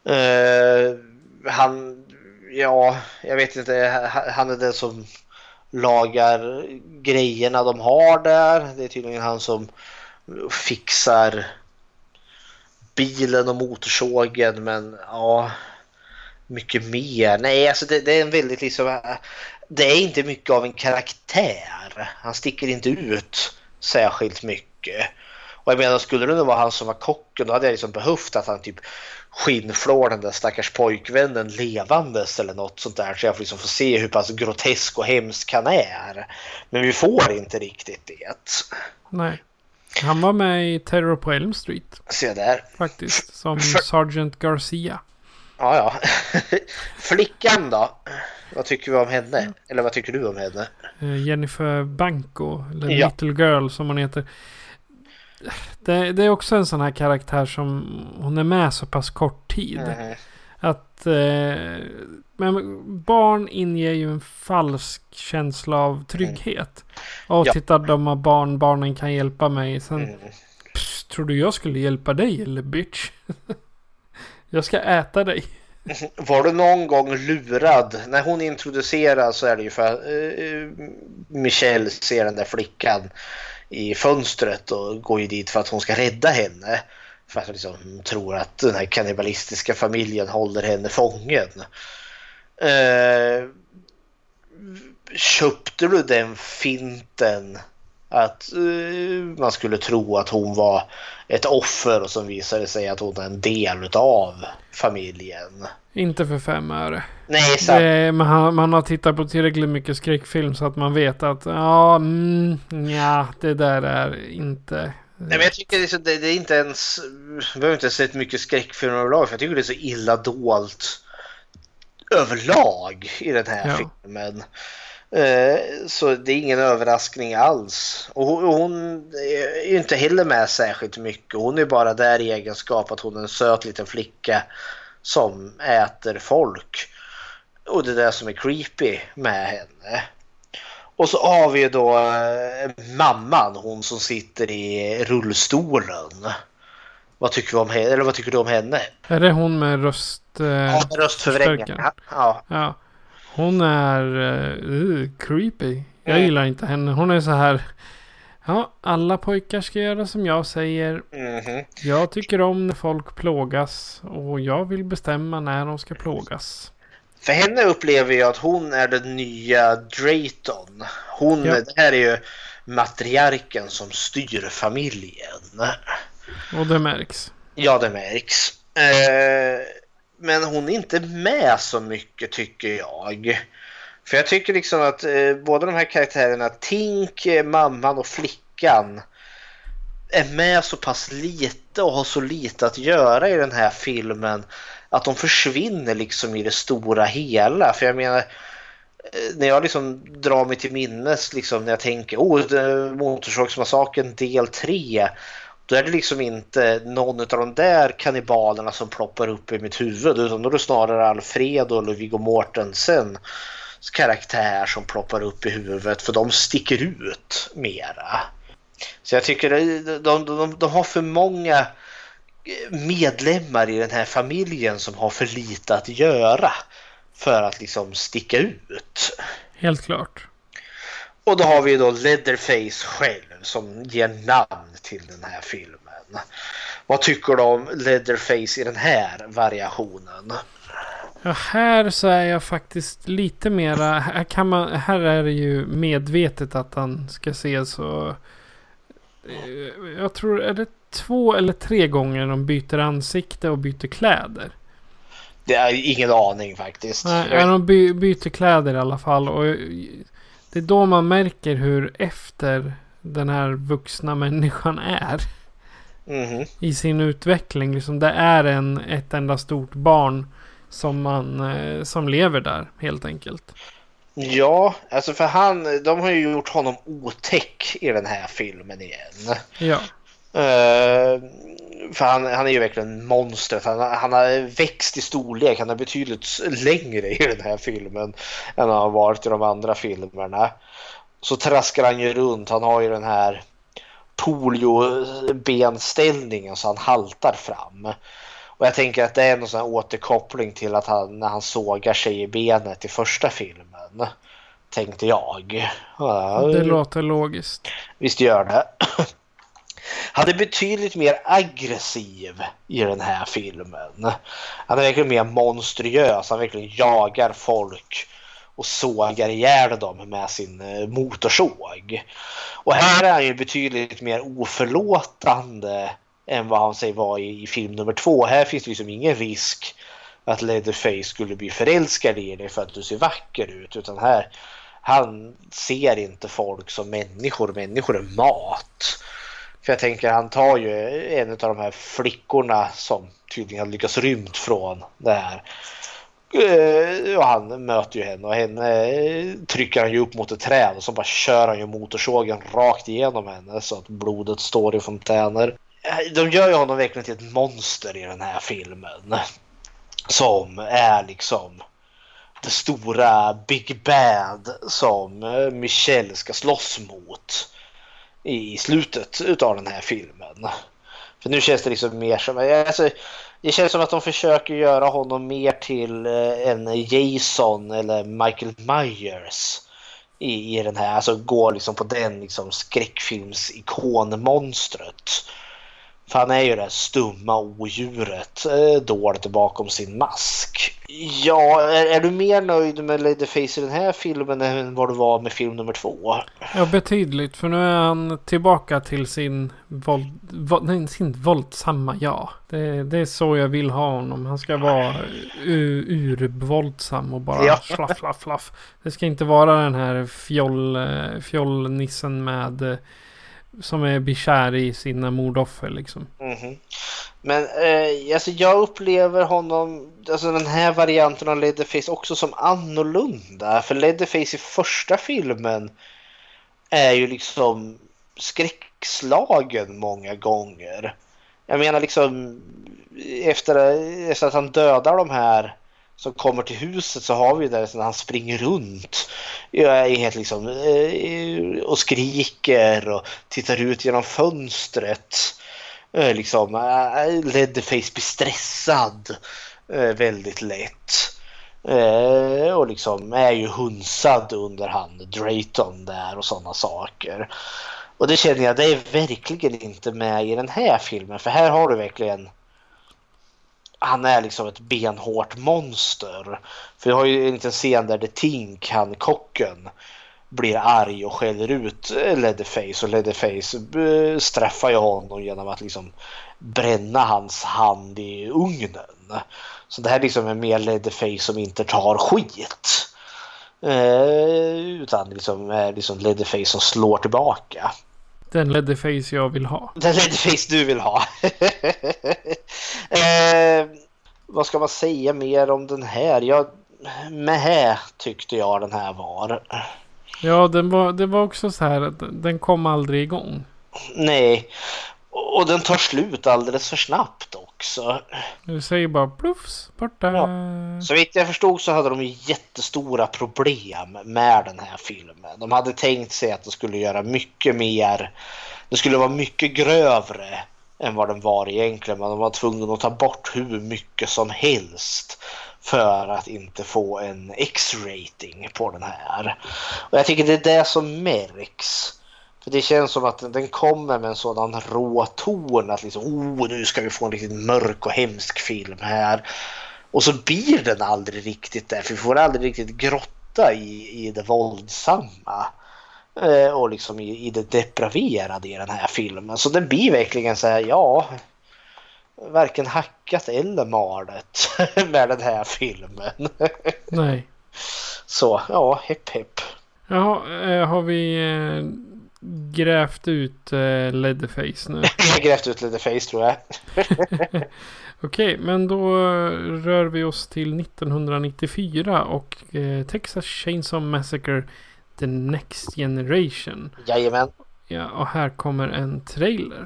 [SPEAKER 5] Jag vet inte. Han är den som lagar grejerna de har där. Det är tydligen han som fixar bilen och motorsågen, men ja, mycket mer. Nej, alltså det är en väldigt liksom, det är inte mycket av en karaktär. Han sticker inte ut särskilt mycket. Och jag menar, skulle det nu vara han som var kocken, då hade jag liksom behövt att han typ skinnflår den där stackars pojkvännen levandes eller något sånt där, så jag liksom får se hur pass grotesk och hemsk han är. Men vi får inte riktigt det.
[SPEAKER 4] Nej. Han var med i Terror på Elm Street.
[SPEAKER 5] Se där.
[SPEAKER 4] Faktiskt, som Sergeant Garcia.
[SPEAKER 5] Ja. Flickan då? Vad tycker vi om henne? Eller vad tycker du om henne?
[SPEAKER 4] Jennifer Banco, eller Little Girl som hon heter. Det är också en sån här karaktär som hon är med så pass kort tid. Att men barn inger ju en falsk känsla av trygghet. Och titta, de har barnen kan hjälpa mig. Sen tror du jag skulle hjälpa dig eller bitch? Jag ska äta dig.
[SPEAKER 5] Var du någon gång lurad? När hon introduceras så är det ju för Michelle ser den där flickan i fönstret och går ju dit för att hon ska rädda henne. För att liksom tror att den här kannibalistiska familjen håller henne fången. Köpte du den finten att man skulle tro att hon var ett offer och som visade sig att hon är en del av familjen?
[SPEAKER 4] Inte för 5 öre.
[SPEAKER 5] Nej, sant.
[SPEAKER 4] Man har tittat på tillräckligt mycket skräckfilm så att man vet att det där är inte...
[SPEAKER 5] Nej, men jag tycker det är inte ens... Vi har inte sett mycket skräckfilm överlag, för jag tycker det är så illa dolt överlag i den här filmen. Så det är ingen överraskning alls. Och hon är ju inte heller med särskilt mycket. Hon är bara där i egenskap att hon är en söt liten flicka som äter folk. Och det är det som är creepy med henne. Och så har vi då mamman, hon som sitter i rullstolen. Vad tycker vi om henne? Eller vad tycker du om henne?
[SPEAKER 4] Är det hon med röst...
[SPEAKER 5] med röstförvrängning. Ja.
[SPEAKER 4] Hon är creepy. Jag gillar inte henne. Hon är så här... Ja, alla pojkar ska göra som jag säger. Jag tycker om när folk plågas. Och jag vill bestämma när de ska plågas.
[SPEAKER 5] För henne upplever jag att hon är den nya Drayton. Det här är ju matriarken som styr familjen.
[SPEAKER 4] Och det märks.
[SPEAKER 5] Ja, det märks. Men hon är inte med så mycket, tycker jag. För jag tycker liksom att båda de här karaktärerna, Tink, mamman och flickan, är med så pass lite och har så lite att göra i den här filmen att de försvinner liksom i det stora hela. För jag menar, när jag liksom drar mig till minnes liksom, när jag tänker Motorsågsmassakern del 3, då är det liksom inte någon av de där kannibalerna som ploppar upp i mitt huvud, utan då är det snarare Alfredo eller Viggo Mortensens karaktär som ploppar upp i huvudet, för de sticker ut mera. Så jag tycker de har för många medlemmar i den här familjen som har för lite att göra för att liksom sticka ut.
[SPEAKER 4] Helt klart.
[SPEAKER 5] Och då har vi då Leatherface själv som ger namn till den här filmen. Vad tycker du om Leatherface i den här variationen?
[SPEAKER 4] Ja, här så är jag faktiskt lite mera... Här är det ju medvetet att han ska se så... Jag tror, är det 2 eller 3 gånger de byter ansikte och byter kläder?
[SPEAKER 5] Det är ingen aning faktiskt.
[SPEAKER 4] Nej, de byter kläder i alla fall. Och det är då man märker hur efter den här vuxna människan är. I sin utveckling. Liksom, det är ett enda stort barn som lever där, helt enkelt.
[SPEAKER 5] Ja, alltså för de har ju gjort honom otäck i den här filmen igen.
[SPEAKER 4] Ja.
[SPEAKER 5] För han är ju verkligen monstret. Han har växt i storlek. Han är betydligt längre i den här filmen än han har varit i de andra filmerna. Så traskar han ju runt. Han har ju den här poliobenställningen så han haltar fram. Och jag tänker att det är någon sån här återkoppling till att när han sågar sig i benet i första filmen. tänkte jag.
[SPEAKER 4] Det låter logiskt.
[SPEAKER 5] Visst gör det. Han är betydligt mer aggressiv i den här filmen. Han är verkligen mer monstruös. Han verkligen jagar folk och sågar ihjäl dem med sin motorsåg. Och här är han ju betydligt mer oförlåtande än vad han säger var i film nummer 2. Här finns det liksom ingen risk att Leatherface skulle bli förälskad i dig för att du ser vacker ut. Utan här, han ser inte folk som människor. Människor är mat. För jag tänker, han tar ju en av de här flickorna som tydligen har lyckats rymt från det här. Och han möter ju henne och henne trycker han ju upp mot ett träd och så bara kör han ju motorsågen rakt igenom henne så att blodet står i fontäner. De gör ju honom verkligen till ett monster i den här filmen som är liksom det stora Big Bad som Michelle ska slåss mot i slutet av den här filmen. För nu känns det liksom mer som... Alltså, det känns som att de försöker göra honom mer till en Jason eller Michael Myers i den här. Alltså gå liksom på den liksom skräckfilms-ikonmonstret. För han är ju det stumma odjuret dåligt bakom sin mask. Ja, är du mer nöjd med Leatherface i den här filmen än vad du var med film nummer 2?
[SPEAKER 4] Ja, betydligt. För nu är han tillbaka till sin våldsamma jag. Det är så jag vill ha honom. Han ska vara urvåldsam och bara flaff. Det ska inte vara den här fjollnissen med... som är bekär i sina mordoffer liksom. Mm-hmm.
[SPEAKER 5] Men alltså jag upplever honom, alltså den här varianten av Leatherface också som annorlunda. För Leatherface i första filmen är ju liksom skräckslagen många gånger. Jag menar liksom efter att han dödar de här som kommer till huset så har vi där när han springer runt helt liksom, och skriker och tittar ut genom fönstret. Liksom, Leatherface blir stressad väldigt lätt. Och liksom är ju hunsad under han Drayton där och sådana saker. Och det känner jag, det är verkligen inte med i den här filmen. För här har du verkligen... Han är liksom ett benhårt monster. För jag har ju en liten scen där det Tink, han kocken, blir arg och skäller ut Leatherface. Och Leatherface straffar ju honom genom att liksom bränna hans hand i ugnen. Så det här liksom är mer Leatherface som inte tar skit. Utan liksom är liksom Leatherface som slår tillbaka.
[SPEAKER 4] Den Leatherface jag vill ha.
[SPEAKER 5] Den Leatherface du vill ha. Vad ska man säga mer om den här? Tyckte jag den här var.
[SPEAKER 4] Ja, det var också så här att den kom aldrig igång.
[SPEAKER 5] Nej. Och den tar slut alldeles för snabbt också.
[SPEAKER 4] Du säger bara pluffs borta.
[SPEAKER 5] Ja. Så vitt jag förstod så hade de ju jättestora problem med den här filmen. De hade tänkt sig att det skulle göra mycket mer. Det skulle vara mycket grövre än vad den var egentligen. Men de var tvungna att ta bort hur mycket som helst för att inte få en X-rating på den här. Och jag tycker det är det som märks. För det känns som att den kommer med en sådan rå ton att liksom, nu ska vi få en riktigt mörk och hemsk film här. Och så blir den aldrig riktigt där. För vi får aldrig riktigt grotta i det våldsamma. Och liksom i det depraverade i den här filmen. Så den blir verkligen så här, varken hackat eller malet med den här filmen.
[SPEAKER 4] Nej.
[SPEAKER 5] Så, hepp.
[SPEAKER 4] Ja, har vi grävt ut Leatherface nu?
[SPEAKER 5] Jag har grävt ut Leatherface, tror jag.
[SPEAKER 4] Okej, men då rör vi oss till 1994 och Texas Chainsaw Massacre The Next Generation.
[SPEAKER 5] Jajamän.
[SPEAKER 4] Ja, och här kommer en trailer.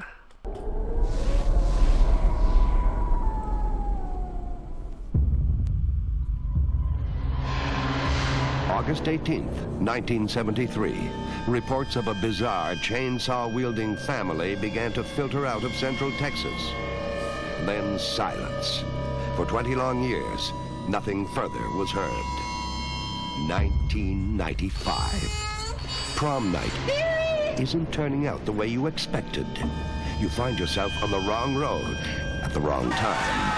[SPEAKER 7] August 18th, 1973. Reports of a bizarre chainsaw-wielding family began to filter out of central Texas. Then silence. For 20 long years, nothing further was heard. 1995. Prom night isn't turning out the way you expected. You find yourself on the wrong road at the wrong time.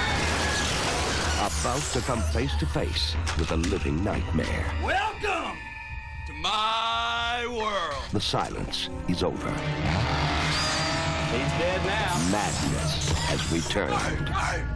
[SPEAKER 7] About to come face to face with a living nightmare.
[SPEAKER 3] Welcome to my world.
[SPEAKER 7] The silence is over.
[SPEAKER 3] He's dead now.
[SPEAKER 7] Madness has returned.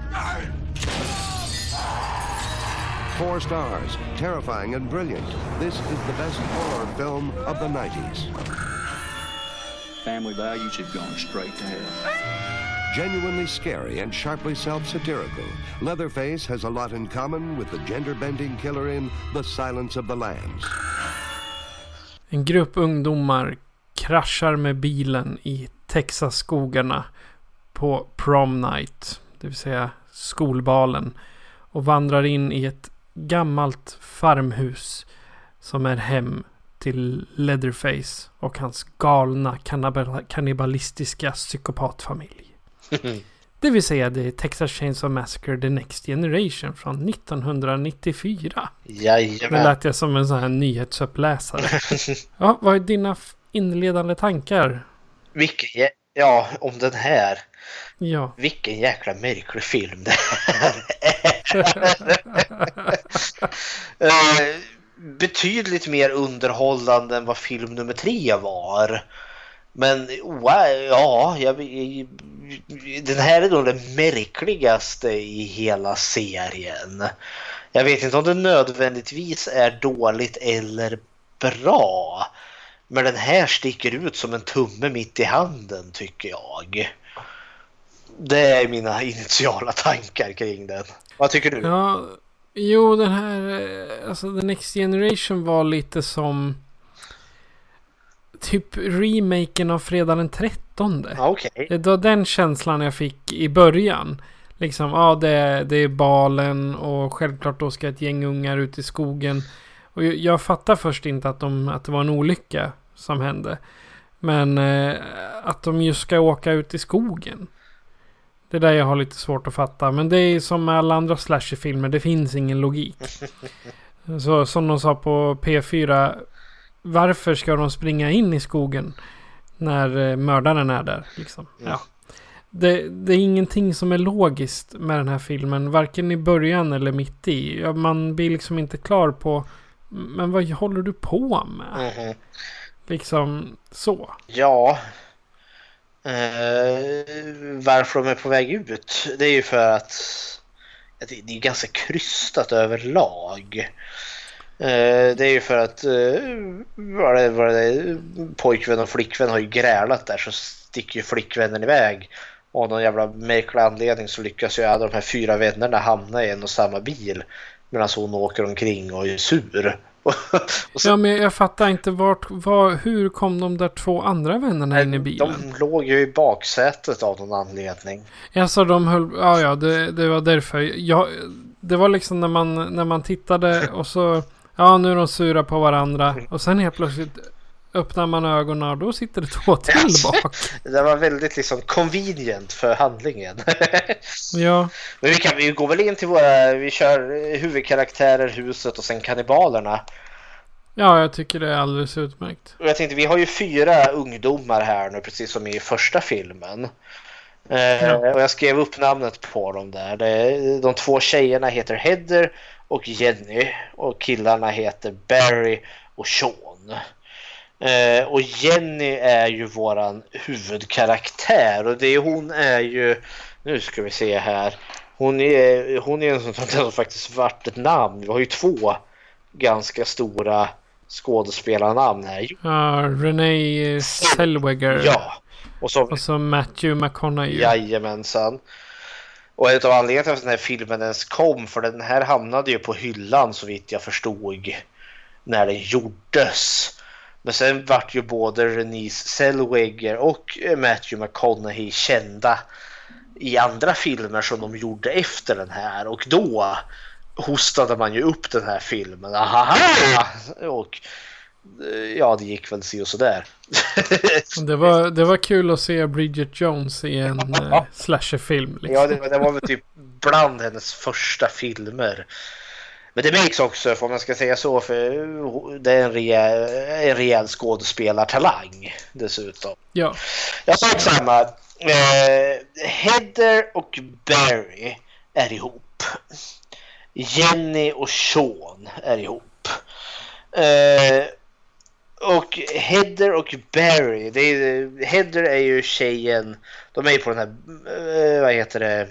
[SPEAKER 7] 4 stars, terrifying and brilliant. This is the best horror film of the 90s.
[SPEAKER 8] Family values have gone straight to hell.
[SPEAKER 7] Genuinely scary and sharply self-satirical, Leatherface has a lot in common with the gender-bending killer in The Silence of the Lambs.
[SPEAKER 4] En grupp ungdomar kraschar med bilen i Texas-skogarna på prom night, det vill säga skolbalen, och vandrar in i ett gammalt farmhus som är hem till Leatherface och hans galna kannibalistiska psykopatfamilj. Det vill säga det är Texas Chainsaw Massacre The Next Generation från 1994.
[SPEAKER 5] Jajamän.
[SPEAKER 4] Det lät jag som en sån här nyhetsuppläsare. Ja, vad är dina inledande tankar?
[SPEAKER 5] Ja, om den här.
[SPEAKER 4] Ja.
[SPEAKER 5] Vilken jäkla märklig film det här är. Betydligt mer underhållande än vad film nummer 3 var. Men ja, den här är då den märkligaste i hela serien. Jag vet inte om det nödvändigtvis är dåligt eller bra. Men den här sticker ut som en tumme mitt i handen, tycker jag. Det är mina initiala tankar kring den. Vad tycker du?
[SPEAKER 4] Ja, jo, den här, alltså The Next Generation var lite som typ remaken av Fredag den 13.
[SPEAKER 5] Okay.
[SPEAKER 4] Det var den känslan jag fick i början. Liksom, ja, det är balen och självklart då ska ett gäng ungar ut i skogen. Och jag fattar först inte att det var en olycka som hände. Men att de just ska åka ut i skogen. Det är där jag har lite svårt att fatta. Men det är som med alla andra slasherfilmer. Det finns ingen logik. Så som de sa på P4. Varför ska de springa in i skogen när mördaren är där? Liksom? Ja. Det är ingenting som är logiskt med den här filmen. Varken i början eller mitt i. Man blir liksom inte klar på. Men vad håller du på med? Mm-hmm. Liksom så.
[SPEAKER 5] Ja. Varför de är på väg ut? Det är ju för att det är ganska krystat överlag. Det är ju för att pojkvän och flickvän har ju grälat där, så sticker ju flickvännen iväg. Och av någon jävla märklig anledning så lyckas ju alla de här 4 vännerna hamna i en och samma bil medan hon åker omkring och är sur.
[SPEAKER 4] Ja, men jag fattar inte hur kom de där 2 andra vännerna in i bilen?
[SPEAKER 5] De låg ju i baksätet av någon anledning.
[SPEAKER 4] Alltså de höll, ja, det var därför. Det var liksom när man tittade och så, ja, nu är de sura på varandra. Och sen helt plötsligt öppnar man ögonen och då sitter det 2 till bak.
[SPEAKER 5] Det var väldigt liksom convenient för handlingen.
[SPEAKER 4] Ja.
[SPEAKER 5] Men vi går väl in till vi kör huvudkaraktärer, huset och sen kannibalerna.
[SPEAKER 4] Ja, jag tycker det är alldeles utmärkt.
[SPEAKER 5] Och jag tänkte, vi har ju 4 ungdomar här nu, precis som i första filmen. Och jag skrev upp namnet på dem där. De 2 tjejerna heter Heather och Jenny. Och killarna heter Barry och Sean. Och Jenny är ju våran huvudkaraktär. Och hon är ju, nu ska vi se här, hon är en sån som faktiskt varit ett namn. Vi har ju 2 ganska stora skådespelarnamn här.
[SPEAKER 4] Renee Zellweger.
[SPEAKER 5] Ja. Och
[SPEAKER 4] så Matthew McConaughey.
[SPEAKER 5] Jajamensan. Och en av anledningarna till att den här filmen ens kom, för den här hamnade ju på hyllan så vitt jag förstod när den gjordes. Men sen vart ju både Renée Zellweger och Matthew McConaughey kända i andra filmer som de gjorde efter den här. Och då hostade man ju upp den här filmen. Ahaha! Och ja, det gick väl så där.
[SPEAKER 4] Det var kul att se Bridget Jones i en slasherfilm. Liksom.
[SPEAKER 5] Ja, det var väl typ bland hennes första filmer. Men det makes också, för om man ska säga så, för det är en rejäl skådespelartalang dessutom.
[SPEAKER 4] Ja.
[SPEAKER 5] Jag sa samma. Heather och Barry är ihop. Jenny och Sean är ihop. Och Heather och Barry, Heather är ju tjejen, de är ju på den här, vad heter det,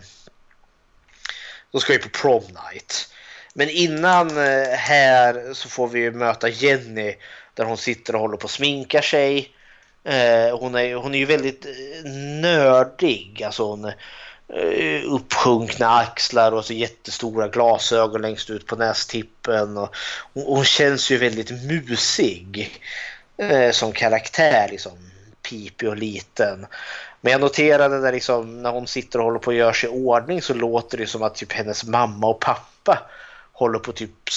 [SPEAKER 5] de ska ju på prom night. Men innan här så får vi ju möta Jenny där hon sitter och håller på att sminka sig. Hon är ju väldigt nördig, alltså hon uppsjunkna axlar och så jättestora glasögon längst ut på nästippen, och hon känns ju väldigt musig som karaktär, liksom pipig och liten. Men jag noterade där liksom, när hon sitter och håller på att göra sig i ordning, så låter det som att typ hennes mamma och pappa håller på typ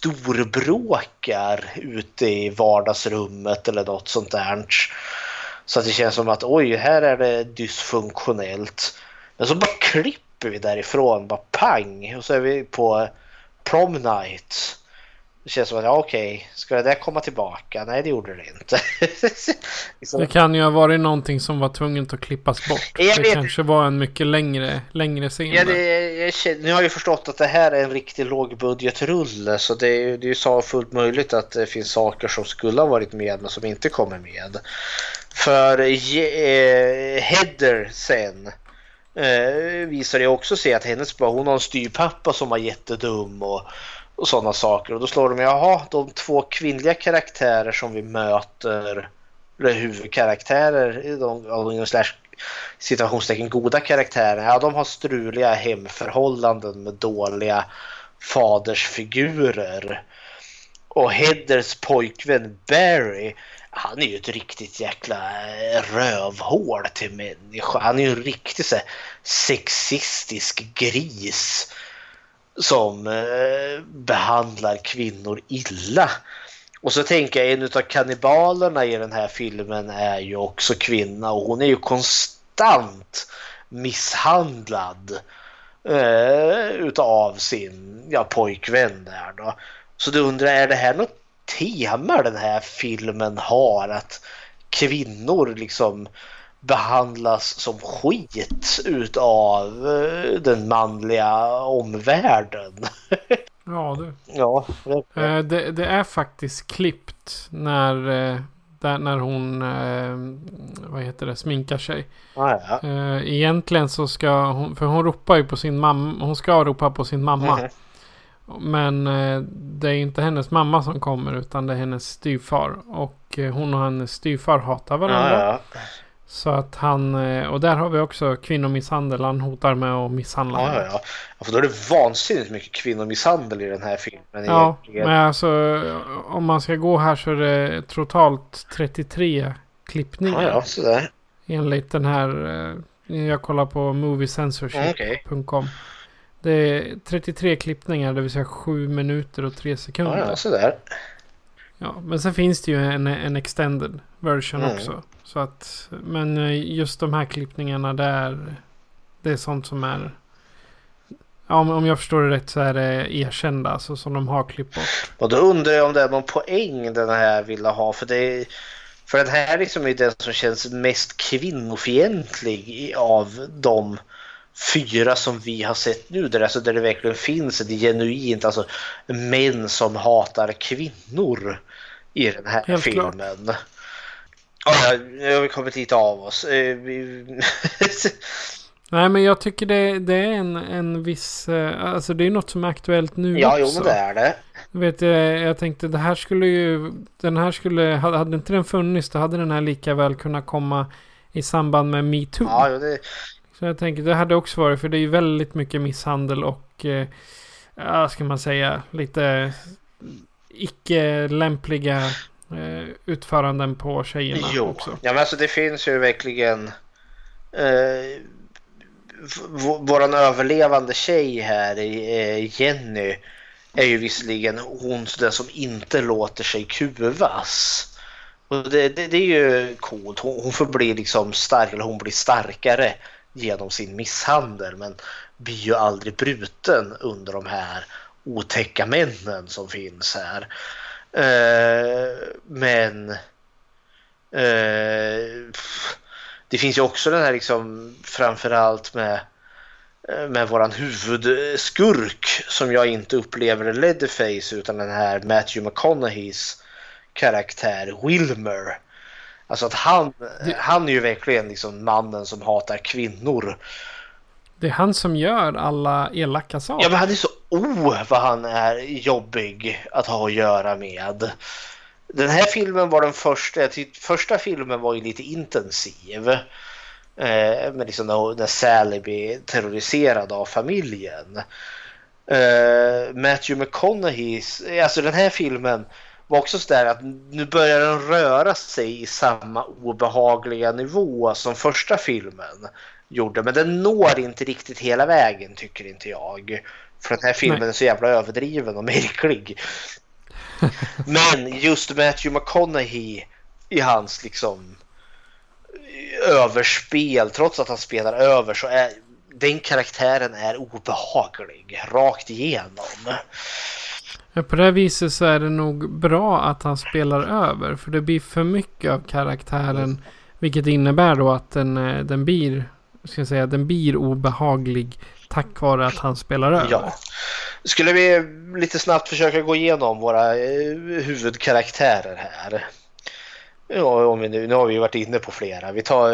[SPEAKER 5] storbråkar ute i vardagsrummet eller något sånt där. Så att det känns som att oj, här är det dysfunktionellt. Men så bara klipper vi därifrån, bara pang, och så är vi på prom night. Det känns som att ja, okej, ska det där komma tillbaka? Nej, det gjorde det inte. liksom.
[SPEAKER 4] Det kan ju ha varit någonting som var tvunget att klippas bort. Det kanske var en mycket längre scen.
[SPEAKER 5] Ja, nu har jag ju förstått att det här är en riktig lågbudgetrulle, så det är ju så fullt möjligt att det finns saker som skulle ha varit med men som inte kommer med. För Heather sen visar det också sig att hon har en styrpappa som var jättedum och sådana saker. Och då slår de de två kvinnliga karaktärer som vi möter, eller huvudkaraktärer, de situationstecken goda karaktärer, de har struliga hemförhållanden med dåliga fadersfigurer. Och Heathers pojkvän Barry, han är ju ett riktigt jäkla rövhål till människa. Han är ju en riktigt så här sexistisk gris som behandlar kvinnor illa. Och så tänker jag, en av kannibalerna i den här filmen är ju också kvinna, och hon är ju konstant misshandlad utav sin pojkvän där då. Så du undrar, är det här något tema den här filmen har, att kvinnor liksom behandlas som skit utav den manliga omvärlden?
[SPEAKER 4] Ja, du.
[SPEAKER 5] Ja,
[SPEAKER 4] det är faktiskt klippt när hon sminkar sig. Egentligen så ska hon, för hon ropar ju på sin mamma, hon ska ropa på sin mamma. Mm-hmm. Men det är inte hennes mamma som kommer, utan det är hennes styvfar. Och hon och hennes styvfar hatar varandra. Så att han, och där har vi också kvinnomisshandel. Han hotar med att misshandla henne.
[SPEAKER 5] Ja, för då är det vansinnigt mycket kvinnomisshandel i den här filmen.
[SPEAKER 4] Ja, men alltså om man ska gå här så är det totalt 33 klippningar.
[SPEAKER 5] Ja, sådär.
[SPEAKER 4] Enligt den här, jag kollar på moviecensorship.com. Det är 33 klippningar, det vill säga 7 minuter och 3 sekunder.
[SPEAKER 5] Ja, sådär.
[SPEAKER 4] Ja, men sen finns det ju en extended version också. Så att, men just de här klippningarna där, det är sånt som är, om jag förstår det rätt så är det erkända, alltså som de har klippt bort.
[SPEAKER 5] Och då undrar jag om det är någon poäng den här vill ha, för den här liksom är den som känns mest kvinnofientlig av de 4 som vi har sett nu, där det verkligen finns det genuint, alltså män som hatar kvinnor i den här
[SPEAKER 4] helt
[SPEAKER 5] filmen.
[SPEAKER 4] Klart.
[SPEAKER 5] Ja, jag har kommit lite av oss.
[SPEAKER 4] Nej, men jag tycker det är en viss, alltså det är något som är aktuellt nu också.
[SPEAKER 5] Ja, jo, men det är det.
[SPEAKER 4] Vet jag tänkte hade inte den funnits, då hade den här lika väl kunnat komma i samband med Me Too.
[SPEAKER 5] Ja, jo, det.
[SPEAKER 4] Så jag tänker det hade också varit, för det är ju väldigt mycket misshandel och ska man säga lite icke lämpliga utföranden på tjejerna också. Ja,
[SPEAKER 5] men alltså det finns ju verkligen våran överlevande tjej här, Jenny, är ju visserligen hon den som inte låter sig kuvas. Och det är ju coolt. Hon får bli liksom stark, eller hon blir starkare genom sin misshandel, men blir ju aldrig bruten under de här otäcka männen som finns här. Men det finns ju också den här liksom, framförallt med våran huvudskurk som jag inte upplever Leatherface, utan den här Matthew McConaugheys karaktär Wilmer. Alltså att han är ju verkligen liksom mannen som hatar kvinnor.
[SPEAKER 4] Det är han som gör alla elaka saker.
[SPEAKER 5] Ja, men han är så vad han är jobbig att ha att göra med. Den här filmen var den första filmen var ju lite intensiv. Men liksom när Sally blir terroriserad av familjen. Matthew McConaughey, alltså den här filmen var också så där att nu börjar den röra sig i samma obehagliga nivå som första filmen gjorde, men den når inte riktigt hela vägen, tycker inte jag. För den här filmen är så jävla överdriven och märklig. Men just Matthew McConaughey i hans liksom överspel, trots att han spelar över, så är den karaktären är obehaglig rakt igenom.
[SPEAKER 4] På det här viset så är det nog bra att han spelar över, för det blir för mycket av karaktären, vilket innebär då att den blir obehaglig tack vare att han spelar över.
[SPEAKER 5] Ja. Skulle vi lite snabbt försöka gå igenom våra huvudkaraktärer här. Ja, om nu har vi varit inne på flera. Vi tar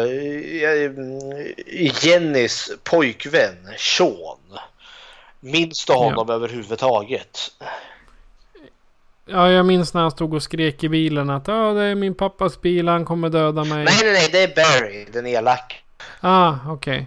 [SPEAKER 5] Jennys pojkvän Sean. Minns du honom överhuvudtaget?
[SPEAKER 4] Ja, jag minns när han stod och skrek i bilen att det är min pappas bil, han kommer döda mig.
[SPEAKER 5] Nej, det är Barry, den elak.
[SPEAKER 4] Okej.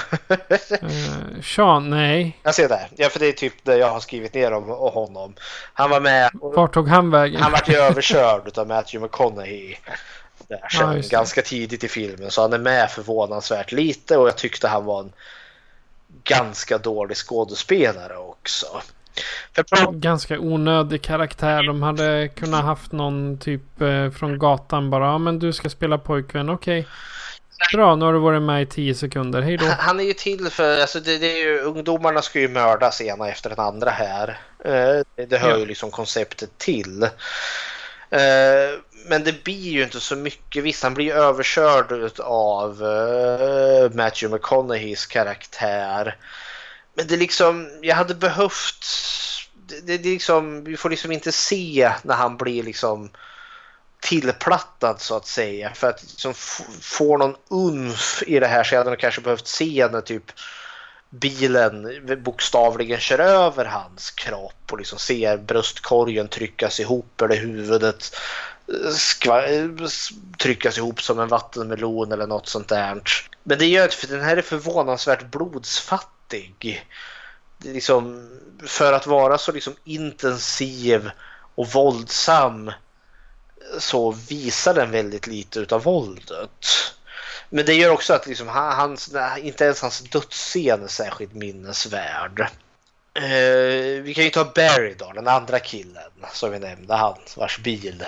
[SPEAKER 4] Sean, nej.
[SPEAKER 5] Jag ser det. Ja, för det är typ det jag har skrivit ner om honom. Han var med.
[SPEAKER 4] Vart tog han vägen?
[SPEAKER 5] Han var ju överkörd av Matthew McConaughey där sen, ganska tidigt i filmen. Så han är med förvånansvärt lite, och jag tyckte han var en ganska dålig skådespelare också.
[SPEAKER 4] Ganska onödig karaktär. De hade kunnat haft någon typ från gatan bara. Men du ska spela pojkvän, okej. Bra, nu har du varit med i 10 sekunder. Hej då. Han
[SPEAKER 5] är ju till för, alltså det är ju, ungdomarna ska ju mördas ena efter den andra här. Det hör ju liksom konceptet till. Men det blir ju inte så mycket. Visst, han blir överkörd av Matthew McConaugheys karaktär. Men det är liksom, jag hade behövt det är liksom, vi får liksom inte se när han blir liksom tillplattad så att säga, för att liksom få någon unf i det här, så hade man kanske behövt se när typ bilen bokstavligen kör över hans kropp och liksom ser bröstkorgen tryckas ihop eller huvudet tryckas ihop som en vattenmelon eller något sånt där. Men det gör för den här är förvånansvärt blodsfattig. Det är liksom, för att vara så liksom intensiv och våldsam så visar den väldigt lite utav våldet. Men det gör också att liksom inte ens hans dödsscen är särskilt minnesvärd. Vi kan ju ta Barry då, den andra killen som vi nämnde, han vars bil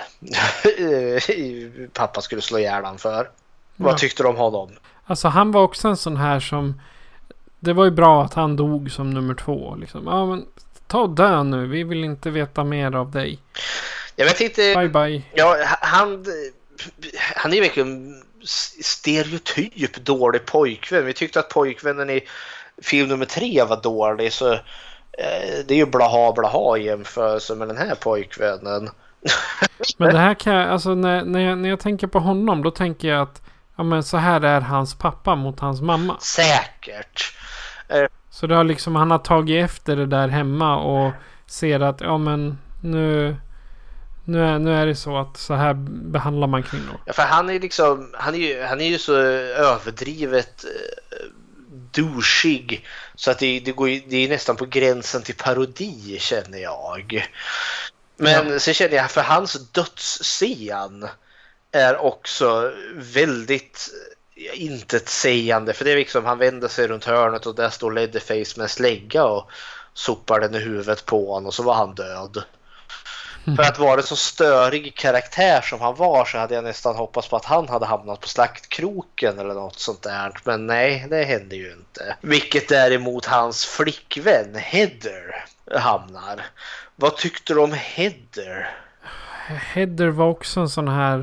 [SPEAKER 5] pappa skulle slå ihjäl han för. Vad tyckte du om honom?
[SPEAKER 4] Alltså han var också en sån här som, det var ju bra att han dog som nummer 2 liksom. Ja, men ta och dö nu, vi vill inte veta mer av dig.
[SPEAKER 5] Jag vet inte.
[SPEAKER 4] Bye bye.
[SPEAKER 5] Ja, han är verkligen stereotyp dålig pojkvän. Vi tyckte att pojkvännen i film nummer 3 var dålig, så det är ju blaha i jämförelse med den här pojkvännen.
[SPEAKER 4] Men det här kan jag, alltså när jag tänker på honom, då tänker jag att ja, men så här är hans pappa mot hans mamma.
[SPEAKER 5] Säkert.
[SPEAKER 4] Så det har liksom, han har tagit efter det där hemma och ser att ja men nu är det så att så här behandlar man kvinnor.
[SPEAKER 5] Ja, för han är liksom, han är ju så överdrivet douchig så att det är nästan på gränsen till parodi, känner jag. Men så känner jag, för hans dödsscen är också väldigt intetsägande, för det är liksom, han vänder sig runt hörnet och där står Leatherface med en slägga och sopar den i huvudet på honom och så var han död. För att vara en så störig karaktär som han var, så hade jag nästan hoppats på att han hade hamnat på slaktkroken eller något sånt där. Men nej, det hände ju inte. Vilket däremot hans flickvän Heather hamnar. Vad tyckte du om Heather?
[SPEAKER 4] Heather var också en sån här...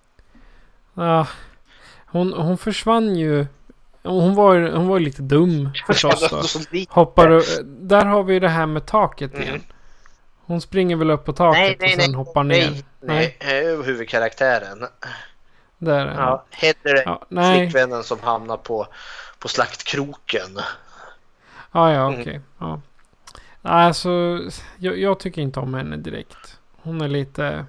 [SPEAKER 4] Hon försvann ju. Hon var lite dum förstås då. Där har vi det här med taket igen. Hon springer väl upp på taket och sen hoppar ner.
[SPEAKER 5] Nej, huvudkaraktären.
[SPEAKER 4] Där.
[SPEAKER 5] Ja, Heather är flickvännen som hamnar på slaktkroken.
[SPEAKER 4] Okej. Ja. Alltså, jag tycker inte om henne direkt. Hon är lite...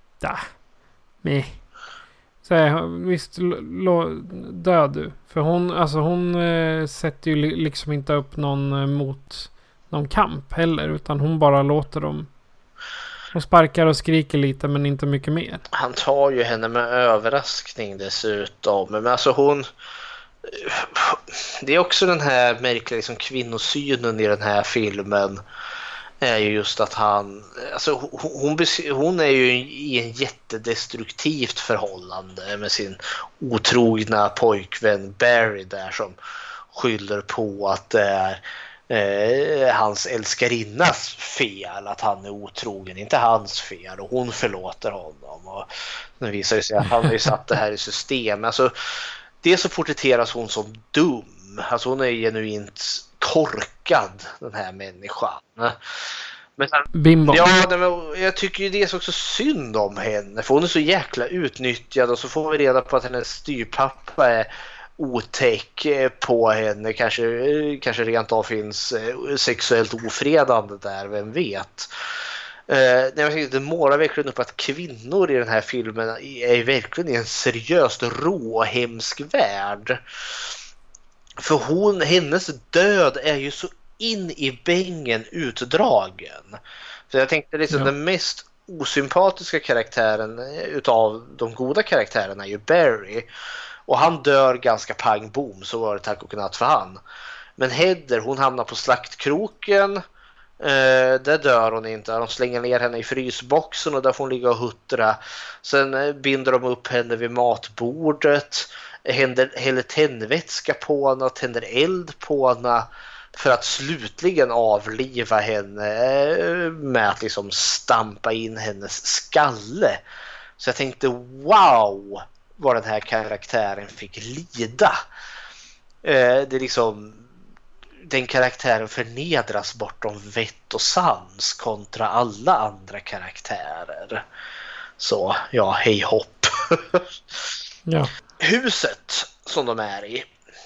[SPEAKER 4] Så visst, död du. För hon sätter ju liksom inte upp någon mot någon kamp heller. Utan hon bara låter dem... Hon sparkar och skriker lite men inte mycket mer.
[SPEAKER 5] Han tar ju henne med överraskning dessutom. Men alltså hon... Det är också den här märkliga liksom, kvinnosynen i den här filmen. Är ju just att han... Alltså hon är ju i en jättedestruktivt förhållande med sin otrogna pojkvän Barry där som skyller på att det är hans älskarinnas fel att han är otrogen, inte hans fel, och hon förlåter honom och det visar ju sig att han har ju satt det här i system. Alltså det så porträtteras hon som dum, alltså hon är genuint korkad den här människan. Men jag tycker ju det är också synd om henne för hon är så jäkla utnyttjad och så får vi reda på att hennes styrpappa är otäck på henne, kanske rent av finns sexuellt ofredande där, vem vet. Det målar verkligen upp att kvinnor i den här filmen är verkligen i en seriöst råhemsk värld. För hennes död är ju så in i bängen utdragen. Så jag tänkte liksom den mest osympatiska karaktären utav de goda karaktärerna är ju Barry. Och han dör ganska pang boom, så var det tack och godnatt för han. Men Heather, hon hamnar på slaktkroken. Där dör hon inte. De slänger ner henne i frysboxen och där får hon ligga och huttra. Sen binder de upp henne vid matbordet. Häller tändvätska på henne och tänder eld på henne för att slutligen avliva henne med att liksom stampa in hennes skalle. Så jag tänkte, wow, vad den här karaktären fick lida. Det är liksom, den karaktären förnedras bortom vett och sans kontra alla andra karaktärer. Så ja, hej hopp.
[SPEAKER 4] Ja.
[SPEAKER 5] Huset som de är i.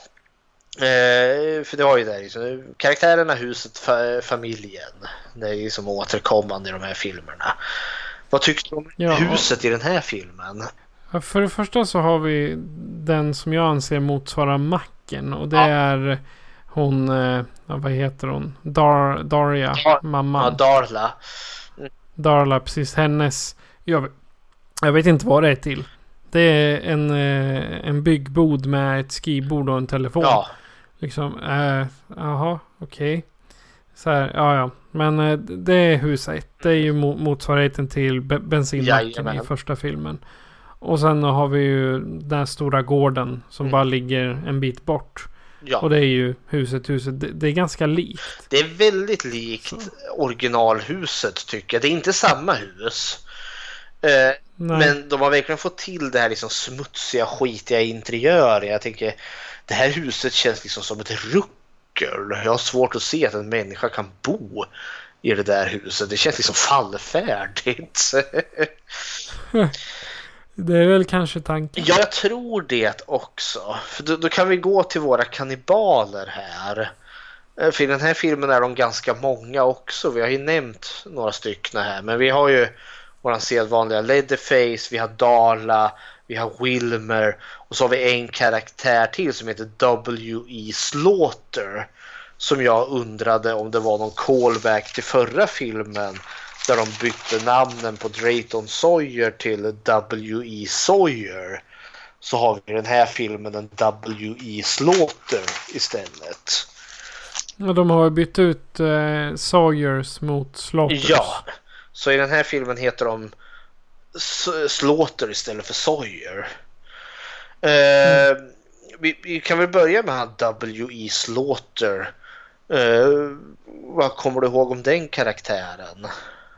[SPEAKER 5] För det har ju där liksom, karaktärerna, huset, familjen. Det är ju som återkommande i de här filmerna. Vad tyckte du om huset i den här filmen?
[SPEAKER 4] För det första så har vi den som jag anser motsvarar Macken. Och det är hon, vad heter hon? Daria, mamma.
[SPEAKER 5] Ja, Darla.
[SPEAKER 4] Darla, precis. Hennes, jag vet inte vad det är till. Det är en byggbod med ett skrivbord och en telefon. Ja. Liksom, jaha, okej. Så här, ja. Men det är hus 1. Det är ju motsvarigheten till bensinmacken i första filmen. Och sen har vi ju den här stora gården som bara ligger en bit bort. Ja. Och det är ju huset. Det är ganska likt. Det är
[SPEAKER 5] väldigt likt originalhuset tycker jag. Det är inte samma hus. Men de har verkligen fått till det här liksom smutsiga, skitiga interiören. Jag tänker, det här huset känns liksom som ett ruckel. Jag har svårt att se att en människa kan bo i det där huset. Det känns liksom fallfärdigt.
[SPEAKER 4] Det är väl kanske tanken.
[SPEAKER 5] Ja, jag tror det också. För då kan vi gå till våra kannibaler här. För i den här filmen är de ganska många också. Vi har ju nämnt några stycken här. Men vi har ju våran sedvanliga Leatherface, vi har Darla, vi har Wilmer och så har vi en karaktär till som heter W.E. Slaughter, som jag undrade om det var någon callback till förra filmen där de bytte namnen på Drayton Sawyer till W.E. Sawyer. Så har vi i den här filmen en W.E. Slaughter istället.
[SPEAKER 4] Ja, de har bytt ut Sawyers mot Slaughters.
[SPEAKER 5] Ja. Så i den här filmen heter de Slaughter istället för Sawyer. Vi kan väl börja med han W.E. Slaughter. Vad kommer du ihåg om den karaktären?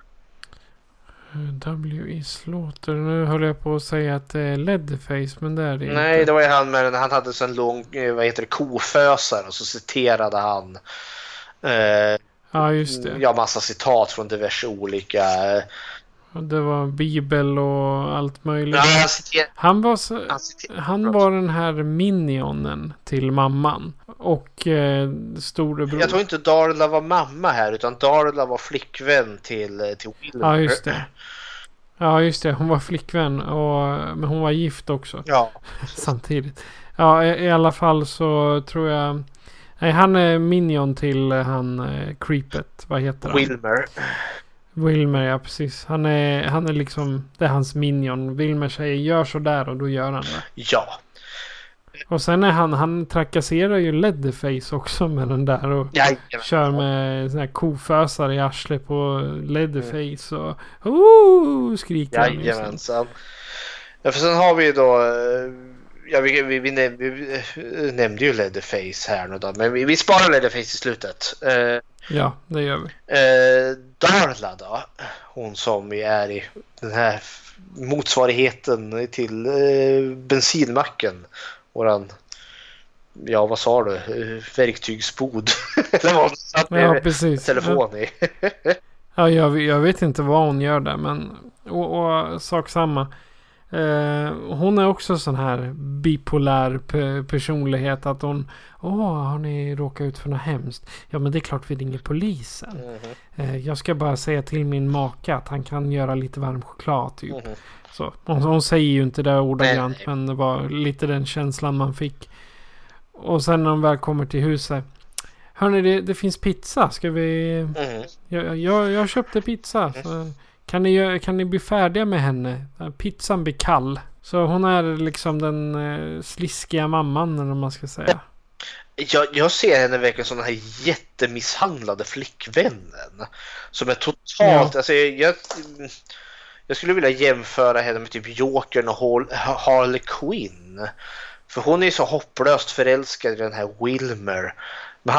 [SPEAKER 4] W.E. Slaughter. Nu höll jag på att säga att det är Leatherface, men det är det inte.
[SPEAKER 5] Nej, det var ju han med han hade så en lång kofösare och så citerade han
[SPEAKER 4] ja, just det.
[SPEAKER 5] Ja, massa citat från diverse olika.
[SPEAKER 4] Det var Bibel och allt möjligt.
[SPEAKER 5] Ja,
[SPEAKER 4] han var den här minionen till mamman. Och storebror.
[SPEAKER 5] Jag tror inte Darla var mamma här, utan Darla var flickvän till Wilmer.
[SPEAKER 4] Ja, just det. Ja, just det. Hon var flickvän. Men hon var gift också.
[SPEAKER 5] Ja.
[SPEAKER 4] Samtidigt. Ja, i alla fall så tror jag... Nej, han är minion till han Creepet. Vad heter han? Wilmer, ja precis. Han är liksom... Det är hans minion. Wilmer säger gör så där och då gör han det.
[SPEAKER 5] Ja.
[SPEAKER 4] Och sen är han trakasserar ju Leatherface också med den där och kör med sån här kofösare i arslet på Leatherface och skriker han.
[SPEAKER 5] Jajamensan. Ja, för sen har vi då vi nämnde ju Leatherface här nu då, men vi sparar Leatherface i slutet.
[SPEAKER 4] Ja, det gör vi.
[SPEAKER 5] Darla då, hon som är i den här motsvarigheten till bensinmacken. Våran, ja vad sa du? Verktygsbod. Eller vad satt med
[SPEAKER 4] precis.
[SPEAKER 5] Telefon i.
[SPEAKER 4] Ja, jag vet inte vad hon gör där, men och sak samma. Hon är också sån här bipolär personlighet att hon har ni råkat ut för något hemskt? Ja, men det är klart vi ringer polisen. Jag ska bara säga till min maka att han kan göra lite varm choklad typ. Så, hon säger ju inte det ordagrant, men det var lite den känslan man fick. Och sen när de väl kommer till huset. Hörrni, det finns pizza. Ska vi... Jag köpte pizza. Så kan ni bli färdiga med henne? Pizzan blir kall. Så hon är liksom den sliskiga mamman, eller man ska säga.
[SPEAKER 5] Jag ser henne verkligen som den här jättemisshandlade flickvännen. Som är totalt... Alltså, jag skulle vilja jämföra henne med typ Jokern och Harley Quinn. För hon är så hopplöst förälskad i den här Wilmer. Men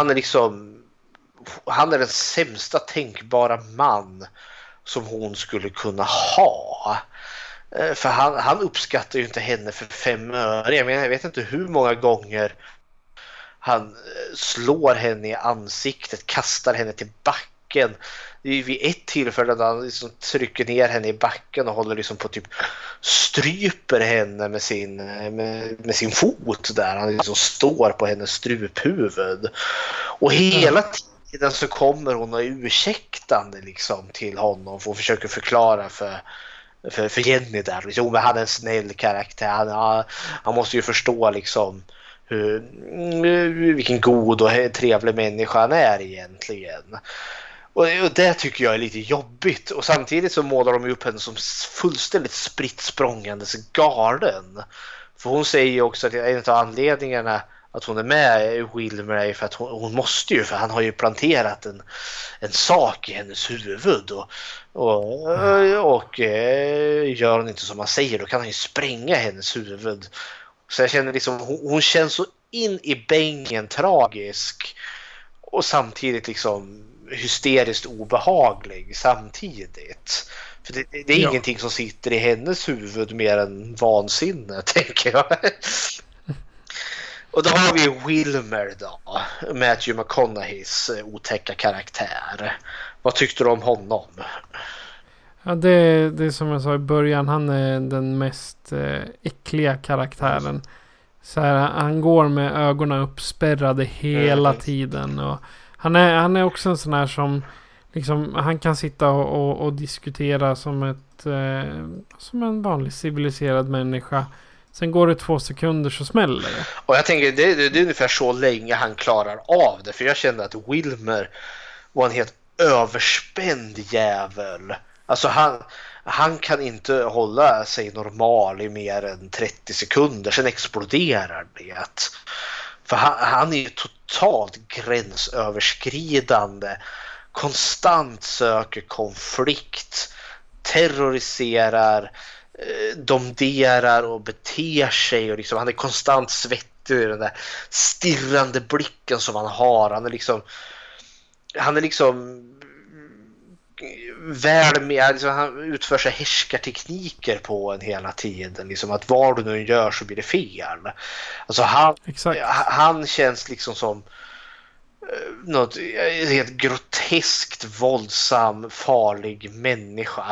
[SPEAKER 5] han är den sämsta tänkbara man som hon skulle kunna ha. För han uppskattar ju inte henne för 5 öre. Jag vet inte hur många gånger han slår henne i ansiktet, kastar henne till backen. Vid ett tillfälle där han liksom trycker ner henne i backen och håller liksom på typ stryper henne med sin fot där. Han liksom står på hennes struphuvud. Och hela tiden så kommer hon och är ursäktande liksom till honom för att försöka förklara för Jenny där. Liksom, han är en snäll karaktär. Han måste ju förstå liksom vilken god och trevlig människa han är egentligen. Och det tycker jag är lite jobbigt. Och samtidigt så målar de upp henne som fullständigt spritt språngandes galen. För hon säger ju också att en av anledningarna att hon är med i Wilmer är för att hon måste ju, för han har ju planterat en sak i hennes huvud och gör hon inte som han säger, då kan han ju spränga hennes huvud. Så jag känner liksom, hon känns så in i bängen tragisk och samtidigt liksom hysteriskt obehaglig samtidigt. För det är ingenting som sitter i hennes huvud mer än vansinne, tänker jag. Och då har vi Wilmer då, Matthew McConaugheys otäcka karaktär. Vad tyckte du om honom?
[SPEAKER 4] Ja, det är som jag sa i början, han är den mest äckliga karaktären. Så här, han går med ögonen uppspärrade hela tiden och han är också en sån här som liksom, han kan sitta och diskutera som en vanlig civiliserad människa. Sen går det 2 sekunder så smäller det. Och
[SPEAKER 5] jag tänker, det är ungefär så länge han klarar av det. För jag kände att Wilmer var en helt överspänd jävel. Alltså han kan inte hålla sig normal i mer än 30 sekunder. Sen exploderar det. För han är ju totalt gränsöverskridande. Konstant söker konflikt. Terroriserar. Domderar och beter sig. Och liksom, han är konstant svettig i den där stirrande blicken som han har. Han är liksom... han är liksom väl med, liksom, han utför sig härskartekniker på en hela tiden, liksom att vad du nu gör så blir det fel. Alltså han känns liksom som något helt groteskt våldsam, farlig människa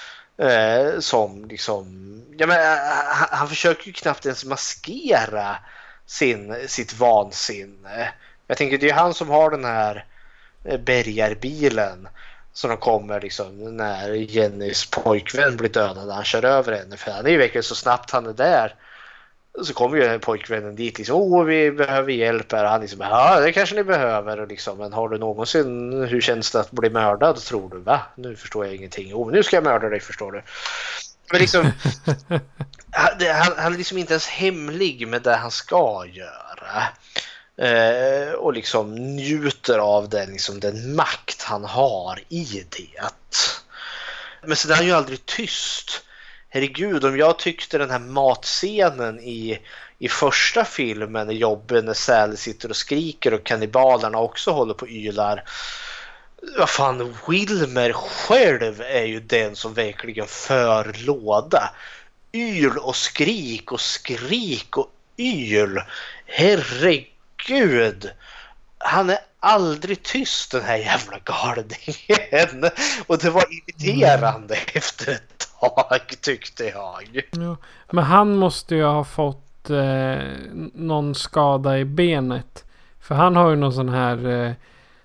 [SPEAKER 5] som liksom, ja, men han försöker ju knappt ens maskera sitt vansinne. Jag tänker det är han som har den här bärgarbilen så de kommer liksom när Jennys pojkvän blir dödad när han kör över henne, för han är ju verkligen så snabbt han är där. Så kommer ju pojkvännen dit liksom, vi behöver hjälp här. Han liksom, ja det kanske ni behöver och liksom, men har du någonsin, hur känns det att bli mördad tror du? Va? Nu förstår jag ingenting. Nu ska jag mörda dig, förstår du. Men liksom han är liksom inte ens hemlig med det han ska göra. Och liksom njuter av den makt han har i det. Men så är han ju aldrig tyst. Herregud, om jag tyckte den här matscenen i första filmen är jobbig när Sally sitter och skriker och kannibalerna också håller på och ylar. Vad fan, Wilmer själv är ju den som verkligen för låda. Yl och skrik och skrik och yl. Herregud. Han är aldrig tyst, den här jävla galningen. Och det var irriterande efter ett tag, tyckte jag.
[SPEAKER 4] Ja, men han måste ju ha fått någon skada i benet. För han har ju någon sån här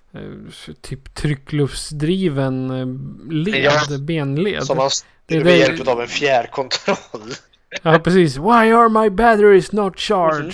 [SPEAKER 4] typ tryckluftsdriven benled.
[SPEAKER 5] Som han styr med hjälp av en fjärrkontroll.
[SPEAKER 4] Ja, precis. Why are my batteries not charged?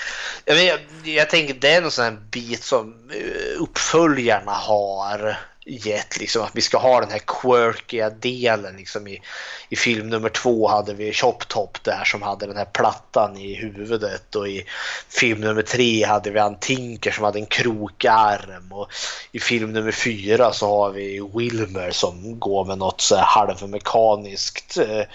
[SPEAKER 5] Jag tänker det är någon sån här bit som uppföljarna har gett, liksom att vi ska ha den här quirkiga delen liksom. I film nummer 2 hade vi Chop Top där som hade den här plattan i huvudet, och i film nummer 3 hade vi Antinker som hade en krokarm, och i film nummer 4 så har vi Wilmer som går med något så här halvmekaniskt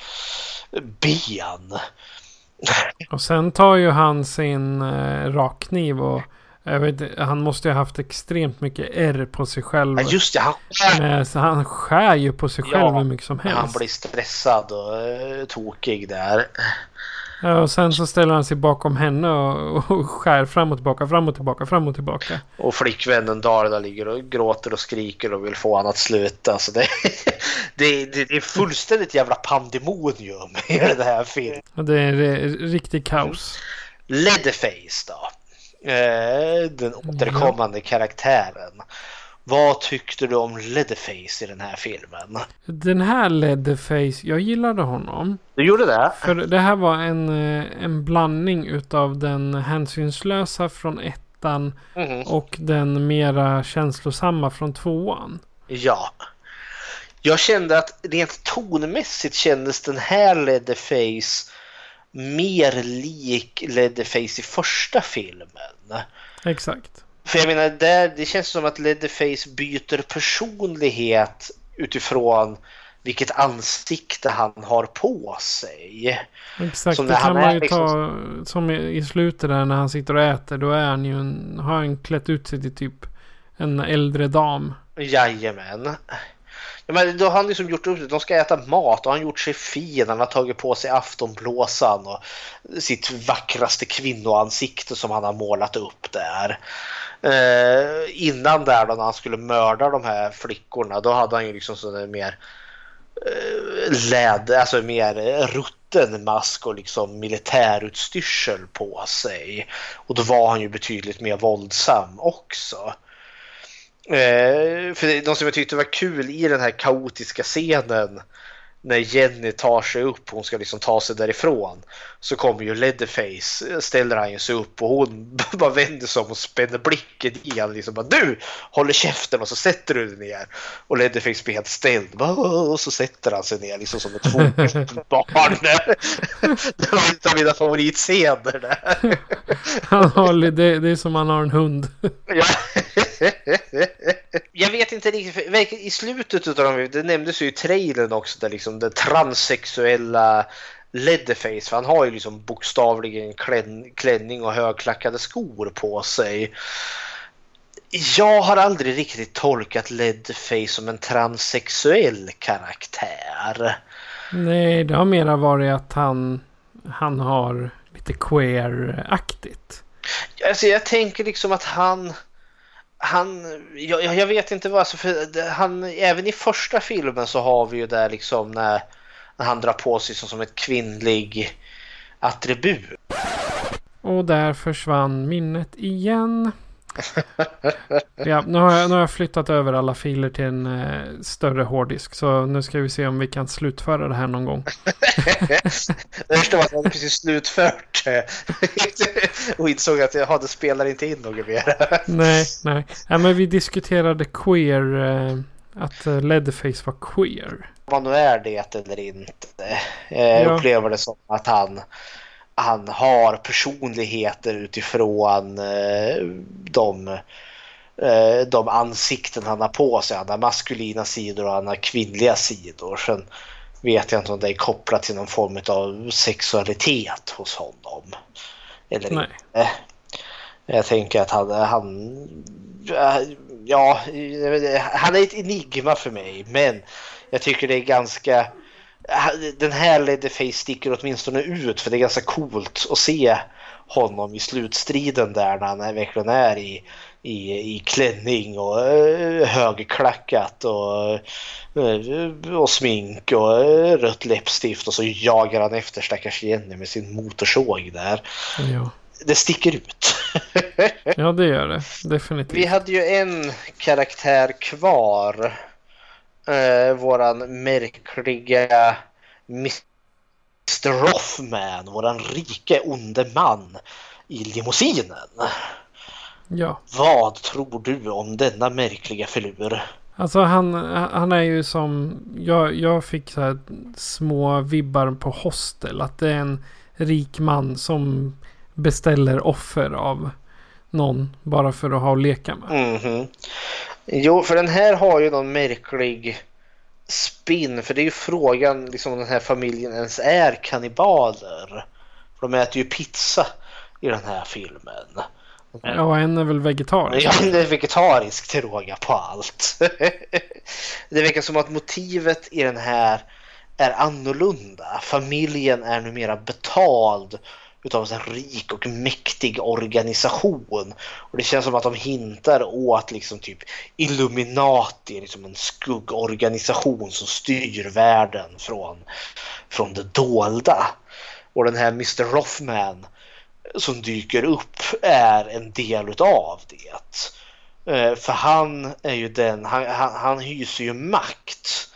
[SPEAKER 5] ben.
[SPEAKER 4] Och sen tar ju han sin rakkniv och han måste ju ha haft extremt mycket ärr på sig själv.
[SPEAKER 5] Ja, just det.
[SPEAKER 4] Så han skär ju på sig själv hur mycket som helst.
[SPEAKER 5] Han blir stressad och tokig där.
[SPEAKER 4] Ja, och sen så ställer han sig bakom henne och skär fram och tillbaka.
[SPEAKER 5] Och flickvännen Darla ligger och gråter och skriker och vill få han att sluta. Alltså det är fullständigt jävla pandemonium i den här filmen.
[SPEAKER 4] Och det är riktigt kaos.
[SPEAKER 5] Leatherface då. Den återkommande karaktären. Vad tyckte du om Leatherface i den här filmen?
[SPEAKER 4] Den här Leatherface, jag gillade honom.
[SPEAKER 5] Du gjorde det?
[SPEAKER 4] För det här var en blandning utav den hänsynslösa från 1:an och den mera känslosamma från 2:an.
[SPEAKER 5] Ja. Jag kände att rent tonmässigt kändes den här Leatherface mer lik Leatherface i första filmen.
[SPEAKER 4] Exakt.
[SPEAKER 5] För jag menar, det känns som att Leatherface byter personlighet utifrån vilket ansikte han har på sig.
[SPEAKER 4] Exakt, det kan man ju ta som i slutet där när han sitter och äter. Då är han ju har han klätt ut sig till typ en äldre dam.
[SPEAKER 5] Jajamän. Ja, men då har han liksom gjort upp det. De ska äta mat och han har gjort sig fin. Han har tagit på sig aftonblåsan och sitt vackraste kvinnoansikte som han har målat upp där. Innan där då, när han skulle mörda de här flickorna, då hade han ju liksom sån mer alltså mer rutten mask och liksom militärutstyrsel på sig. Och då var han ju betydligt mer våldsam också. För de som jag tyckte var kul i den här kaotiska scenen när Jenny tar sig upp, hon ska liksom ta sig därifrån, så kommer ju Leatherface, ställer han sig upp och hon bara vänder sig om och spänner blicken i han liksom bara, du håller käften, och så sätter du dig ner, och Leatherface blir helt ställd och så sätter han sig ner liksom som ett barn. Det var en av mina favoritscener där.
[SPEAKER 4] Det är som han har en hund.
[SPEAKER 5] Ja. Jag vet inte riktigt, i slutet av dem, det nämndes ju i trailern också, där liksom den transsexuella Leatherface, för han har ju liksom bokstavligen klänning och högklackade skor på sig. Jag har aldrig riktigt tolkat Leatherface som en transsexuell karaktär.
[SPEAKER 4] Nej, det har mera varit att han har lite queer-aktigt.
[SPEAKER 5] Alltså jag tänker liksom att jag vet inte vad, alltså för även i första filmen så har vi ju där liksom när han drar på sig som ett kvinnlig attribut.
[SPEAKER 4] Och där försvann minnet igen. Ja, nu har jag flyttat över alla filer till en större hårddisk. Så nu ska vi se om vi kan slutföra det här någon gång.
[SPEAKER 5] Jag förstår att jag hade precis slutfört och insåg att det spelar inte in något mer.
[SPEAKER 4] Nej. Ja, men vi diskuterade queer, att Leatherface var queer.
[SPEAKER 5] Vad nu är det eller inte. Jag upplever det som att han har personligheter utifrån de ansikten han har på sig. Han har maskulina sidor och han har kvinnliga sidor. Sen vet jag inte om det är kopplat till någon form av sexualitet hos honom. Eller inte. Jag tänker att han är ett enigma för mig. Men jag tycker det är ganska... Den här Leatherface sticker åtminstone ut, för det är ganska coolt att se honom i slutstriden där när han verkligen är i klänning och högklackat och smink och rött läppstift, och så jagar han efter stackars Jenny med sin motorsåg där.
[SPEAKER 4] Ja.
[SPEAKER 5] Det sticker ut.
[SPEAKER 4] Ja, det gör det. Definitivt.
[SPEAKER 5] Vi hade ju en karaktär kvar. Våran märkliga Mr. Rothman, våran rike onde man i limousinen.
[SPEAKER 4] Ja.
[SPEAKER 5] Vad tror du om denna märkliga filur?
[SPEAKER 4] Alltså han är ju som... Jag fick så här små vibbar på Hostel. Att det är en rik man som beställer offer av någon bara för att ha att leka med.
[SPEAKER 5] Mm-hmm. Jo, för den här har ju någon märklig spin. För det är ju frågan liksom, om den här familjen ens är kannibaler. För de äter ju pizza i den här filmen.
[SPEAKER 4] Ja, en är väl vegetarisk.
[SPEAKER 5] Ja, en är vegetarisk till råga på allt. Det verkar som att motivet i den här är annorlunda. Familjen är numera betald utav en rik och mäktig organisation. Och det känns som att de hintar åt liksom typ Illuminati, liksom en skuggorganisation som styr världen från det dolda. Och den här Mr. Rothman som dyker upp är en del utav det. För han är ju han hyser ju makt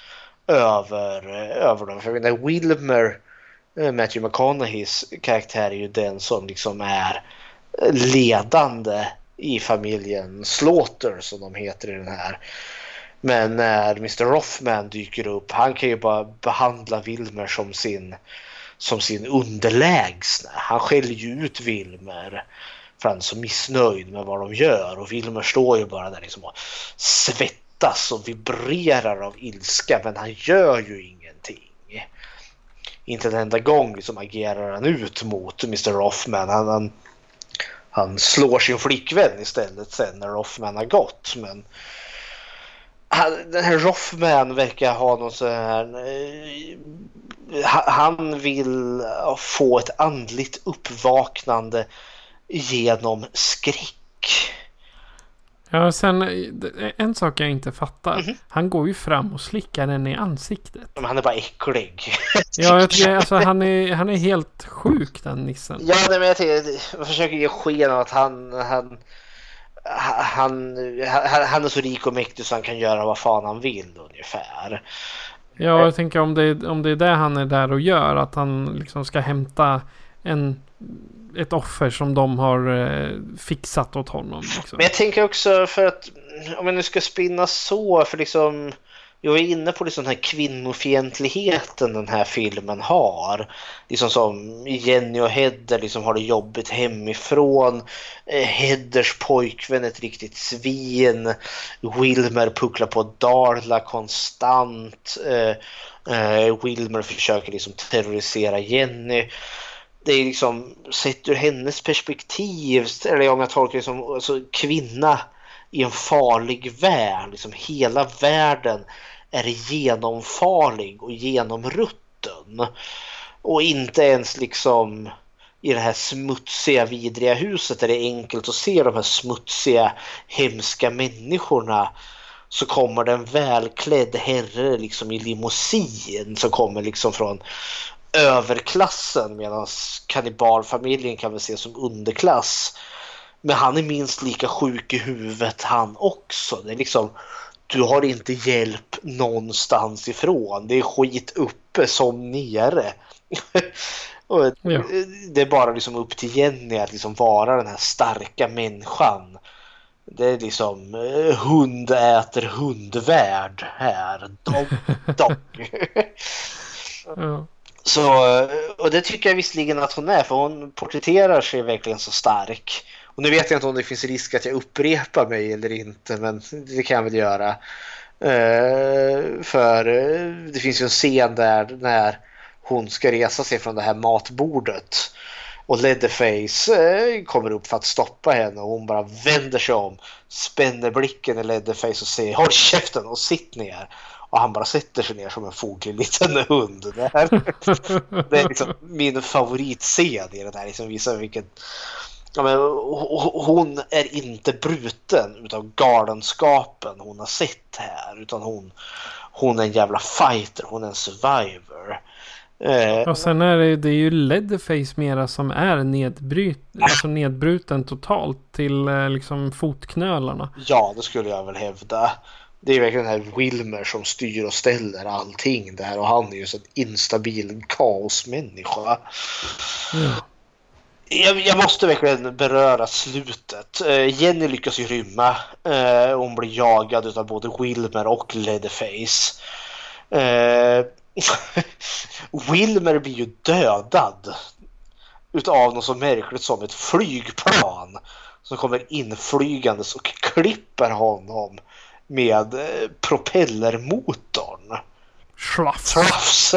[SPEAKER 5] över dem. För när Wilmer, Matthew McConaugheys karaktär, är ju den som liksom är ledande i familjen Slaughter, som de heter i den här. Men när Mr. Rothman dyker upp, han kan ju bara behandla Wilmer som sin underlägsna. Han skäller ju ut Wilmer för han är så missnöjd med vad de gör, och Wilmer står ju bara där liksom och svettas och vibrerar av ilska, men han gör ju ingenting. Inte en enda gång liksom agerar han ut mot Mr. Rothman. Han slår sin flickvän istället sen när Rothman har gått. Men den här Rothman verkar ha någon sån här... Han vill få ett andligt uppvaknande genom skräck.
[SPEAKER 4] Ja, sen en sak jag inte fattar. Mm-hmm. Han går ju fram och slickar den i ansiktet.
[SPEAKER 5] Men han är bara äcklig.
[SPEAKER 4] Ja, alltså han är helt sjuk, den nissen.
[SPEAKER 5] Ja, nej, men jag försöker ge sken av att han är så rik och mäktig så han kan göra vad fan han vill ungefär.
[SPEAKER 4] Ja, jag tänker om det är det han är där och gör, att han liksom ska hämta ett offer som de har fixat åt honom. Liksom.
[SPEAKER 5] Men jag tänker också, för att om jag nu ska spinna så, för liksom jag är inne på liksom den här kvinnofientligheten den här filmen har. Liksom som Jenny och Heather liksom har det jobbigt hemifrån. Heathers pojkvän är ett riktigt svin. Wilmer pucklar på Darla konstant. Wilmer försöker liksom terrorisera Jenny. Det är liksom, sett ur hennes perspektiv, eller om jag tolkar det som alltså, kvinna i en farlig värld. Liksom hela världen är genomfarlig och genomrutten. Och inte ens liksom i det här smutsiga, vidriga huset där det är enkelt att se de här smutsiga, hemska människorna, så kommer det en välklädd herre liksom i limousin som kommer liksom från överklassen, medan kannibalfamiljen kan väl ses som underklass. Men han är minst lika sjuk i huvudet han också. Det är liksom, du har inte hjälp någonstans ifrån. Det är skit uppe som nere. Och
[SPEAKER 4] Ja.
[SPEAKER 5] det är bara liksom upp till Jenny att liksom vara den här starka människan. Det är liksom hund äter hundvärld här. Dog.
[SPEAKER 4] Ja.
[SPEAKER 5] Så, och det tycker jag visserligen att hon är, för hon porträtterar sig verkligen så stark. Och nu vet jag inte om det finns risk att jag upprepar mig eller inte, men det kan jag väl göra. För det finns ju en scen där när hon ska resa sig från det här matbordet och Leatherface kommer upp för att stoppa henne, och hon bara vänder sig om, spänner blicken i Leatherface och säger håll käften och sitt ner. Och han bara sätter sig ner som en foglig liten hund. Det är liksom min favoritscen i den här. Liksom visar vilken... Ja, men hon är inte bruten utav galenskapen hon har sett här. Utan hon är en jävla fighter. Hon är en survivor.
[SPEAKER 4] Och sen är det är ju Leatherface mera som är nedbruten totalt till liksom fotknölarna.
[SPEAKER 5] Ja, det skulle jag väl hävda. Det är verkligen den här Wilmer som styr och ställer allting där. Och han är ju så en instabil kaosmänniska.
[SPEAKER 4] Ja.
[SPEAKER 5] Jag måste verkligen beröra slutet. Jenny lyckas ju rymma. Hon blir jagad av både Wilmer och Leatherface. Wilmer blir ju dödad utav något så märkligt som ett flygplan som kommer inflygandes och klipper honom med propellermotorn. Slafs.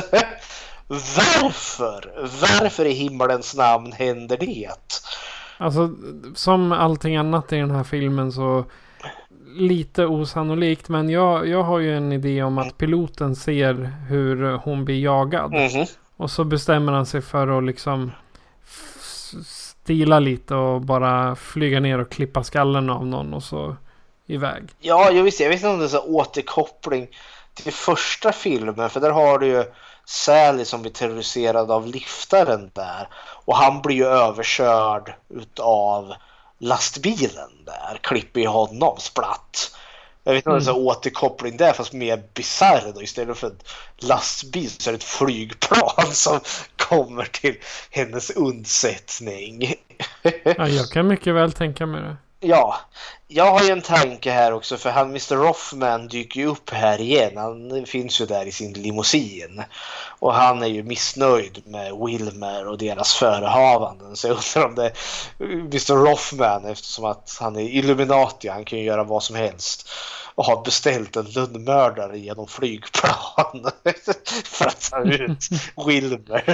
[SPEAKER 5] Varför i himmelens namn händer det?
[SPEAKER 4] Alltså, som allting annat i den här filmen så lite osannolikt, men jag har ju en idé om att piloten ser hur hon blir jagad. Och så bestämmer han sig för att liksom stila lite och bara flyga ner och klippa skallen av någon och så iväg.
[SPEAKER 5] Ja, jag vet inte om det är så återkoppling till första filmen, för där har du ju Sally som blir terroriserad av liftaren där, och han blir ju överkörd utav lastbilen där, klipper i honom splatt. Jag vet inte om det är så återkoppling där, fast mer bizarr då. Istället för en lastbil så är det ett flygplan som kommer till hennes undsättning.
[SPEAKER 4] Ja, jag kan mycket väl tänka mig det.
[SPEAKER 5] Ja, jag har ju en tanke här också, för han Mr. Rothman dyker ju upp här igen. Han finns ju där i sin limousin. Och han är ju missnöjd med Wilmer och deras förehavanden. Så jag undrar om det är Mr. Rothman, eftersom att han är Illuminati. Han kan ju göra vad som helst. Och har beställt en lönnmördare genom flygplan för att ta ut Wilmer.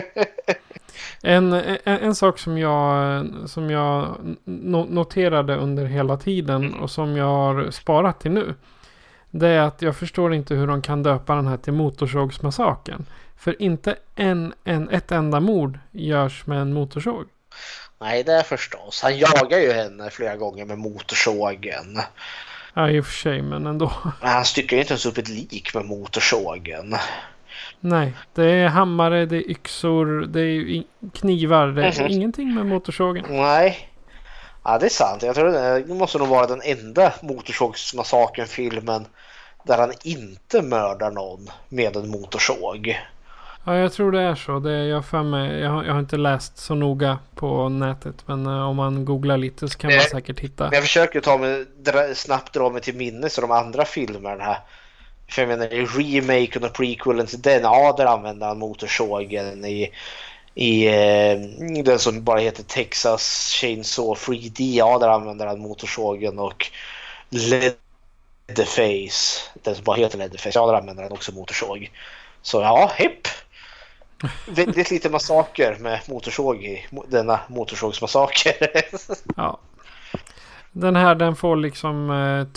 [SPEAKER 4] En sak som jag noterade under hela tiden och som jag har sparat till nu, det är att jag förstår inte hur de kan döpa den här till motorsågsmassakern. För inte ett enda mord görs med en motorsåg.
[SPEAKER 5] Nej, det är förstås. Han jagar ju henne flera gånger med motorsågen.
[SPEAKER 4] Ja, i och för sig, men ändå.
[SPEAKER 5] Han stycker inte ens upp ett lik med motorsågen.
[SPEAKER 4] Nej, det är hammare, det är yxor, det är knivar, det är ingenting med motorsågen.
[SPEAKER 5] Nej, ja, det är sant. Jag tror det måste nog vara den enda motorsågsmassakern-filmen där han inte mördar någon med en motorsåg.
[SPEAKER 4] Ja, jag tror det är så. Det är jag för mig. Jag har inte läst så noga på nätet, men om man googlar lite så kan man säkert hitta.
[SPEAKER 5] Jag försöker snabbt dra mig till minnes de andra filmerna. För jag menar, i remaken och prequelen till den, där använder han motorsågen i den som bara heter Texas Chainsaw 3D, där använder han motorsågen, och Leatherface, den som bara heter Leatherface, där använder han också motorsåg. Så ja, hipp! Väldigt lite massaker med motorsåg i denna motorsågsmassaker.
[SPEAKER 4] Ja. Den här den får liksom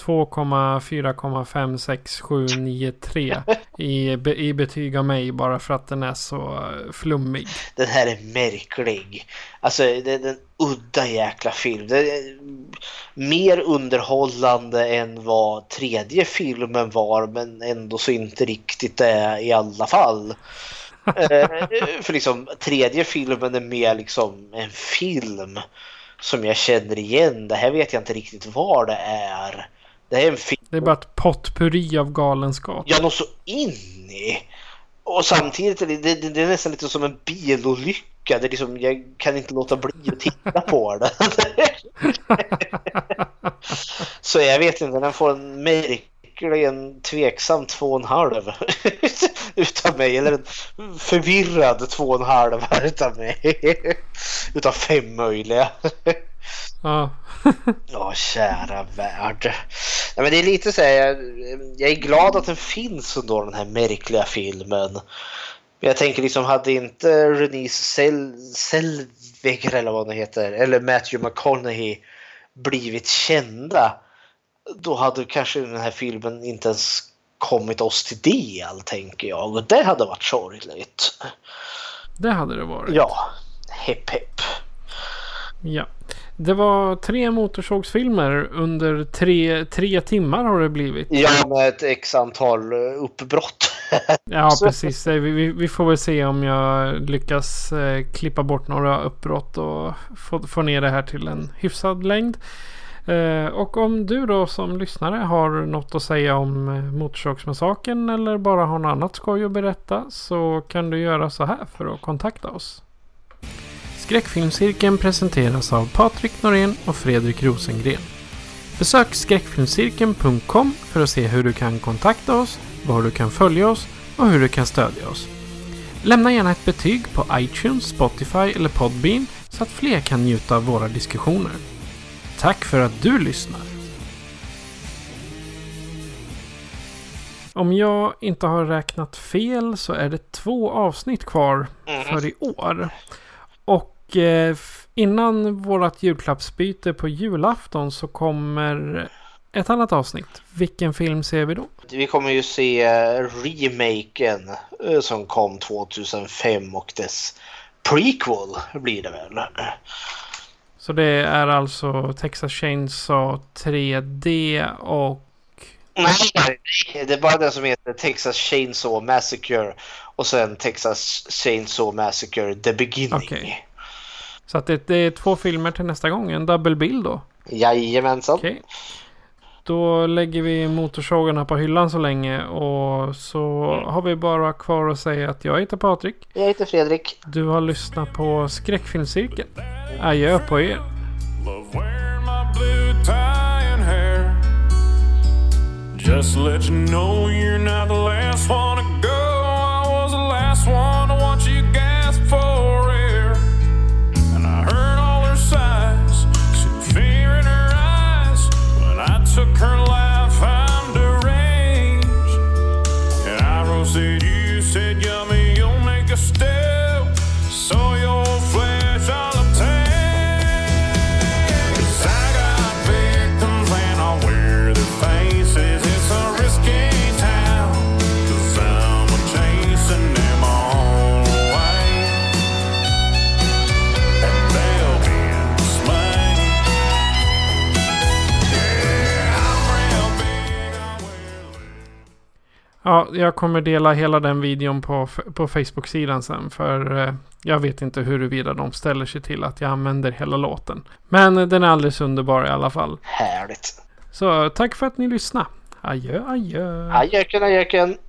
[SPEAKER 4] 2,4,56793 i betyg av mig bara för att den är så flummig.
[SPEAKER 5] Den här är märklig. Alltså det är en udda jäkla film. Det är mer underhållande än vad tredje filmen var, men ändå så inte riktigt är i alla fall. För liksom tredje filmen är mer liksom en film som jag känner igen. Det här vet jag inte riktigt vad det är. Det är en film.
[SPEAKER 4] Det är bara ett potpurri av galenskap.
[SPEAKER 5] Jag når så in i. Och samtidigt det är nästan lite som en bilolycka. Det är liksom, jag kan inte låta bli att titta på det. Så jag vet inte, den får en märkligen tveksam 2,5 utav mig. Eller en förvirrad 2,5 utav mig. Utav 5 möjliga.
[SPEAKER 4] Ja.
[SPEAKER 5] Ja, kära värld. Ja, men det är lite så här, jag är glad att den finns ändå, den här märkliga filmen. Men jag tänker liksom, hade inte Renée Zellweger eller vad det heter, eller Matthew McConaughey blivit kända, då hade kanske den här filmen inte ens kommit oss till del, tänker jag. Och det hade varit sorgligt.
[SPEAKER 4] Det hade det varit.
[SPEAKER 5] Ja, hepp hepp.
[SPEAKER 4] Ja. Det var 3 motorsågsfilmer under 3 timmar har det blivit.
[SPEAKER 5] Ja, med ett x antal uppbrott.
[SPEAKER 4] Ja, precis. Vi får väl se om jag lyckas klippa bort några uppbrott och få ner det här till en hyfsad längd. Och om du då som lyssnare har något att säga om Motorsågsmassakern eller bara har något annat skoj att berätta, så kan du göra så här för att kontakta oss. Skräckfilmscirkeln presenteras av Patrik Norén och Fredrik Rosengren. Besök skräckfilmscirkeln.com för att se hur du kan kontakta oss, var du kan följa oss och hur du kan stödja oss. Lämna gärna ett betyg på iTunes, Spotify eller Podbean så att fler kan njuta av våra diskussioner. Tack för att du lyssnar! Om jag inte har räknat fel så är det 2 avsnitt kvar för i år. Och innan vårat julklappsbyte på julafton så kommer ett annat avsnitt. Vilken film ser vi då?
[SPEAKER 5] Vi kommer ju se remaken som kom 2005 och dess prequel blir det väl.
[SPEAKER 4] Så det är alltså Texas Chainsaw 3D och...
[SPEAKER 5] Nej, det är bara den som heter Texas Chainsaw Massacre och sen Texas Chainsaw Massacre The Beginning.
[SPEAKER 4] Okay. Så att det är 2 filmer till nästa gång. En double bill då?
[SPEAKER 5] Jajamensan.
[SPEAKER 4] Okay. Då lägger vi motorsågarna på hyllan så länge. Och så har vi bara kvar att säga att jag heter Patrik.
[SPEAKER 5] Jag heter Fredrik.
[SPEAKER 4] Du har lyssnat på Skräckfilmscirkeln. Adjö på er.
[SPEAKER 9] Just let you know you're not the last one to go. I was the last one to watch you gasp for air. And I heard all her sighs, some fear in her eyes. When I took her life, I'm deranged. And I roasted you, said yummy, you'll make a step. So your flesh I'll obtain. 'Cause I got victims and I'll wear their faces. It's a risky town, 'cause I'm chasing them all away. And they'll be slain. Yeah, I'm real big, I will.
[SPEAKER 4] Ja, jag kommer dela hela den videon på Facebook-sidan sen. För jag vet inte huruvida de ställer sig till att jag använder hela låten. Men den är alldeles underbar i alla fall.
[SPEAKER 5] Härligt.
[SPEAKER 4] Så tack för att ni lyssnade. Adjö, adjö.
[SPEAKER 5] Adjöken, adjöken.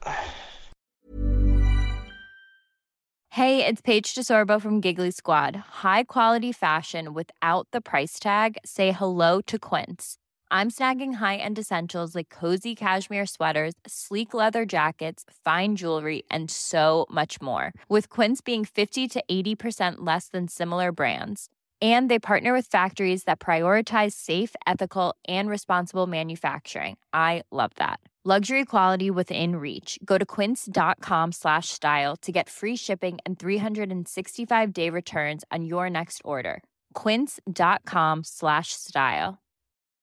[SPEAKER 10] Hey, it's Paige DeSorbo from Giggly Squad. High quality fashion without the price tag. Say hello to Quince. I'm snagging high-end essentials like cozy cashmere sweaters, sleek leather jackets, fine jewelry, and so much more. With Quince being 50 to 80% less than similar brands. And they partner with factories that prioritize safe, ethical, and responsible manufacturing. I love that. Luxury quality within reach. Go to quince.com/style to get free shipping and 365-day returns on your next order. Quince.com/style.